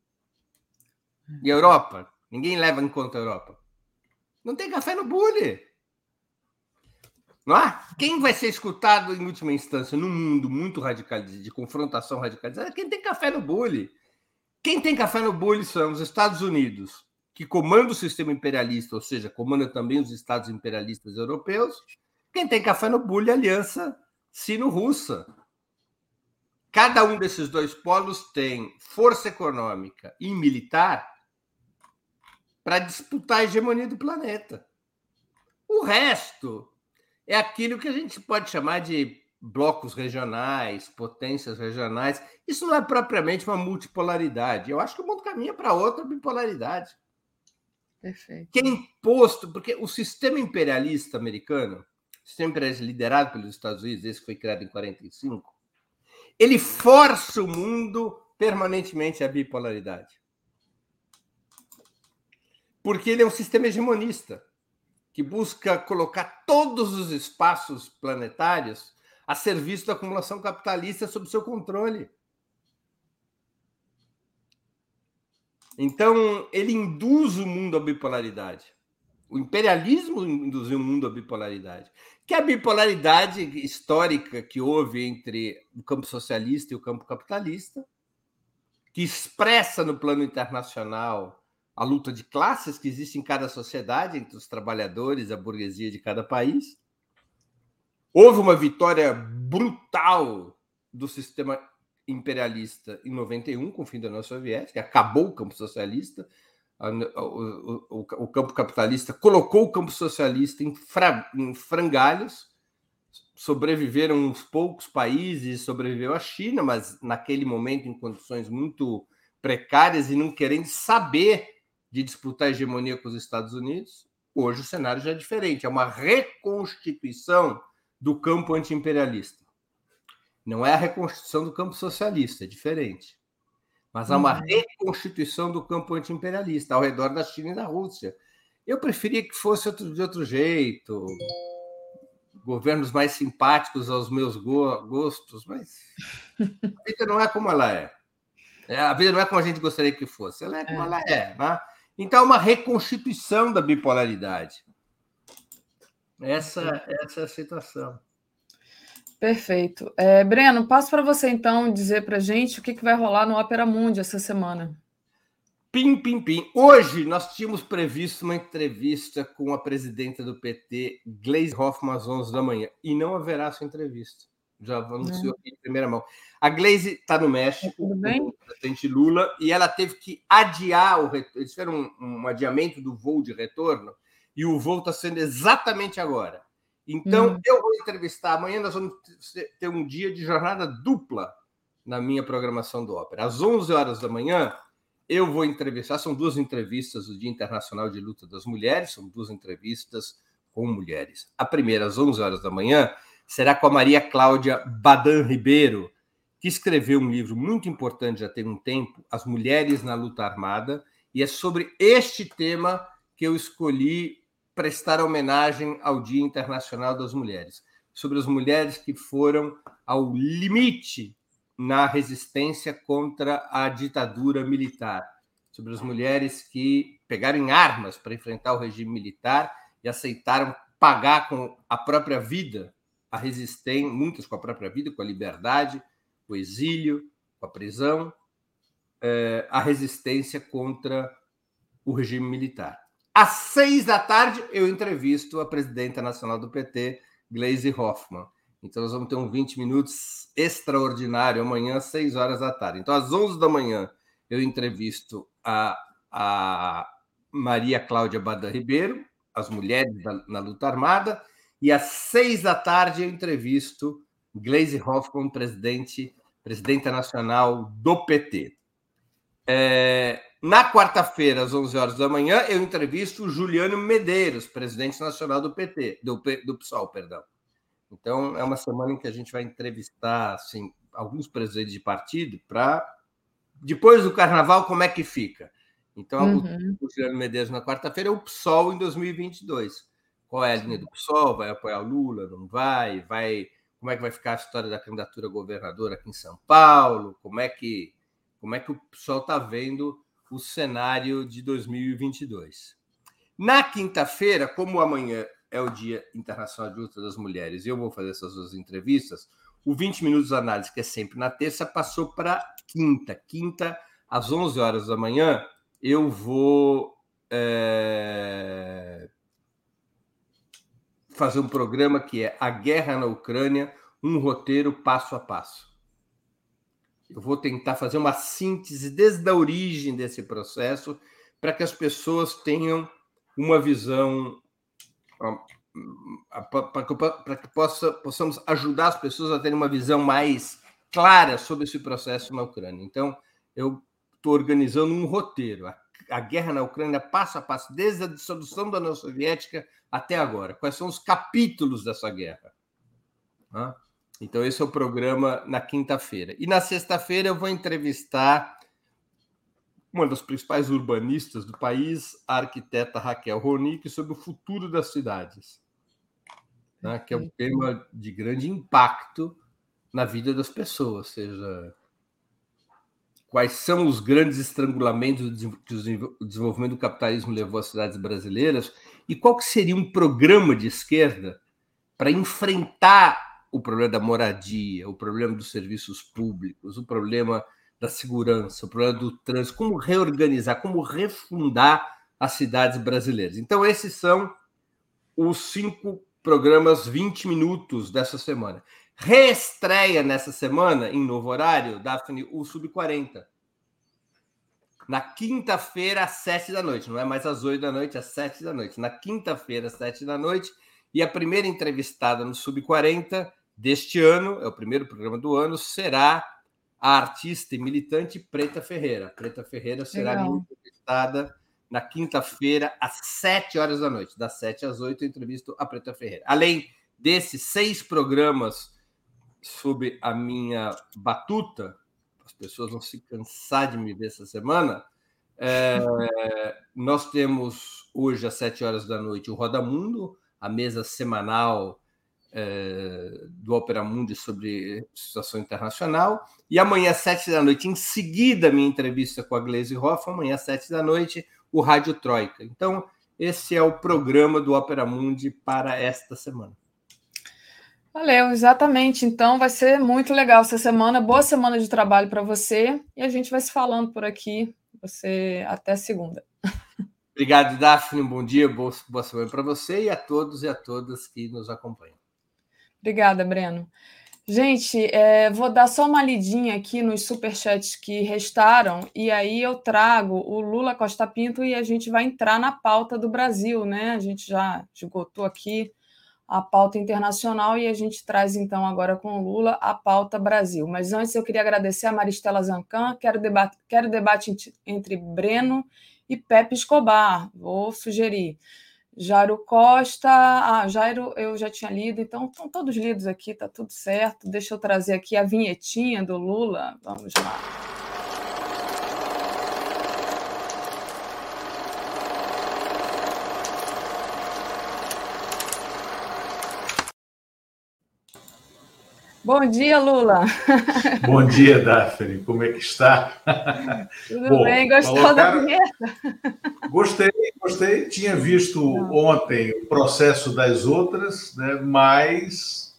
E a Europa? Ninguém leva em conta a Europa. Não tem café no bullying. Não é? Quem vai ser escutado em última instância num mundo muito radicalizado, de confrontação radicalizada? Quem tem café no bullying. Quem tem café no bullying são os Estados Unidos, que comanda o sistema imperialista, ou seja, comanda também os estados imperialistas europeus. Quem tem café no bullying é a aliança sino-russa. Cada um desses dois polos tem força econômica e militar para disputar a hegemonia do planeta. O resto é aquilo que a gente pode chamar de blocos regionais, potências regionais. Isso não é propriamente uma multipolaridade. Eu acho que o mundo caminha para outra bipolaridade. Perfeito. Que é imposto, porque o sistema imperialista americano, o sistema imperialista liderado pelos Estados Unidos, esse que foi criado em 1945, ele força o mundo permanentemente à bipolaridade. Porque ele é um sistema hegemonista, que busca colocar todos os espaços planetários a serviço da acumulação capitalista sob seu controle. Então, ele induz o mundo à bipolaridade. O imperialismo induziu o mundo à bipolaridade. Que é a bipolaridade histórica que houve entre o campo socialista e o campo capitalista, que expressa no plano internacional a luta de classes que existe em cada sociedade, entre os trabalhadores e a burguesia de cada país. Houve uma vitória brutal do sistema imperialista em 91, com o fim da União Soviética, acabou o campo socialista, O campo capitalista colocou o campo socialista em frangalhos, sobreviveram uns poucos países, sobreviveu a China, mas naquele momento em condições muito precárias e não querendo saber de disputar a hegemonia com os Estados Unidos. Hoje o cenário já é diferente, é uma reconstituição do campo antiimperialista. Não é a reconstituição do campo socialista, é diferente. Mas há uma reconstituição do campo antiimperialista ao redor da China e da Rússia. Eu preferia que fosse de outro jeito, governos mais simpáticos aos meus gostos, mas a vida não é como ela é. A vida não é como a gente gostaria que fosse, ela é como ela é. Né? Então, é uma reconstituição da bipolaridade. Essa é a situação. Perfeito. Breno, passo para você, então, dizer para a gente o que vai rolar no Opera Mundi essa semana. Pim, pim, pim. Hoje nós tínhamos previsto uma entrevista com a presidenta do PT, Gleisi Hoffmann, às 11 da manhã, e não haverá essa entrevista. Já anunciou aqui em primeira mão. A Gleisi está no México, com o presidente Lula, e ela teve que adiar o retorno. Eles fizeram um adiamento do voo de retorno, e o voo está sendo exatamente agora. Então, eu vou entrevistar. Amanhã nós vamos ter um dia de jornada dupla na minha programação do Ópera. Às 11 horas da manhã, eu vou entrevistar. São 2 entrevistas do Dia Internacional de Luta das Mulheres, são 2 entrevistas com mulheres. A primeira, às 11 horas da manhã, será com a Maria Cláudia Badan Ribeiro, que escreveu um livro muito importante já tem um tempo, As Mulheres na Luta Armada, e é sobre este tema que eu escolhi prestar homenagem ao Dia Internacional das Mulheres, sobre as mulheres que foram ao limite na resistência contra a ditadura militar, sobre as mulheres que pegaram em armas para enfrentar o regime militar e aceitaram pagar com a própria vida a resistência, muitas com a própria vida, com a liberdade, o exílio, com a prisão, a resistência contra o regime militar. Às 6 da tarde, eu entrevisto a presidenta nacional do PT, Gleisi Hoffmann. Então, nós vamos ter um 20 minutos extraordinário amanhã, às 6 horas da tarde. Então, às 11 da manhã, eu entrevisto a Maria Cláudia Badan Ribeiro, as mulheres na luta armada, e às 6 da tarde, eu entrevisto Gleisi Hoffmann, presidenta nacional do PT. Na quarta-feira, às 11 horas da manhã, eu entrevisto o Juliano Medeiros, presidente nacional do PT, do PSOL, perdão. Então, é uma semana em que a gente vai entrevistar assim, alguns presidentes de partido para, depois do Carnaval, como é que fica. Então, o Juliano Medeiros na quarta-feira é o PSOL em 2022. Qual é a linha do PSOL? Vai apoiar o Lula? Não vai? Como é que vai ficar a história da candidatura a governador aqui em São Paulo? Como é que o PSOL está vendo o cenário de 2022. Na quinta-feira, como amanhã é o Dia Internacional de Luta das Mulheres e eu vou fazer essas 2 entrevistas, o 20 Minutos de Análise, que é sempre na terça, passou para quinta. Quinta, às 11 horas da manhã, eu vou fazer um programa que é A Guerra na Ucrânia, um roteiro passo a passo. Eu vou tentar fazer uma síntese desde a origem desse processo para que as pessoas tenham uma visão, para que possamos ajudar as pessoas a terem uma visão mais clara sobre esse processo na Ucrânia. Então, eu estou organizando um roteiro, a guerra na Ucrânia passo a passo, desde a dissolução da União Soviética até agora. Quais são os capítulos dessa guerra? Então, esse é o programa na quinta-feira. E na sexta-feira eu vou entrevistar uma das principais urbanistas do país, a arquiteta Raquel Ronick, sobre o futuro das cidades, né? Que é um tema de grande impacto na vida das pessoas, ou seja, quais são os grandes estrangulamentos que o desenvolvimento do capitalismo levou às cidades brasileiras e qual que seria um programa de esquerda para enfrentar o problema da moradia, o problema dos serviços públicos, o problema da segurança, o problema do trânsito, como reorganizar, como refundar as cidades brasileiras. Então, esses são os 5 programas 20 minutos dessa semana. Reestreia nessa semana, em novo horário, Daphne, o Sub-40. na quinta-feira, às 7 da noite. Não é mais às 8 da noite, às 7 da noite. Na quinta-feira, às 7 da noite. E a primeira entrevistada no Sub-40 deste ano, é o primeiro programa do ano, será a artista e militante Preta Ferreira. Preta Ferreira será minha entrevistada na quinta-feira, às 7 horas da noite. Das 7 às 8, eu entrevisto a Preta Ferreira. Além desses 6 programas sob a minha batuta, as pessoas vão se cansar de me ver essa semana, nós temos hoje, às 7 horas da noite, o Roda Mundo, a mesa semanal do Opera Mundi sobre situação internacional, e amanhã, às 7 da noite, em seguida, minha entrevista com a Gleisi Hoffmann, amanhã, às 7 da noite, o Rádio Troika. Então, esse é o programa do Opera Mundi para esta semana. Valeu, exatamente. Então, vai ser muito legal essa semana. Boa semana de trabalho para você. E a gente vai se falando por aqui. Você até segunda. Obrigado, Daphne. Um bom dia, boa semana para você e a todos e a todas que nos acompanham. Obrigada, Breno. Gente, vou dar só uma lidinha aqui nos superchats que restaram, e aí eu trago o Lula Costa Pinto e a gente vai entrar na pauta do Brasil, né? A gente já esgotou aqui a pauta internacional e a gente traz, então, agora com o Lula a pauta Brasil. Mas antes eu queria agradecer a Maristela Zancan, quero debate entre Breno e Pepe Escobar, vou sugerir. Jairo Costa, Jairo eu já tinha lido, então estão todos lidos aqui, está tudo certo. Deixa eu trazer aqui a vinhetinha do Lula, vamos lá. Bom dia, Lula. Bom dia, Daphne. Como é que está? Tudo bem? Gostou da vinheta? Gostei. Tinha visto ontem o processo das outras, né, mas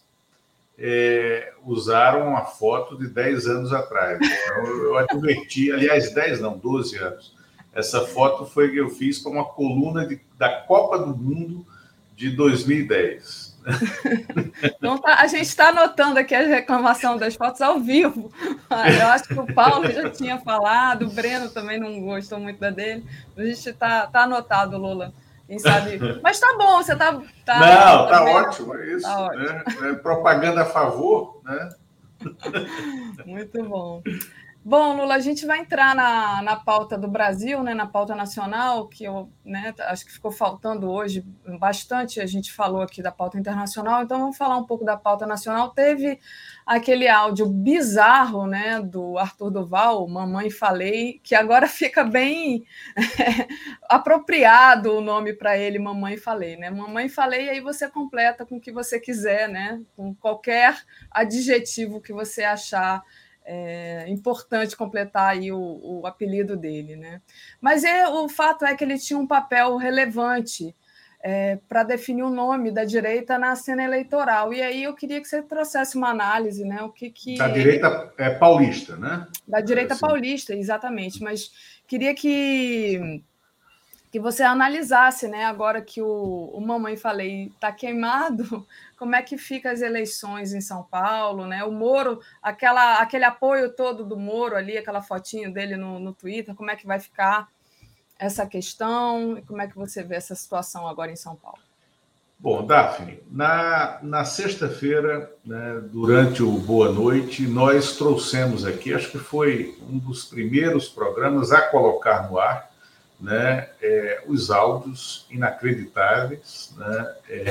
usaram uma foto de 10 anos atrás. Então, eu adverti, aliás, 10 não, 12 anos. Essa foto foi que eu fiz para uma coluna da Copa do Mundo de 2010. Então, a gente está anotando aqui a reclamação das fotos ao vivo. Eu acho que o Paulo já tinha falado, o Breno também não gostou muito da dele. A gente está anotado, Lula. Quem sabe? Mas tá bom, você tá. Não, tá ótimo, é isso. Tá ótimo. Né? Propaganda a favor, né? Muito bom. Bom, Lula, a gente vai entrar na pauta do Brasil, né, na pauta nacional, que eu acho que ficou faltando hoje bastante. A gente falou aqui da pauta internacional, então vamos falar um pouco da pauta nacional. Teve aquele áudio bizarro, né, do Arthur Duval, Mamãe Falei, que agora fica bem apropriado o nome para ele, Mamãe Falei, né? Mamãe Falei, e aí você completa com o que você quiser, né? Com qualquer adjetivo que você achar importante completar aí o apelido dele, né? Mas o fato é que ele tinha um papel relevante para definir o nome da direita na cena eleitoral. E aí eu queria que você trouxesse uma análise, né? O que da direita paulista, né? Da direita paulista, exatamente. Mas queria que você analisasse, né? Agora que o Mamãe Falei está queimado, como é que fica as eleições em São Paulo, né? O Moro, aquele apoio todo do Moro ali, aquela fotinho dele no Twitter, como é que vai ficar essa questão? E como é que você vê essa situação agora em São Paulo? Bom, Daphne, na sexta-feira, né, durante o Boa Noite, nós trouxemos aqui, acho que foi um dos primeiros programas a colocar no ar, né, os áudios inacreditáveis, né,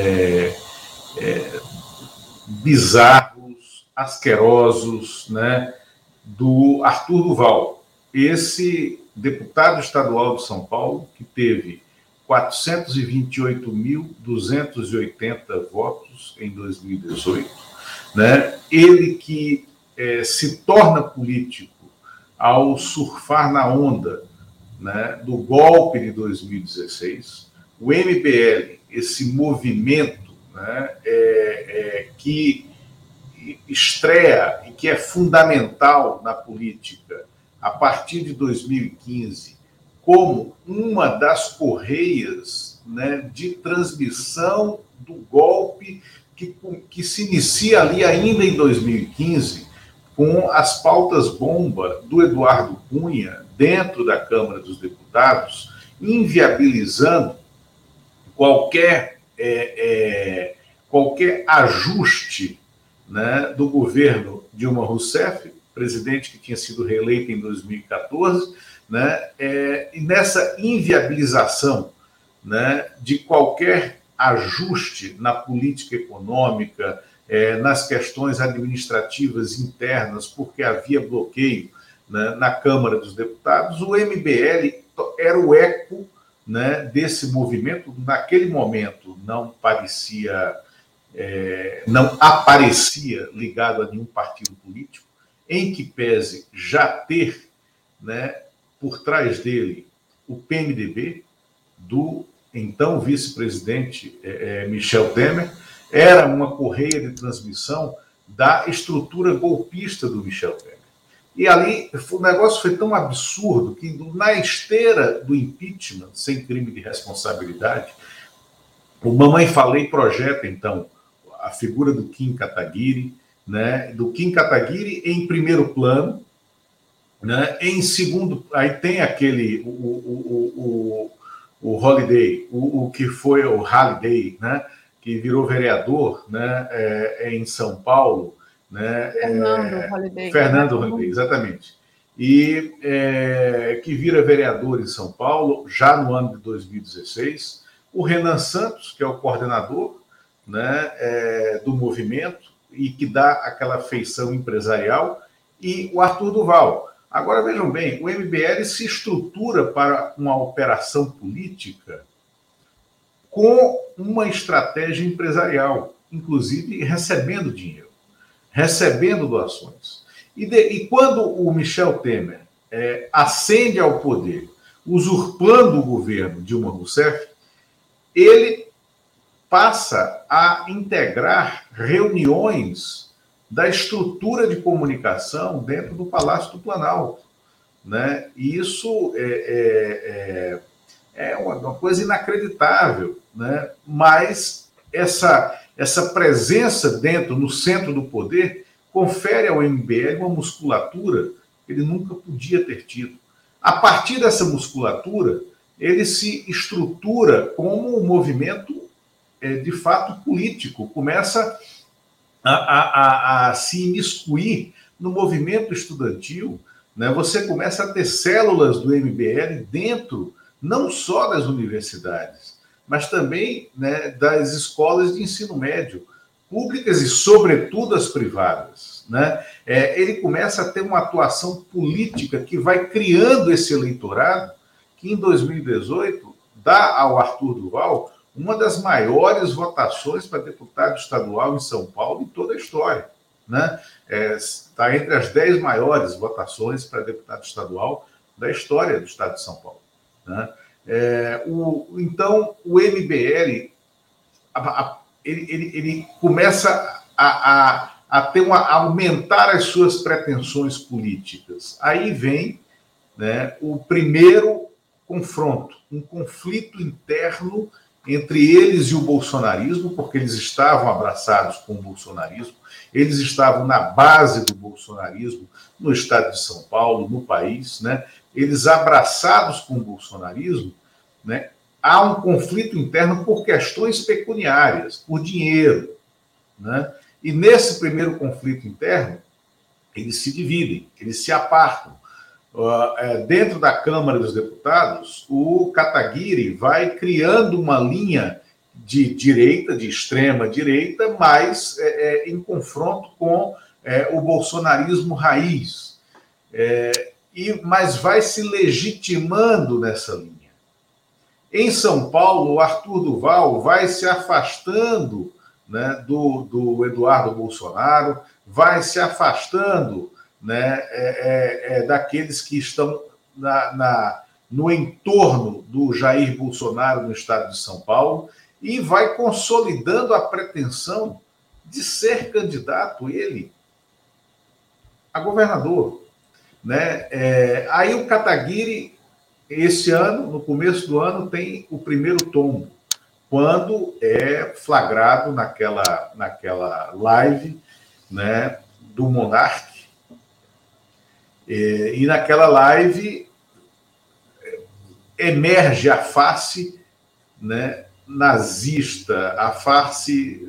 bizarros, asquerosos, né, do Arthur Duval, esse deputado estadual de São Paulo, que teve 428.280 votos em 2018, né, ele que se torna político ao surfar na onda, né, do golpe de 2016, o MBL, esse movimento, né, que estreia e que é fundamental na política a partir de 2015, como uma das correias, né, de transmissão do golpe que se inicia ali ainda em 2015, com as pautas-bomba do Eduardo Cunha dentro da Câmara dos Deputados, inviabilizando qualquer ajuste, né, do governo Dilma Rousseff, presidente que tinha sido reeleito em 2014, né, e nessa inviabilização, né, de qualquer ajuste na política econômica, nas questões administrativas internas, porque havia bloqueio, né, na Câmara dos Deputados, o MBL era o eco, né, desse movimento. Naquele momento não aparecia ligado a nenhum partido político, em que pese já ter, né, por trás dele o PMDB, do então vice-presidente Michel Temer. Era uma correia de transmissão da estrutura golpista do Michel Temer. E ali o negócio foi tão absurdo que, na esteira do impeachment, sem crime de responsabilidade, o Mamãe Falei projeta, então, a figura do Kim Kataguiri, né? Do Kim Kataguiri em primeiro plano, né? Em segundo, aí tem aquele, o Holiday, o que foi o Halliday, né? Que virou vereador, né? Em São Paulo, né? Fernando Holiday, exatamente. E que vira vereador em São Paulo já no ano de 2016. O Renan Santos, que é o coordenador, né, do movimento e que dá aquela feição empresarial, e o Arthur Duval. Agora, vejam bem, o MBL se estrutura para uma operação política com uma estratégia empresarial, inclusive recebendo dinheiro, recebendo doações. E quando o Michel Temer ascende ao poder, usurpando o governo Dilma Rousseff, ele passa a integrar reuniões da estrutura de comunicação dentro do Palácio do Planalto, né? E isso é uma coisa inacreditável, né? Mas essa presença no centro do poder confere ao MBL uma musculatura que ele nunca podia ter tido. A partir dessa musculatura, ele se estrutura como um movimento de fato político, começa a se imiscuir no movimento estudantil, né? Você começa a ter células do MBL dentro, não só das universidades, mas também, né, das escolas de ensino médio, públicas e, sobretudo, as privadas, né? Ele começa a ter uma atuação política que vai criando esse eleitorado que, em 2018, dá ao Arthur Duval uma das maiores votações para deputado estadual em São Paulo em toda a história, né? Está entre as 10 maiores votações para deputado estadual da história do estado de São Paulo, né? Então, o MBL ele começa a aumentar as suas pretensões políticas. Aí vem, né, o primeiro confronto, um conflito interno entre eles e o bolsonarismo, porque eles estavam abraçados com o bolsonarismo, eles estavam na base do bolsonarismo no estado de São Paulo, no país, né? Eles abraçados com o bolsonarismo, né? Há um conflito interno por questões pecuniárias, por dinheiro, né? E nesse primeiro conflito interno, eles se dividem, eles se apartam. Dentro da Câmara dos Deputados, o Kataguiri vai criando uma linha de direita, de extrema direita, mas em confronto com o bolsonarismo raiz. Mas vai se legitimando nessa linha. Em São Paulo, o Arthur Duval vai se afastando, né, do Eduardo Bolsonaro, vai se afastando, né, daqueles que estão no entorno do Jair Bolsonaro no estado de São Paulo, e vai consolidando a pretensão de ser candidato, ele, a governador, né? Aí o Kataguiri, esse ano, no começo do ano, tem o primeiro tombo, quando é flagrado naquela live, né, do Monark, E naquela live emerge a face, né, nazista, a face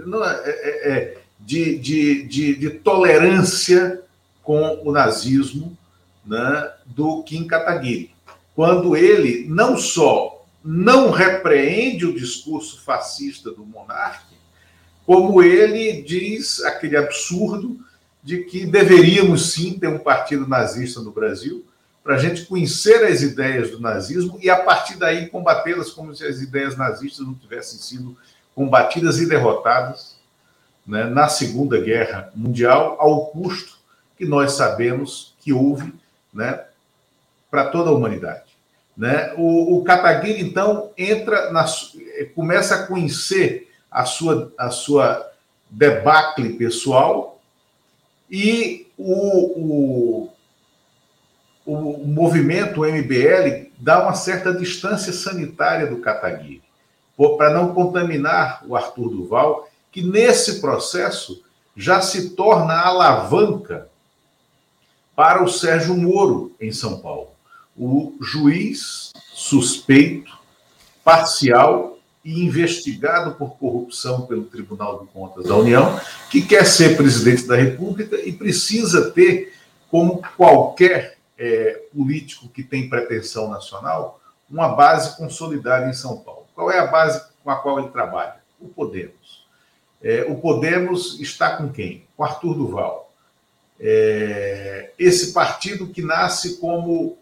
de tolerância com o nazismo, né, do Kim Kataguiri, quando ele não só não repreende o discurso fascista do monarca, como ele diz aquele absurdo de que deveríamos sim ter um partido nazista no Brasil, para a gente conhecer as ideias do nazismo e, a partir daí, combatê-las como se as ideias nazistas não tivessem sido combatidas e derrotadas, né, na Segunda Guerra Mundial, ao custo que nós sabemos que houve, né, para toda a humanidade. Né? O Kataguiri, então, começa a conhecer a sua debacle pessoal, e o movimento, o MBL, dá uma certa distância sanitária do Kataguiri, para não contaminar o Arthur Duval, que nesse processo já se torna alavanca para o Sérgio Moro em São Paulo, o juiz suspeito, parcial e investigado por corrupção pelo Tribunal de Contas da União, que quer ser presidente da República e precisa ter, como qualquer político que tem pretensão nacional, uma base consolidada em São Paulo. Qual é a base com a qual ele trabalha? O Podemos. O Podemos está com quem? Com Arthur Duval. Esse partido que nasce como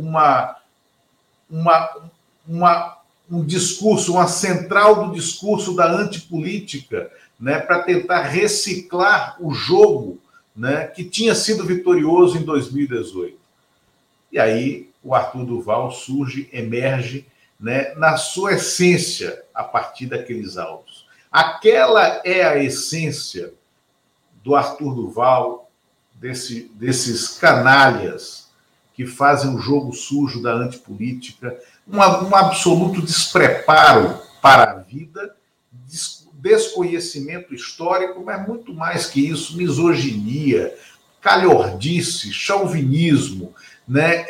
um discurso, uma central do discurso da antipolítica, né, para tentar reciclar o jogo, né, que tinha sido vitorioso em 2018. E aí o Arthur Duval surge, emerge, né, na sua essência, a partir daqueles autos. Aquela é a essência do Arthur Duval, desses canalhas que fazem o jogo sujo da antipolítica, um absoluto despreparo para a vida, desconhecimento histórico, mas muito mais que isso, misoginia, calhordice, chauvinismo, né?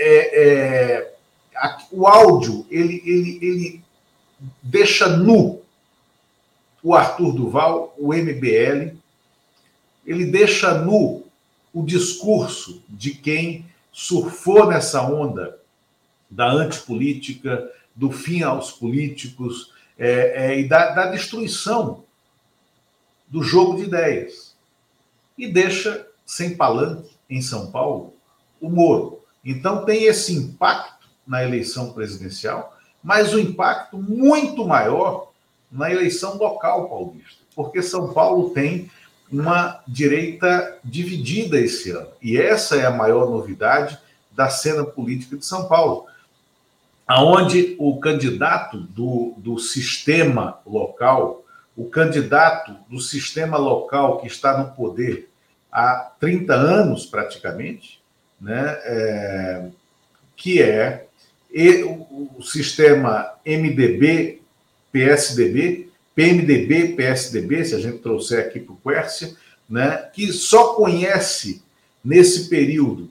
O áudio, ele deixa nu o Arthur Duval, o MBL, ele deixa nu o discurso de quem surfou nessa onda da antipolítica, do fim aos políticos, e da destruição do jogo de ideias. E deixa sem palanque em São Paulo o Moro. Então tem esse impacto na eleição presidencial, mas o impacto muito maior na eleição local paulista, porque São Paulo tem uma direita dividida esse ano. E essa é a maior novidade da cena política de São Paulo, aonde o candidato do sistema local, o candidato do sistema local que está no poder há 30 anos praticamente, né, que é o sistema MDB, PSDB, PMDB, PSDB, se a gente trouxer aqui para o Quércia, né, que só conhece nesse período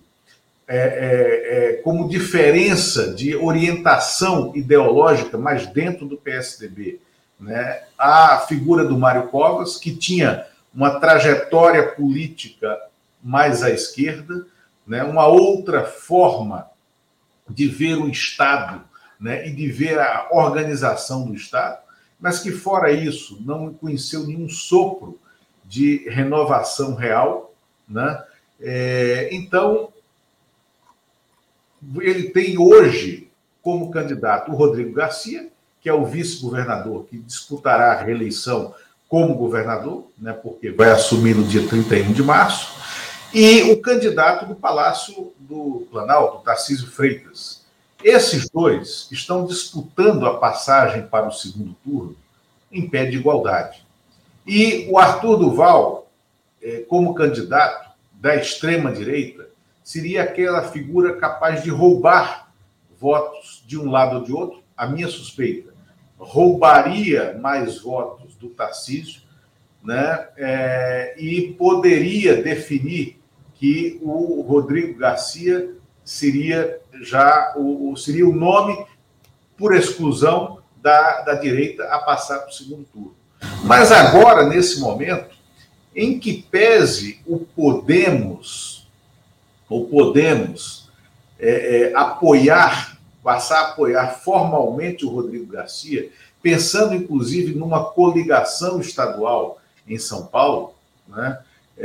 como diferença de orientação ideológica, mas dentro do PSDB, né, a figura do Mário Covas, que tinha uma trajetória política mais à esquerda, né, uma outra forma de ver o Estado, né, e de ver a organização do Estado, mas que, fora isso, não conheceu nenhum sopro de renovação real, né? Então, ele tem hoje como candidato o Rodrigo Garcia, que é o vice-governador que disputará a reeleição como governador, né, porque vai assumir no dia 31 de março, e o candidato do Palácio do Planalto, Tarcísio Freitas. Esses dois estão disputando a passagem para o segundo turno em pé de igualdade. E o Arthur Duval, como candidato da extrema-direita, seria aquela figura capaz de roubar votos de um lado ou de outro. A minha suspeita, roubaria mais votos do Tarcísio, né, e poderia definir que o Rodrigo Garcia seria seria o nome por exclusão da direita a passar para o segundo turno. Mas agora, nesse momento, em que pese o Podemos passar a apoiar formalmente o Rodrigo Garcia, pensando, inclusive, numa coligação estadual em São Paulo, né?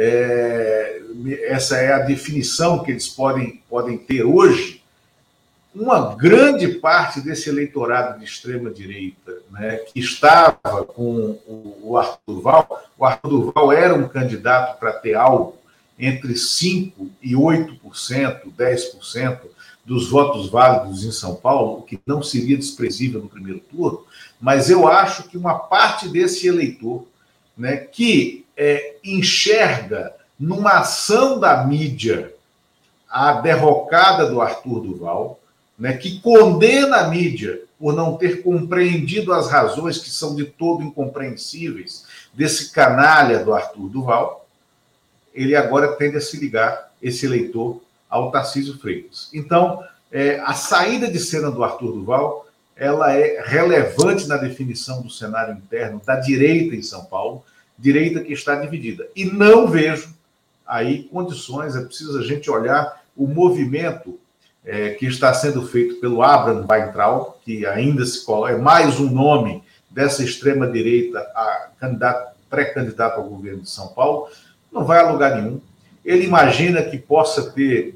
Essa é a definição que eles podem ter hoje. Uma grande parte desse eleitorado de extrema-direita, né, que estava com o Arthur Duval, o Arthur Duval era um candidato para ter algo entre 5% e 8%, 10% dos votos válidos em São Paulo, o que não seria desprezível no primeiro turno, mas eu acho que uma parte desse eleitor, né, que enxerga numa ação da mídia a derrocada do Arthur Duval, né, que condena a mídia por não ter compreendido as razões que são de todo incompreensíveis desse canalha do Arthur Duval, ele agora tende a se ligar, esse eleitor, ao Tarcísio Freitas. Então, a saída de cena do Arthur Duval, ela é relevante na definição do cenário interno da direita em São Paulo, direita que está dividida. E não vejo aí condições, é preciso a gente olhar o movimento que está sendo feito pelo Abraham Weintraub, que ainda se coloca, é mais um nome dessa extrema-direita pré-candidato ao governo de São Paulo, não vai a lugar nenhum. Ele imagina que possa ter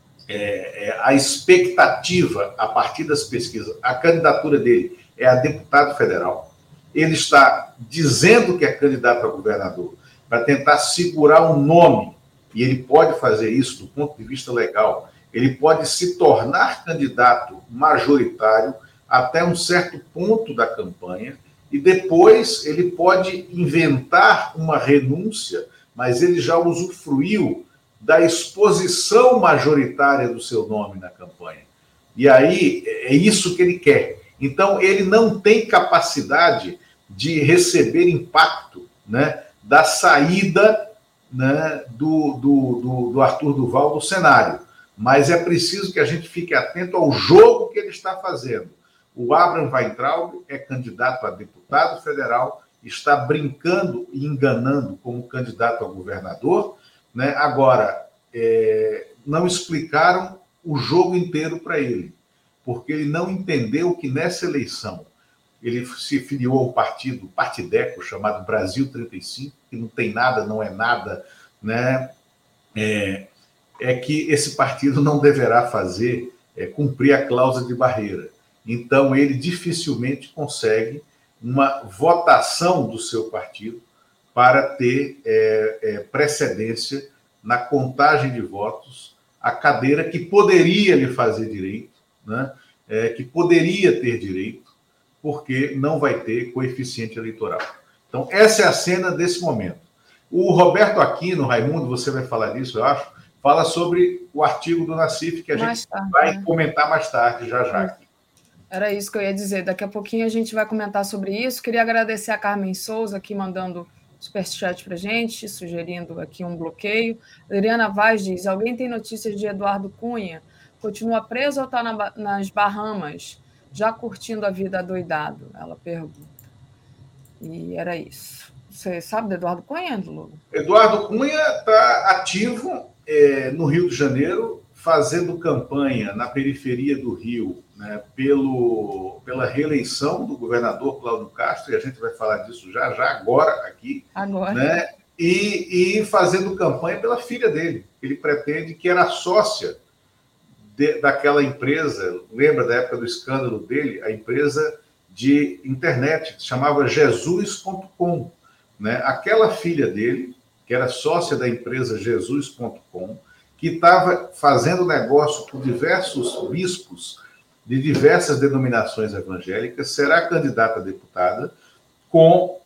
a expectativa, a partir das pesquisas, a candidatura dele é a deputado federal. Ele está dizendo que é candidato a governador para tentar segurar um nome, e ele pode fazer isso do ponto de vista legal. Ele pode se tornar candidato majoritário até um certo ponto da campanha e depois ele pode inventar uma renúncia, mas ele já usufruiu da exposição majoritária do seu nome na campanha. E aí é isso que ele quer. Então ele não tem capacidade de receber impacto, né, da saída, né, do Arthur Duval do cenário. Mas é preciso que a gente fique atento ao jogo que ele está fazendo. O Abraham Weintraub é candidato a deputado federal, está brincando e enganando como candidato a governador, né? Agora, não explicaram o jogo inteiro para ele, porque ele não entendeu que nessa eleição ele se filiou ao partideco chamado Brasil 35, que não tem nada, não é nada, né? Que esse partido não deverá cumprir a cláusula de barreira. Então, ele dificilmente consegue uma votação do seu partido para ter precedência na contagem de votos, a cadeira que poderia lhe fazer direito, né? Que poderia ter direito, porque não vai ter coeficiente eleitoral. Então, essa é a cena desse momento. O Roberto Aquino, Raimundo, você vai falar disso, eu acho, fala sobre o artigo do Nassif, que a gente vai comentar mais tarde, já. Era isso que eu ia dizer. Daqui a pouquinho a gente vai comentar sobre isso. Queria agradecer a Carmen Souza aqui mandando superchat para a gente, sugerindo aqui um bloqueio. Adriana Vaz diz, alguém tem notícias de Eduardo Cunha? Continua preso ou está nas Bahamas, já curtindo a vida adoidado? Ela pergunta. E era isso. Você sabe do Eduardo Cunha, Lula? Eduardo Cunha está ativo no Rio de Janeiro, fazendo campanha na periferia do Rio, né, pela reeleição do governador Cláudio Castro, e a gente vai falar disso já agora aqui. Agora. Né, e fazendo campanha pela filha dele. Ele pretende, que era sócia daquela empresa, lembra da época do escândalo dele, a empresa de internet, que se chamava Jesus.com. Né? Aquela filha dele, que era sócia da empresa Jesus.com, que estava fazendo negócio com diversos bispos de diversas denominações evangélicas, será candidata a deputada com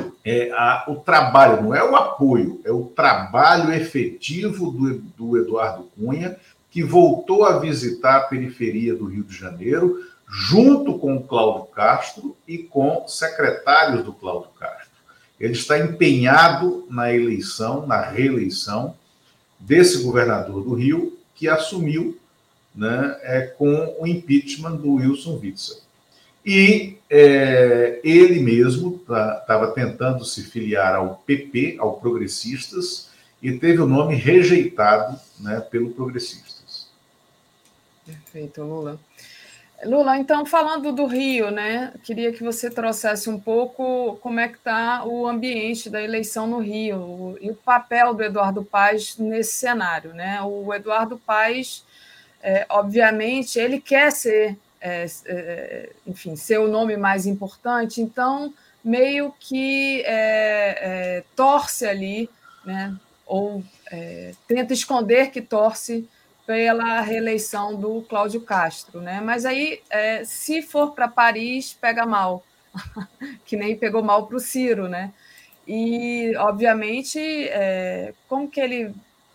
o trabalho, não é o apoio, é o trabalho efetivo do Eduardo Cunha, que voltou a visitar a periferia do Rio de Janeiro, junto com o Cláudio Castro e com secretários do Cláudio Castro. Ele está empenhado na reeleição desse governador do Rio, que assumiu né, com o impeachment do Wilson Witzel. E ele mesmo estava tentando se filiar ao PP, ao Progressistas, e teve o nome rejeitado, né, pelo Progressistas. Perfeito, Lula. Lula, então, falando do Rio, né, queria que você trouxesse um pouco como é que está o ambiente da eleição no Rio e o papel do Eduardo Paes nesse cenário, né? O Eduardo Paes, obviamente, ele quer ser, enfim, ser o nome mais importante, então meio que torce ali, né, ou tenta esconder que torce pela reeleição do Cláudio Castro, né? Mas aí, se for para Paris, pega mal, que nem pegou mal para o Ciro, né? E, obviamente, como que ele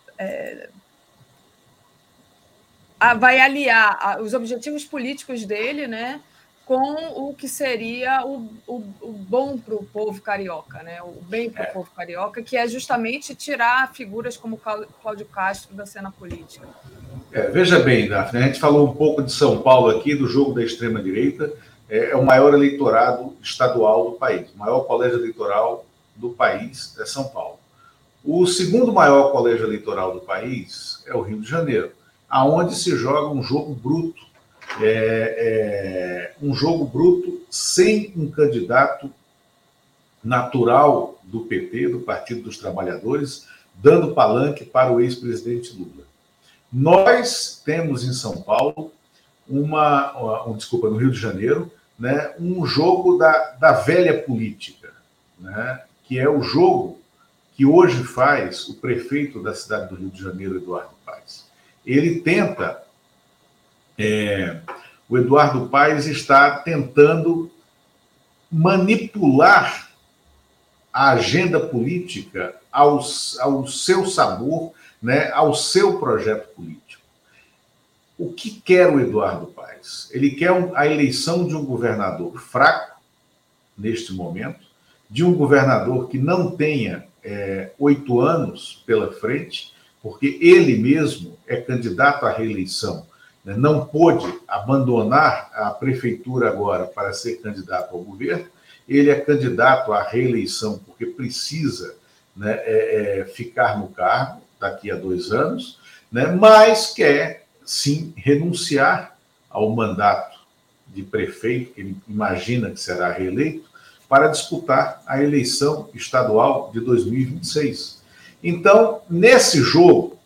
vai aliar os objetivos políticos dele, né, com o que seria o bom para o povo carioca, né? O bem para o povo carioca, que é justamente tirar figuras como Cláudio Castro da cena política. Veja bem, Daphne, a gente falou um pouco de São Paulo aqui, do jogo da extrema-direita, é o maior eleitorado estadual do país, o maior colégio eleitoral do país é São Paulo. O segundo maior colégio eleitoral do país é o Rio de Janeiro, aonde se joga um jogo bruto, um jogo bruto sem um candidato natural do PT, do Partido dos Trabalhadores, dando palanque para o ex-presidente Lula. Nós temos em São Paulo, no Rio de Janeiro, né, um jogo da velha política, né, que é o jogo que hoje faz o prefeito da cidade do Rio de Janeiro, Eduardo Paes. Ele tenta, o Eduardo Paes está tentando manipular a agenda política ao seu sabor, né, ao seu projeto político. O que quer o Eduardo Paes? Ele quer a eleição de um governador fraco, neste momento, de um governador que não tenha 8 anos pela frente, porque ele mesmo é candidato à reeleição, né? Não pôde abandonar a prefeitura agora para ser candidato ao governo, ele é candidato à reeleição porque precisa, né, ficar no cargo daqui a 2 anos, né, mas quer, sim, renunciar ao mandato de prefeito, que ele imagina que será reeleito, para disputar a eleição estadual de 2026. Então, nesse jogo,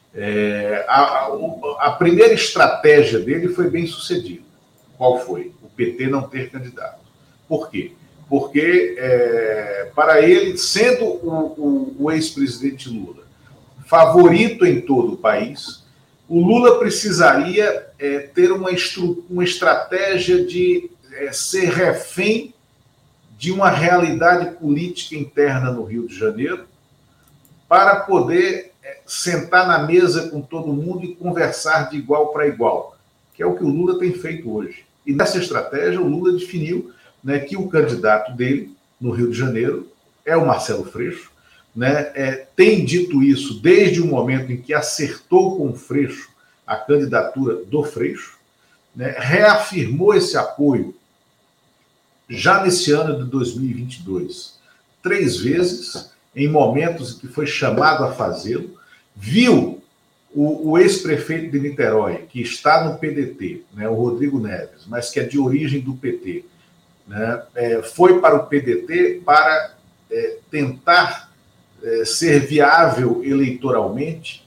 a primeira estratégia dele foi bem sucedida. Qual foi? O PT não ter candidato. Por quê? Porque, para ele, sendo o ex-presidente Lula favorito em todo o país, o Lula precisaria ter uma estratégia de ser refém de uma realidade política interna no Rio de Janeiro para poder sentar na mesa com todo mundo e conversar de igual para igual, que é o que o Lula tem feito hoje. E nessa estratégia, o Lula definiu, né, que o candidato dele no Rio de Janeiro é o Marcelo Freixo, né, tem dito isso desde o momento em que acertou com o Freixo a candidatura do Freixo, né, reafirmou esse apoio já nesse ano de 2022, 3 vezes, em momentos em que foi chamado a fazê-lo, viu o ex-prefeito de Niterói, que está no PDT, né, o Rodrigo Neves, mas que é de origem do PT, né, foi para o PDT para tentar ser viável eleitoralmente.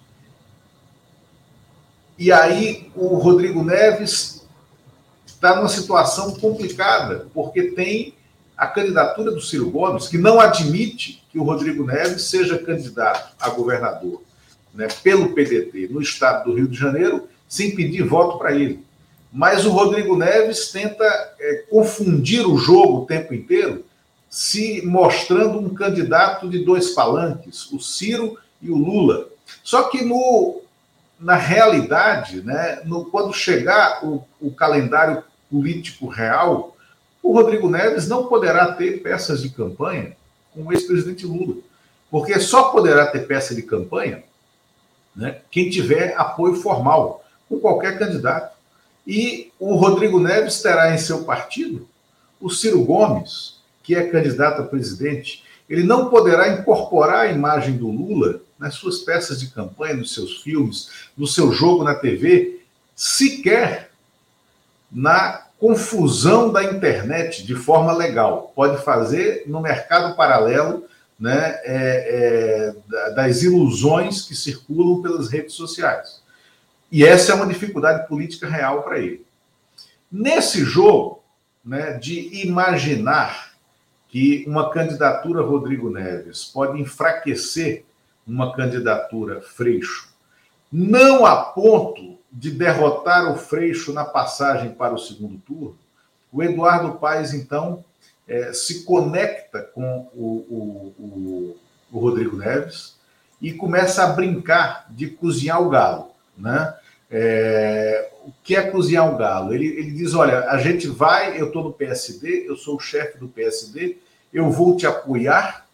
E aí o Rodrigo Neves está numa situação complicada, porque tem a candidatura do Ciro Gomes, que não admite que o Rodrigo Neves seja candidato a governador, né, pelo PDT no estado do Rio de Janeiro, sem pedir voto para ele. Mas o Rodrigo Neves tenta confundir o jogo o tempo inteiro, se mostrando um candidato de 2 palanques, o Ciro e o Lula. Só que na realidade, né, quando chegar o calendário político real, o Rodrigo Neves não poderá ter peças de campanha com o ex-presidente Lula, porque só poderá ter peça de campanha, né, quem tiver apoio formal, com qualquer candidato. E o Rodrigo Neves terá em seu partido o Ciro Gomes, que é candidato a presidente. Ele não poderá incorporar a imagem do Lula nas suas peças de campanha, nos seus filmes, no seu jogo na TV, sequer na confusão da internet de forma legal. Pode fazer no mercado paralelo, né, das ilusões que circulam pelas redes sociais. E essa é uma dificuldade política real para ele. Nesse jogo, né, de imaginar que uma candidatura Rodrigo Neves pode enfraquecer uma candidatura Freixo, não a ponto de derrotar o Freixo na passagem para o segundo turno, o Eduardo Paes, então, se conecta com o Rodrigo Neves e começa a brincar de cozinhar o galo, né? O que é cozinhar o galo? Ele diz, olha, a gente vai, eu estou no PSD, eu sou o chefe do PSD, eu vou te apoiar,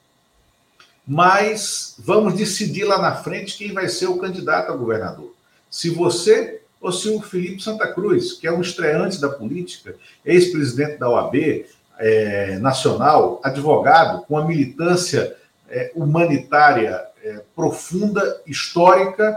mas vamos decidir lá na frente quem vai ser o candidato a governador. Se você ou se o Felipe Santa Cruz, que é um estreante da política, ex-presidente da OAB nacional, advogado, com uma militância humanitária profunda, histórica,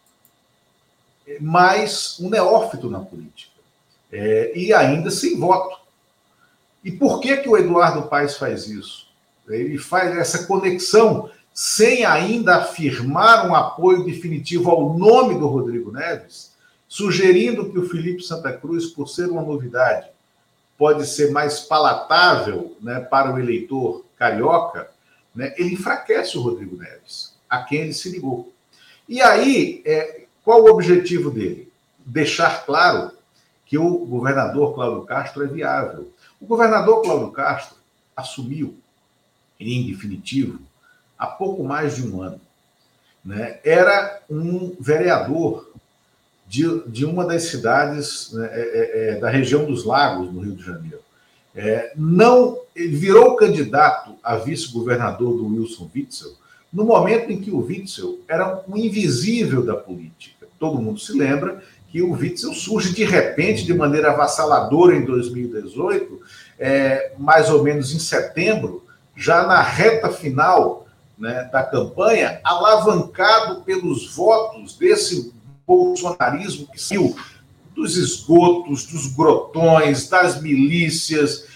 mas um neófito na política, e ainda sem voto. E por que o Eduardo Paes faz isso? Ele faz essa conexão sem ainda afirmar um apoio definitivo ao nome do Rodrigo Neves, sugerindo que o Felipe Santa Cruz, por ser uma novidade, pode ser mais palatável, né, para o eleitor carioca, né, ele enfraquece o Rodrigo Neves, a quem ele se ligou. E aí, qual o objetivo dele? Deixar claro que o governador Cláudio Castro é viável. O governador Cláudio Castro assumiu, em definitivo, há pouco mais de um ano. Né? Era um vereador de uma das cidades, né, da região dos Lagos, no Rio de Janeiro. Ele virou candidato a vice-governador do Wilson Witzel no momento em que o Witzel era um invisível da política. Todo mundo se lembra que o Witzel surge de repente, de maneira avassaladora em 2018, mais ou menos em setembro, já na reta final, né, da campanha, alavancado pelos votos desse bolsonarismo que saiu dos esgotos, dos grotões, das milícias,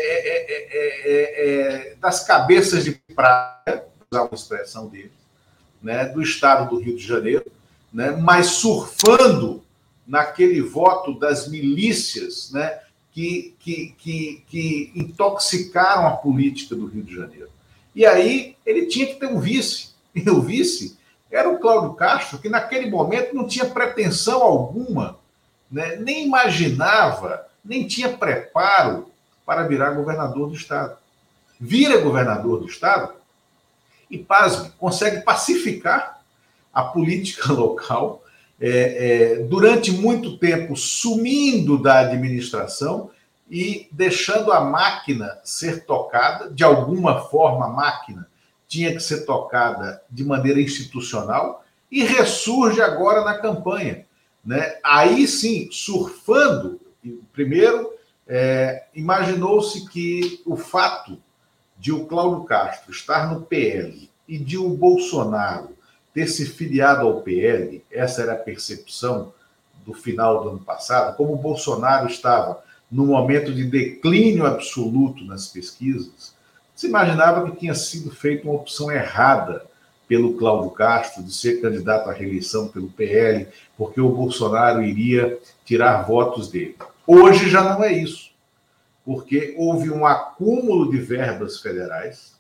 das cabeças de praia, usar uma expressão dele, né, do estado do Rio de Janeiro, né, mas surfando naquele voto das milícias, né, que intoxicaram a política do Rio de Janeiro. E aí ele tinha que ter um vice, e o vice era o Cláudio Castro, que naquele momento não tinha pretensão alguma, né, nem imaginava, nem tinha preparo para virar governador do estado. Vira governador do estado e, pasme, consegue pacificar a política local, durante muito tempo sumindo da administração e deixando a máquina ser tocada, de alguma forma a máquina tinha que ser tocada de maneira institucional, e ressurge agora na campanha. Né? Aí sim, surfando, primeiro, imaginou-se que o fato de o Cláudio Castro estar no PL e de o Bolsonaro ter se filiado ao PL, essa era a percepção do final do ano passado, como o Bolsonaro estava no momento de declínio absoluto nas pesquisas, se imaginava que tinha sido feita uma opção errada pelo Cláudio Castro de ser candidato à reeleição pelo PL, porque o Bolsonaro iria tirar votos dele. Hoje já não é isso, porque houve um acúmulo de verbas federais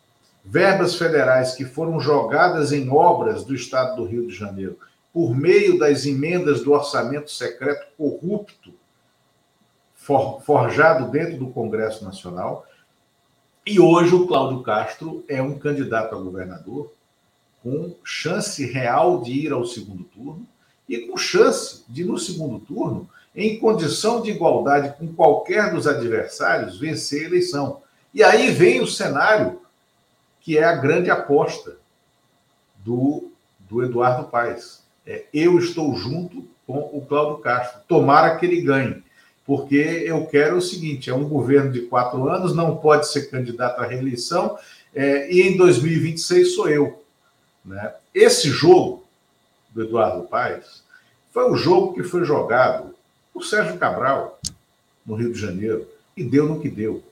que foram jogadas em obras do estado do Rio de Janeiro por meio das emendas do orçamento secreto corrupto forjado dentro do Congresso Nacional. E hoje o Cláudio Castro é um candidato a governador com chance real de ir ao segundo turno e com chance de, no segundo turno, em condição de igualdade com qualquer dos adversários, vencer a eleição. E aí vem o cenário que é a grande aposta do Eduardo Paes. Eu estou junto com com o Cláudio Castro. Tomara que ele ganhe, porque eu quero o seguinte, é um governo de 4 anos, não pode ser candidato à reeleição, e em 2026 sou eu. Né? Esse jogo do Eduardo Paes foi o jogo que foi jogado por Sérgio Cabral, no Rio de Janeiro, e deu no que deu.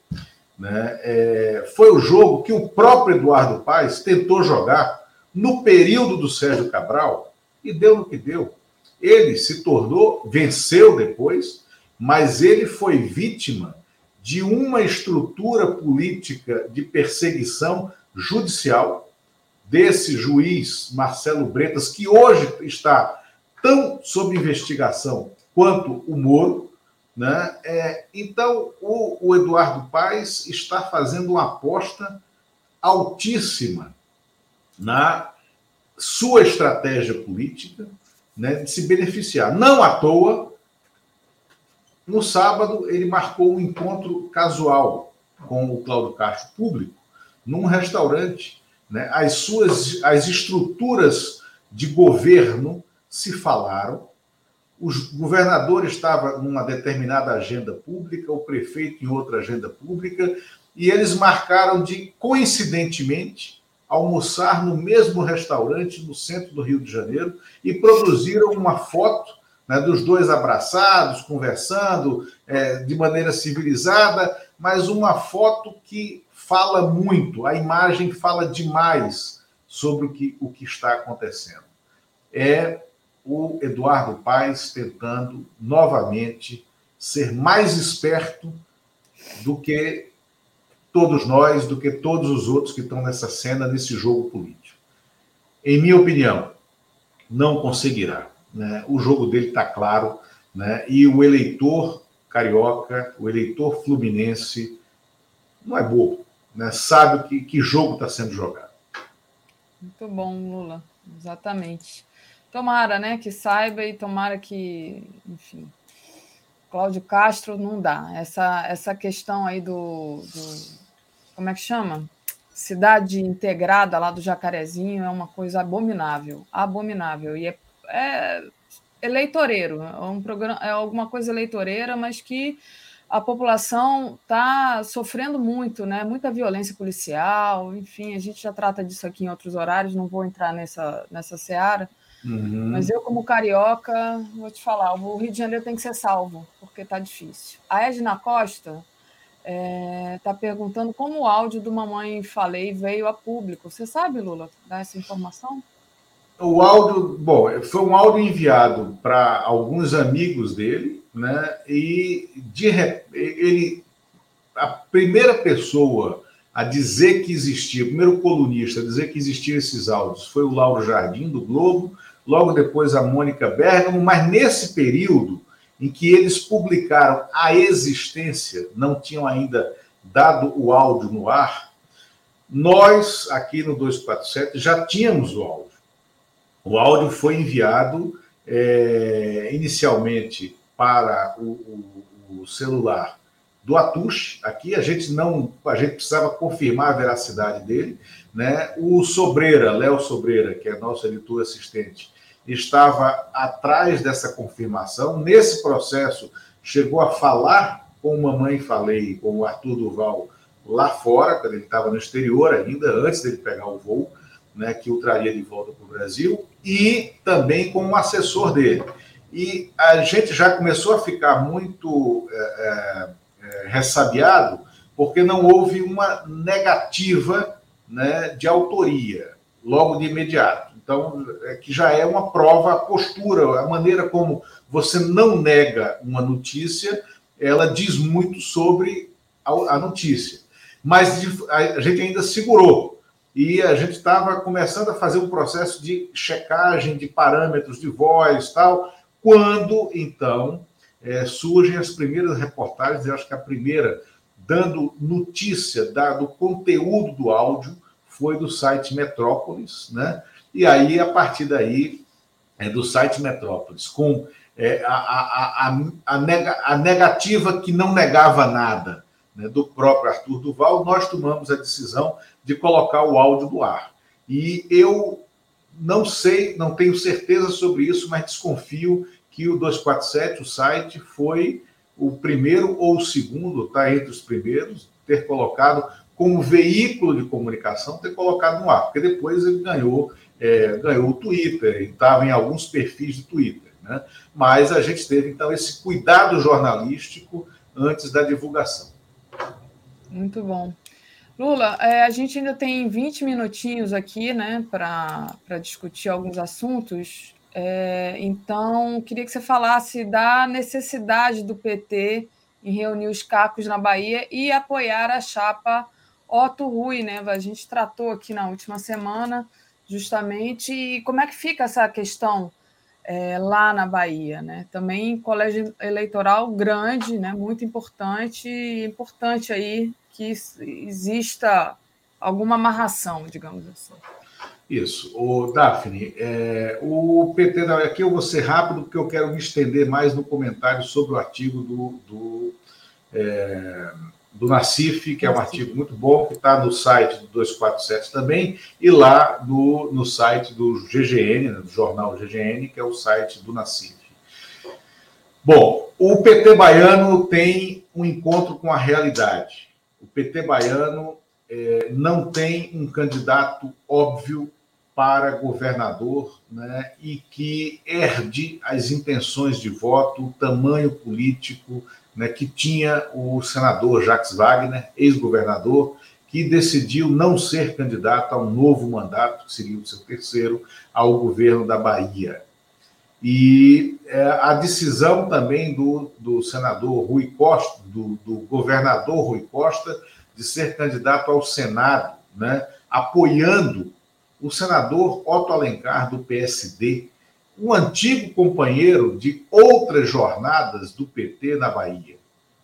Né? Foi o jogo que o próprio Eduardo Paes tentou jogar no período do Sérgio Cabral e deu no que deu. Ele se tornou, venceu depois, mas ele foi vítima de uma estrutura política de perseguição judicial desse juiz Marcelo Bretas, que hoje está tão sob investigação quanto o Moro. Né? Então, o Eduardo Paes está fazendo uma aposta altíssima na sua estratégia política, né, de se beneficiar. Não à toa, no sábado, ele marcou um encontro casual com o Cláudio Castro público, num restaurante. Né? As estruturas de governo se falaram, o governador estava numa determinada agenda pública, o prefeito em outra agenda pública, e eles marcaram de, coincidentemente, almoçar no mesmo restaurante no centro do Rio de Janeiro e produziram uma foto, né, dos dois abraçados, conversando de maneira civilizada, mas uma foto que fala muito, a imagem fala demais sobre o que está acontecendo. É o Eduardo Paes tentando novamente ser mais esperto do que todos nós, do que todos os outros que estão nessa cena, nesse jogo político. Em minha opinião, não conseguirá. Né? O jogo dele está claro, né? E o eleitor carioca, o eleitor fluminense, não é bobo, né? Sabe que jogo está sendo jogado. Muito bom, Lula, exatamente. Tomara, né, que saiba e tomara que, enfim, Cláudio Castro não dá. Essa questão aí do como é que chama? Cidade integrada lá do Jacarezinho é uma coisa abominável, abominável. E é eleitoreiro, é um programa, é alguma coisa eleitoreira, mas que a população está sofrendo muito, né? Muita violência policial, enfim, a gente já trata disso aqui em outros horários, não vou entrar nessa seara. Uhum. Mas eu, como carioca, vou te falar, o Rio de Janeiro tem que ser salvo, porque está difícil. A Edna Costa está perguntando como o áudio do Mamãe Falei veio a público. Você sabe, Lula, dar essa informação? O áudio, bom, foi um áudio enviado para alguns amigos dele, né? E a primeira pessoa a dizer que existia, o primeiro colunista a dizer que existiam esses áudios foi o Lauro Jardim, do Globo, logo depois a Mônica Bergamo, mas nesse período em que eles publicaram a existência, não tinham ainda dado o áudio no ar, nós, aqui no 247, já tínhamos o áudio. O áudio foi enviado inicialmente para o celular do Atush. Aqui a gente precisava confirmar a veracidade dele, né? O Sobreira, Léo Sobreira, que é nosso editor assistente, estava atrás dessa confirmação. Nesse processo, chegou a falar com o Mamãe Falei, com o Arthur Duval, lá fora, quando ele estava no exterior ainda, antes dele pegar o voo, né, que o traria de volta para o Brasil, e também com um assessor dele. E a gente já começou a ficar muito ressabiado, porque não houve uma negativa, né, de autoria, logo de imediato. Então, que já é uma prova, a postura, a maneira como você não nega uma notícia, ela diz muito sobre a notícia. Mas a gente ainda segurou. E a gente estava começando a fazer um processo de checagem de parâmetros de voz e tal, quando, então, surgem as primeiras reportagens, eu acho que a primeira, dando notícia do conteúdo do áudio, foi do site Metrópolis, né? E aí, a partir daí, do site Metrópolis, com a negativa que não negava nada, né, do próprio Arthur Duval, nós tomamos a decisão de colocar o áudio no ar. E eu não sei, não tenho certeza sobre isso, mas desconfio que o 247, o site, foi o primeiro ou o segundo, está entre os primeiros, ter colocado como veículo de comunicação, ter colocado no ar, porque depois ele ganhou o Twitter, e estava em alguns perfis de Twitter, né? Mas a gente teve, então, esse cuidado jornalístico antes da divulgação. Muito bom. Lula, a gente ainda tem 20 minutinhos aqui, né, para discutir alguns assuntos. Então, queria que você falasse da necessidade do PT em reunir os cacos na Bahia e apoiar a chapa Otto Rui, né? A gente tratou aqui na última semana, justamente, e como é que fica essa questão lá na Bahia, né? Também colégio eleitoral grande, né? Muito importante aí que exista alguma amarração, digamos assim. Isso. Daphne, o PT... Aqui eu vou ser rápido, porque eu quero me estender mais no comentário sobre o artigo do Nassif, que é um artigo muito bom, que está no site do 247 também, e lá no site do GGN, né, do jornal GGN, que é o site do Nassif. Bom, o PT baiano tem um encontro com a realidade. O PT baiano não tem um candidato óbvio para governador, né, e que herde as intenções de voto, o tamanho político, né, que tinha o senador Jacques Wagner, ex-governador, que decidiu não ser candidato a um novo mandato, que seria o seu terceiro, ao governo da Bahia. E a decisão também do senador Rui Costa, do governador Rui Costa, de ser candidato ao Senado, né, apoiando o senador Otto Alencar, do PSD, um antigo companheiro de outras jornadas do PT na Bahia.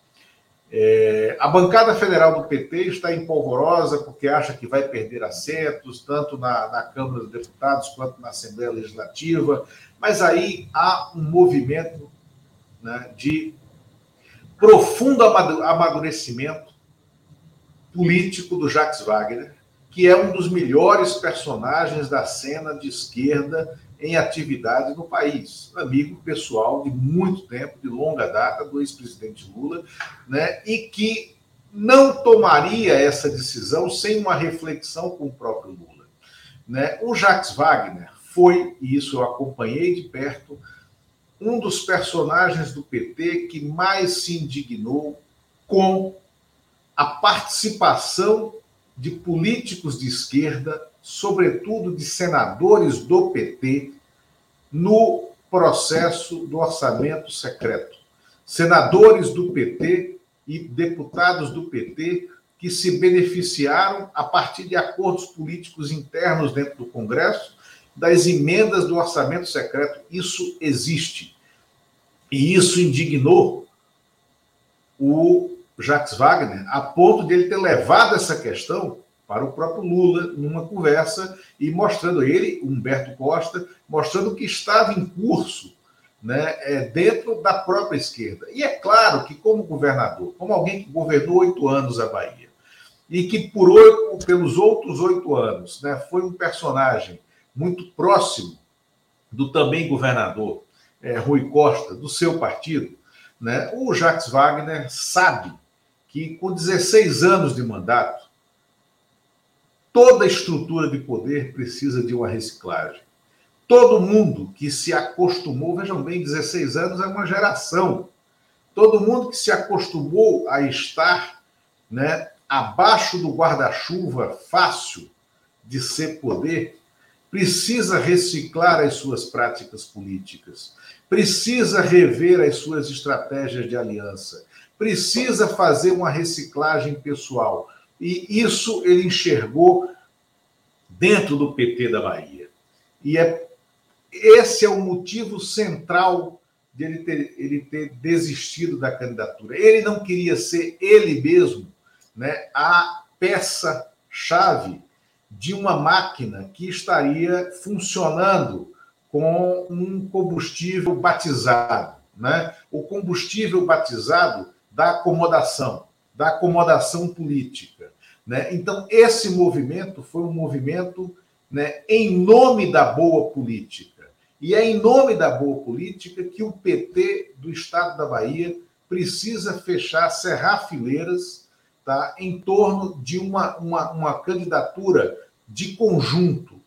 A bancada federal do PT está empolvorosa porque acha que vai perder assentos, tanto na Câmara dos Deputados quanto na Assembleia Legislativa, mas aí há um movimento, né, de profundo amadurecimento político do Jacques Wagner, que é um dos melhores personagens da cena de esquerda em atividade no país. Amigo pessoal de muito tempo, de longa data, do ex-presidente Lula, né, e que não tomaria essa decisão sem uma reflexão com o próprio Lula, né? O Jacques Wagner foi, e isso eu acompanhei de perto, um dos personagens do PT que mais se indignou com a participação de políticos de esquerda, sobretudo de senadores do PT, no processo do orçamento secreto. Senadores do PT e deputados do PT que se beneficiaram, a partir de acordos políticos internos dentro do Congresso, das emendas do orçamento secreto. Isso existe. E isso indignou o Jacques Wagner, a ponto de ele ter levado essa questão para o próprio Lula, numa conversa, e mostrando ele, Humberto Costa, mostrando que estava em curso, né, dentro da própria esquerda. E é claro que, como governador, como alguém que governou 8 anos a Bahia, e que pelos outros 8 anos, né, foi um personagem muito próximo do também governador Rui Costa, do seu partido, né, o Jacques Wagner sabe que, com 16 anos de mandato, toda estrutura de poder precisa de uma reciclagem. Todo mundo que se acostumou, vejam bem, 16 anos é uma geração. Todo mundo que se acostumou a estar, né, abaixo do guarda-chuva fácil de ser poder, precisa reciclar as suas práticas políticas, precisa rever as suas estratégias de aliança, precisa fazer uma reciclagem pessoal. E isso ele enxergou dentro do PT da Bahia. E esse é o motivo central de ele ter desistido da candidatura. Ele não queria ser ele mesmo, né, a peça-chave de uma máquina que estaria funcionando com um combustível batizado, né? O combustível batizado da acomodação política, né? Então, esse movimento foi um movimento, né, em nome da boa política, E é em nome da boa política que o PT do Estado da Bahia precisa cerrar fileiras, tá, em torno de uma candidatura de conjunto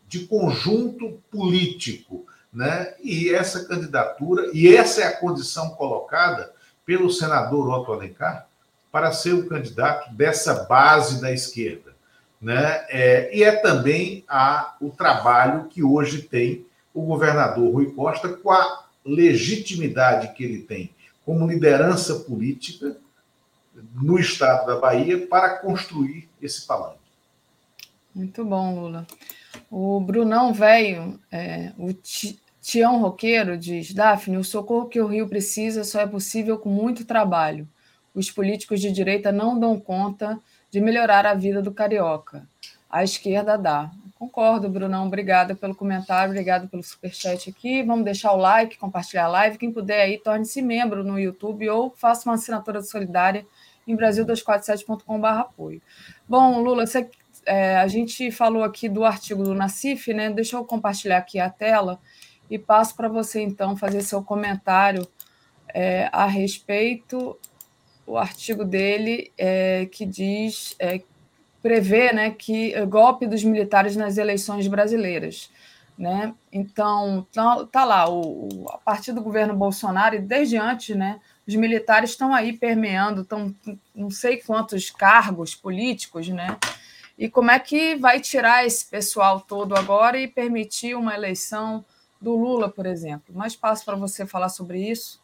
político, né? E essa candidatura, e essa é a condição colocada pelo senador Otto Alencar para ser o candidato dessa base da esquerda, né? E é também o trabalho que hoje tem o governador Rui Costa, com a legitimidade que ele tem como liderança política no estado da Bahia para construir esse palanque. Muito bom, Lula. O Brunão Velho, o Tião Roqueiro, diz: Daphne, o socorro que o Rio precisa só é possível com muito trabalho. Os políticos de direita não dão conta de melhorar a vida do carioca. A esquerda dá. Concordo, Brunão. Obrigada pelo comentário, obrigada pelo superchat aqui. Vamos deixar o like, compartilhar a live. Quem puder aí, torne-se membro no YouTube ou faça uma assinatura solidária em Brasil247.com/apoio. Bom, Lula, a gente falou aqui do artigo do Nassif, né? Deixa eu compartilhar aqui a tela e passo para você, então, fazer seu comentário a respeito. O artigo dele que diz... prevê, né, que golpe dos militares nas eleições brasileiras, né? Então, tá lá, a partir do governo Bolsonaro, e desde antes, né, os militares estão aí permeando, estão não sei quantos cargos políticos, né? E como é que vai tirar esse pessoal todo agora e permitir uma eleição do Lula, por exemplo? Mas passo para você falar sobre isso,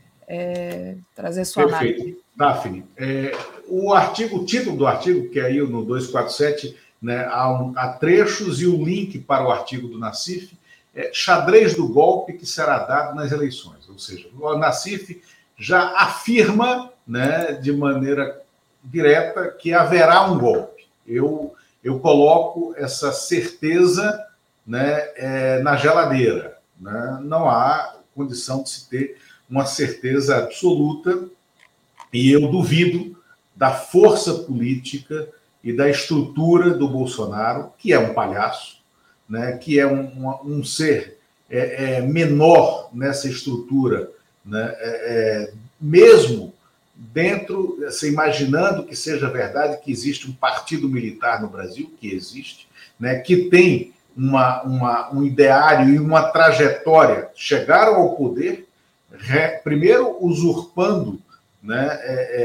trazer sua Perfeito. análise. Daphne, o título do artigo, que é aí no 247, né, há trechos e o link para o artigo do Nassif, xadrez do golpe que será dado nas eleições. Ou seja, o Nassif já afirma, né, de maneira direta que haverá um golpe. Eu coloco essa certeza, né, na geladeira, né? Não há condição de se ter uma certeza absoluta, e eu duvido da força política e da estrutura do Bolsonaro, que é um palhaço, né, que é um ser menor nessa estrutura, né, mesmo dentro, assim, imaginando que seja verdade que existe um partido militar no Brasil, que existe, né, que tem um ideário e uma trajetória, chegaram ao poder, primeiro usurpando, né,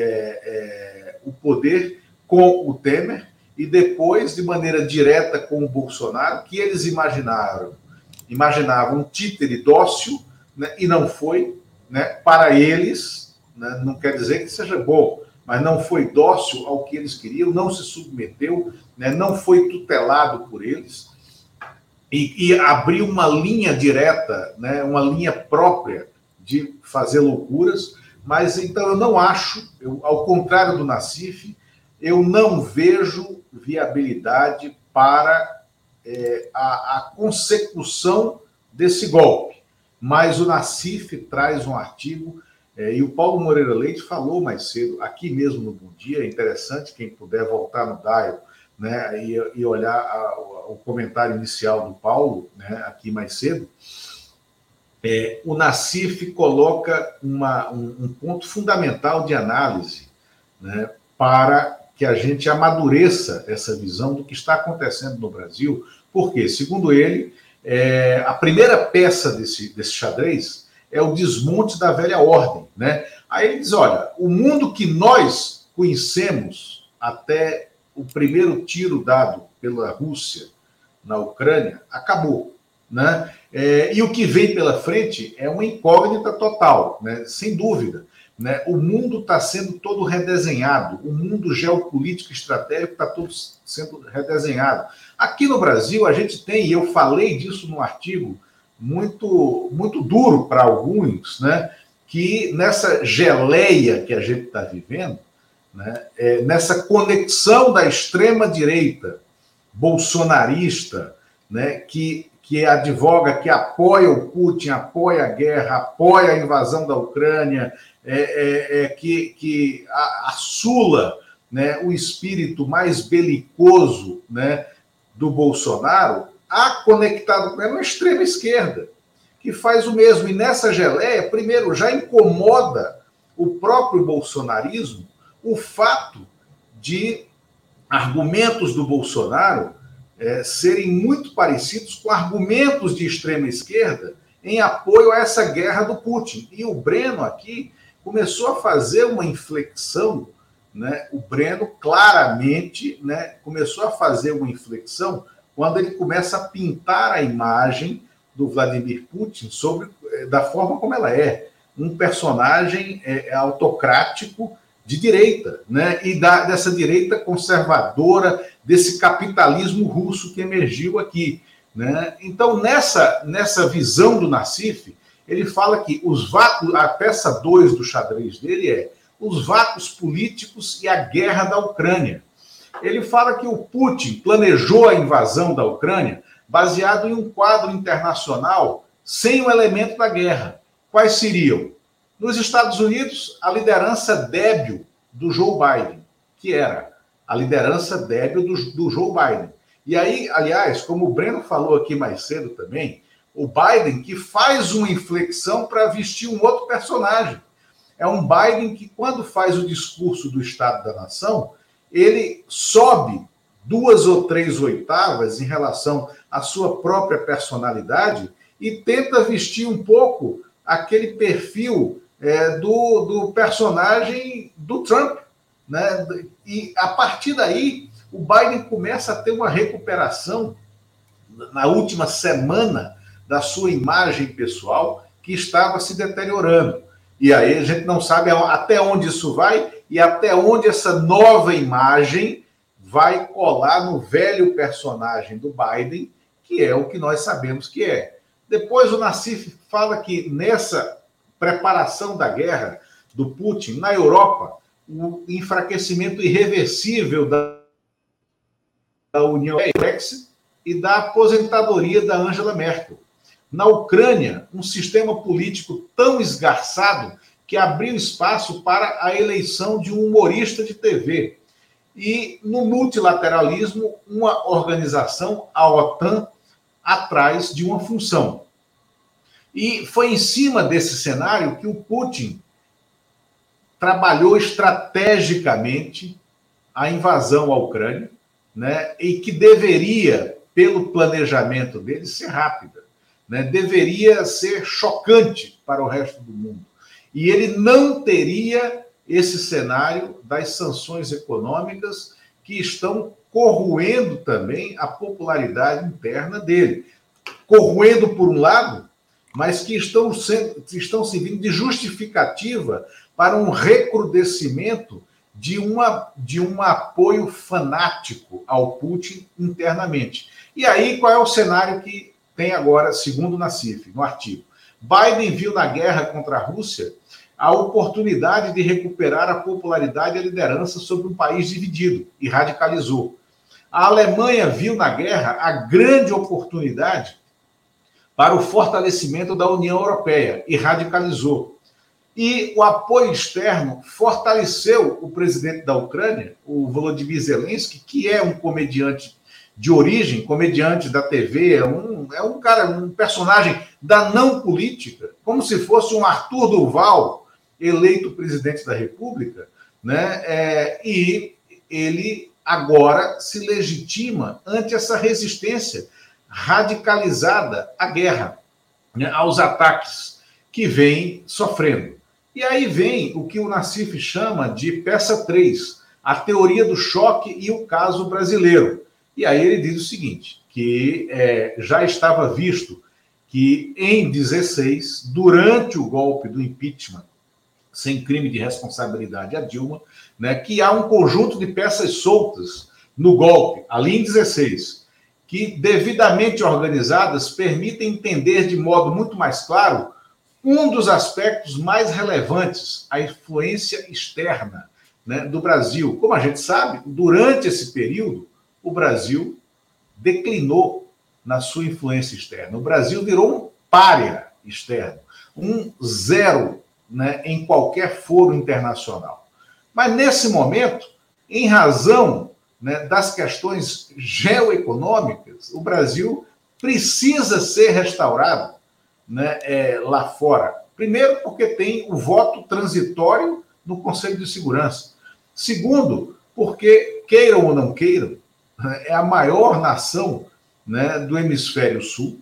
o poder com o Temer e depois, de maneira direta, com o Bolsonaro, que eles imaginavam um títere dócil, né, e não foi, né, para eles, né, não quer dizer que seja bom, mas não foi dócil ao que eles queriam, não se submeteu, né, não foi tutelado por eles, e abriu uma linha direta, né, uma linha própria de fazer loucuras. Mas, então, eu não acho, ao contrário do Nassif, eu não vejo viabilidade para a consecução desse golpe. Mas o Nassif traz um artigo, e o Paulo Moreira Leite falou mais cedo, aqui mesmo no Bom Dia, é interessante, quem puder voltar no Dial, né, e olhar o comentário inicial do Paulo, né, aqui mais cedo, o Nassif coloca um ponto fundamental de análise, né, para que a gente amadureça essa visão do que está acontecendo no Brasil, porque, segundo ele, a primeira peça desse xadrez é o desmonte da velha ordem, né? Aí ele diz, olha, o mundo que nós conhecemos até o primeiro tiro dado pela Rússia na Ucrânia acabou, né? E o que vem pela frente é uma incógnita total, né? Sem dúvida, né? O mundo está sendo todo redesenhado, o mundo geopolítico estratégico está todo sendo redesenhado. Aqui no Brasil, a gente tem, e eu falei disso num artigo muito, muito duro para alguns, né? Que nessa geleia que a gente está vivendo, né? Nessa conexão da extrema-direita bolsonarista, né? Que advoga, que apoia o Putin, apoia a guerra, apoia a invasão da Ucrânia, que assula, né, o espírito mais belicoso, né, do Bolsonaro, conectado com ela na extrema-esquerda. que faz o mesmo. E nessa geleia, primeiro, já incomoda o próprio bolsonarismo o fato de argumentos do Bolsonaro serem muito parecidos com argumentos de extrema esquerda em apoio a essa guerra do Putin. E o Breno aqui começou a fazer uma inflexão, né? O Breno claramente, né, começou a fazer uma inflexão quando ele começa a pintar a imagem do Vladimir Putin da forma como ela é, um personagem autocrático de direita, né? E dessa direita conservadora, desse capitalismo russo que emergiu aqui, né? Então, nessa visão do Nassif, ele fala que os vácuos, a peça 2 do xadrez dele é os vácuos políticos e a guerra da Ucrânia. Ele fala que o Putin planejou a invasão da Ucrânia baseado em um quadro internacional sem o elemento da guerra. Quais seriam? Nos Estados Unidos, a liderança débil do Joe Biden, que era a liderança débil do Joe Biden. E aí, aliás, como o Breno falou aqui mais cedo também, o Biden que faz uma inflexão para vestir um outro personagem. É um Biden que, quando faz o discurso do Estado da Nação, ele sobe 2 ou 3 oitavas em relação à sua própria personalidade e tenta vestir um pouco aquele perfil do personagem do Trump, né? E a partir daí, o Biden começa a ter uma recuperação na última semana da sua imagem pessoal que estava se deteriorando. E aí a gente não sabe até onde isso vai e até onde essa nova imagem vai colar no velho personagem do Biden, que é o que nós sabemos que é. Depois o Nassif fala que nessa preparação da guerra do Putin, na Europa, o enfraquecimento irreversível da União Europeia e da aposentadoria da Angela Merkel. Na Ucrânia, um sistema político tão esgarçado que abriu espaço para a eleição de um humorista de TV. E no multilateralismo, uma organização, a OTAN, atrás de uma função. E foi em cima desse cenário que o Putin trabalhou estrategicamente a invasão à Ucrânia, né, e que deveria, pelo planejamento dele, ser rápida, né, deveria ser chocante para o resto do mundo. E ele não teria esse cenário das sanções econômicas que estão corroendo também a popularidade interna dele. Corroendo por um lado, mas que estão servindo de justificativa para um recrudescimento de um apoio fanático ao Putin internamente. E aí, qual é o cenário que tem agora, segundo o Nassif, no artigo? Biden viu na guerra contra a Rússia a oportunidade de recuperar a popularidade e a liderança sobre um país dividido e radicalizou. A Alemanha viu na guerra a grande oportunidade para o fortalecimento da União Europeia e radicalizou. E o apoio externo fortaleceu o presidente da Ucrânia, o Volodymyr Zelensky, que é um comediante de origem, comediante da TV, é um personagem da não política, como se fosse um Arthur Duval eleito presidente da República, né? E ele agora se legitima ante essa resistência radicalizada à guerra, né, aos ataques que vem sofrendo. E aí vem o que o Nassif chama de peça 3, a teoria do choque e o caso brasileiro. E aí ele diz o seguinte, que já estava visto que em 16, durante o golpe do impeachment, sem crime de responsabilidade a Dilma, né, que há um conjunto de peças soltas no golpe, ali em 16, que devidamente organizadas permitem entender de modo muito mais claro um dos aspectos mais relevantes, a influência externa, né, do Brasil. Como a gente sabe, durante esse período, o Brasil declinou na sua influência externa. O Brasil virou um pária externo, um zero, né, em qualquer foro internacional. Mas, nesse momento, em razão, né, das questões geoeconômicas, o Brasil precisa ser restaurado, né, lá fora? Primeiro, porque tem o voto transitório no Conselho de Segurança. Segundo, porque, queiram ou não queiram, é a maior nação, né, do hemisfério sul,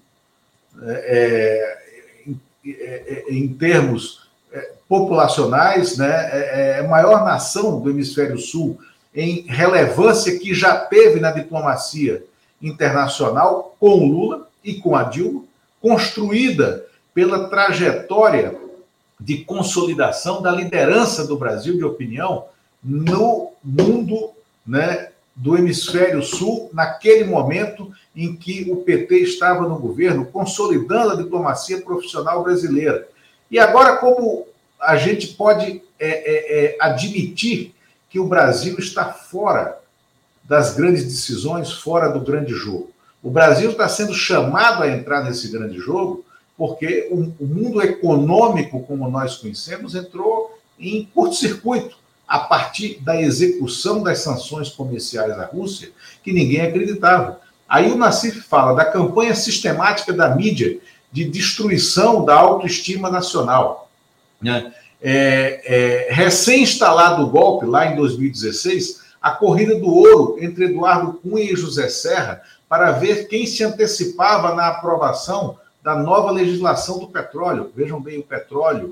em termos populacionais, né, é a maior nação do hemisfério sul em relevância que já teve na diplomacia internacional com o Lula e com a Dilma, construída pela trajetória de consolidação da liderança do Brasil de opinião no mundo, né, do hemisfério sul, naquele momento em que o PT estava no governo, consolidando a diplomacia profissional brasileira. E agora, como a gente pode admitir que o Brasil está fora das grandes decisões, fora do grande jogo? O Brasil está sendo chamado a entrar nesse grande jogo porque o mundo econômico, como nós conhecemos, entrou em curto-circuito a partir da execução das sanções comerciais à Rússia, que ninguém acreditava. Aí o Nassif fala da campanha sistemática da mídia de destruição da autoestima nacional, né? Recém-instalado o golpe, lá em 2016, a corrida do ouro entre Eduardo Cunha e José Serra para ver quem se antecipava na aprovação da nova legislação do petróleo. Vejam bem, o petróleo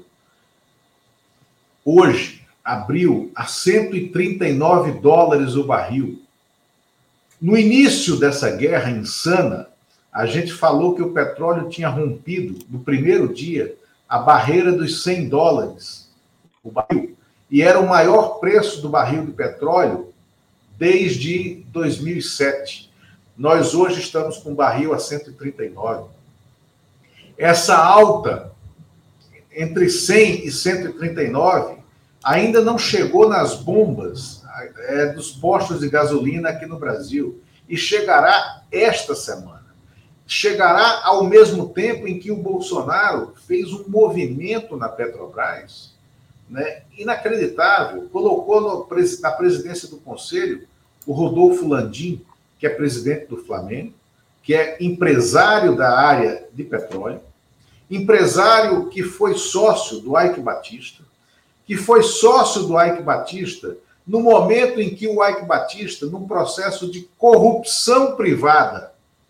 hoje abriu a $139 o barril. No início dessa guerra insana, a gente falou que o petróleo tinha rompido, no primeiro dia, a barreira dos $100 o barril. E era o maior preço do barril de petróleo desde 2007. Nós hoje estamos com o barril a 139. Essa alta entre 100 e 139 ainda não chegou nas bombas dos postos de gasolina aqui no Brasil. E chegará esta semana. Chegará ao mesmo tempo em que o Bolsonaro fez um movimento na Petrobras, né, inacreditável, colocou na presidência do Conselho o Rodolfo Landim, que é presidente do Flamengo, que é empresário da área de petróleo, empresário que foi sócio do Eike Batista, que foi sócio do Eike Batista no momento em que o Eike Batista, num processo de corrupção privada,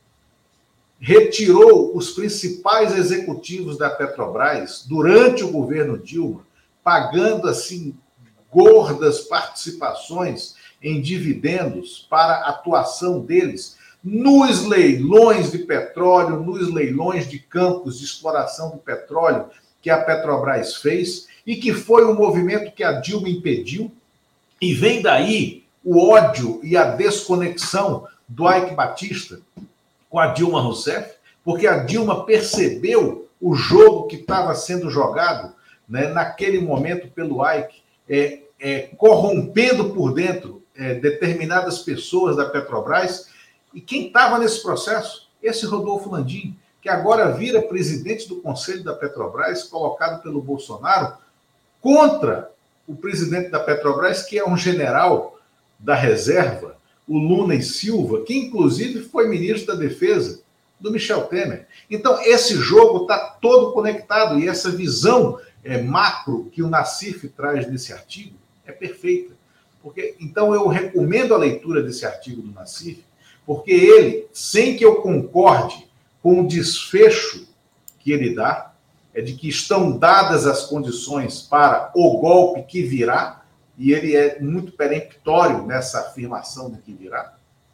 retirou os principais executivos da Petrobras durante o governo Dilma, pagando assim gordas participações em dividendos para a atuação deles nos leilões de petróleo, nos leilões de campos de exploração do petróleo que a Petrobras fez e que foi um movimento que a Dilma impediu. E vem daí o ódio e a desconexão do Eike Batista com a Dilma Rousseff, porque a Dilma percebeu o jogo que estava sendo jogado, né, naquele momento pelo Eike, corrompendo por dentro determinadas pessoas da Petrobras. E quem estava nesse processo? Esse Rodolfo Landim, que agora vira presidente do Conselho da Petrobras, colocado pelo Bolsonaro, contra o presidente da Petrobras, que é um general da reserva, o Luna e Silva, que inclusive foi ministro da Defesa do Michel Temer. Então, esse jogo está todo conectado e essa visão macro que o Nassif traz nesse artigo é perfeita. Então, eu recomendo a leitura desse artigo do Nassif, porque ele, sem que eu concorde com o desfecho que ele dá, é de que estão dadas as condições para o golpe que virá, e ele é muito peremptório nessa afirmação de que virá,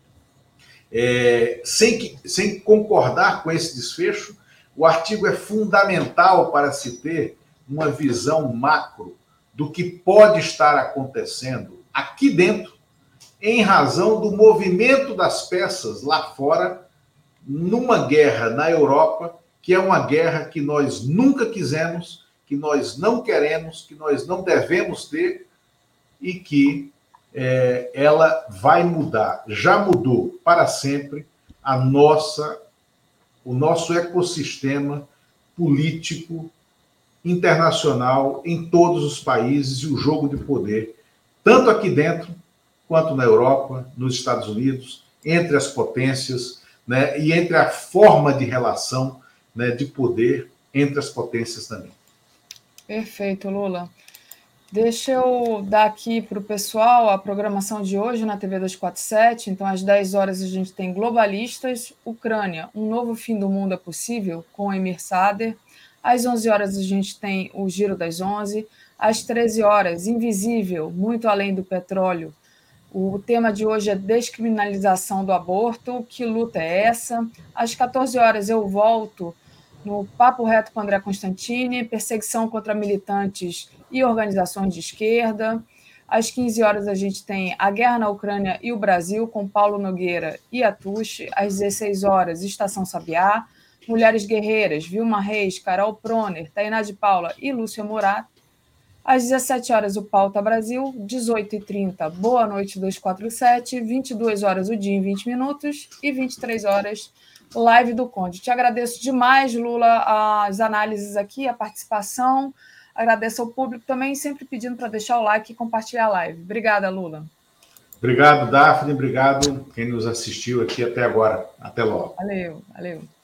sem concordar com esse desfecho, o artigo é fundamental para se ter uma visão macro do que pode estar acontecendo aqui dentro, em razão do movimento das peças lá fora, numa guerra na Europa, que é uma guerra que nós nunca quisemos, que nós não queremos, que nós não devemos ter, e que ela vai mudar, já mudou para sempre o nosso ecossistema político internacional em todos os países e o jogo de poder, tanto aqui dentro quanto na Europa, nos Estados Unidos, entre as potências, né, e entre a forma de relação, né, de poder entre as potências também. Perfeito, Lula. Deixa eu dar aqui para o pessoal a programação de hoje na TV 247. Então, às 10 horas, a gente tem Globalistas, Ucrânia, um novo fim do mundo é possível, com Emir Sader. Às 11 horas, a gente tem o Giro das 11. Às 13 horas, Invisível, muito além do petróleo. O tema de hoje é descriminalização do aborto. Que luta é essa? Às 14 horas, eu volto no Papo Reto com André Constantini, perseguição contra militantes e organizações de esquerda. Às 15 horas, a gente tem a guerra na Ucrânia e o Brasil, com Paulo Nogueira e Atush. Às 16 horas, Estação Sabiá. Mulheres Guerreiras, Vilma Reis, Carol Proner, Tainá de Paula e Lúcia Morato. Às 17 horas, o Pauta Brasil. 18h30, Boa Noite 247. 22 horas, o Dia em 20 Minutos. E 23 horas, Live do Conde. Te agradeço demais, Lula, as análises aqui, a participação. Agradeço ao público também, sempre pedindo para deixar o like e compartilhar a live. Obrigada, Lula. Obrigado, Daphne. Obrigado quem nos assistiu aqui até agora. Até logo. Valeu, valeu.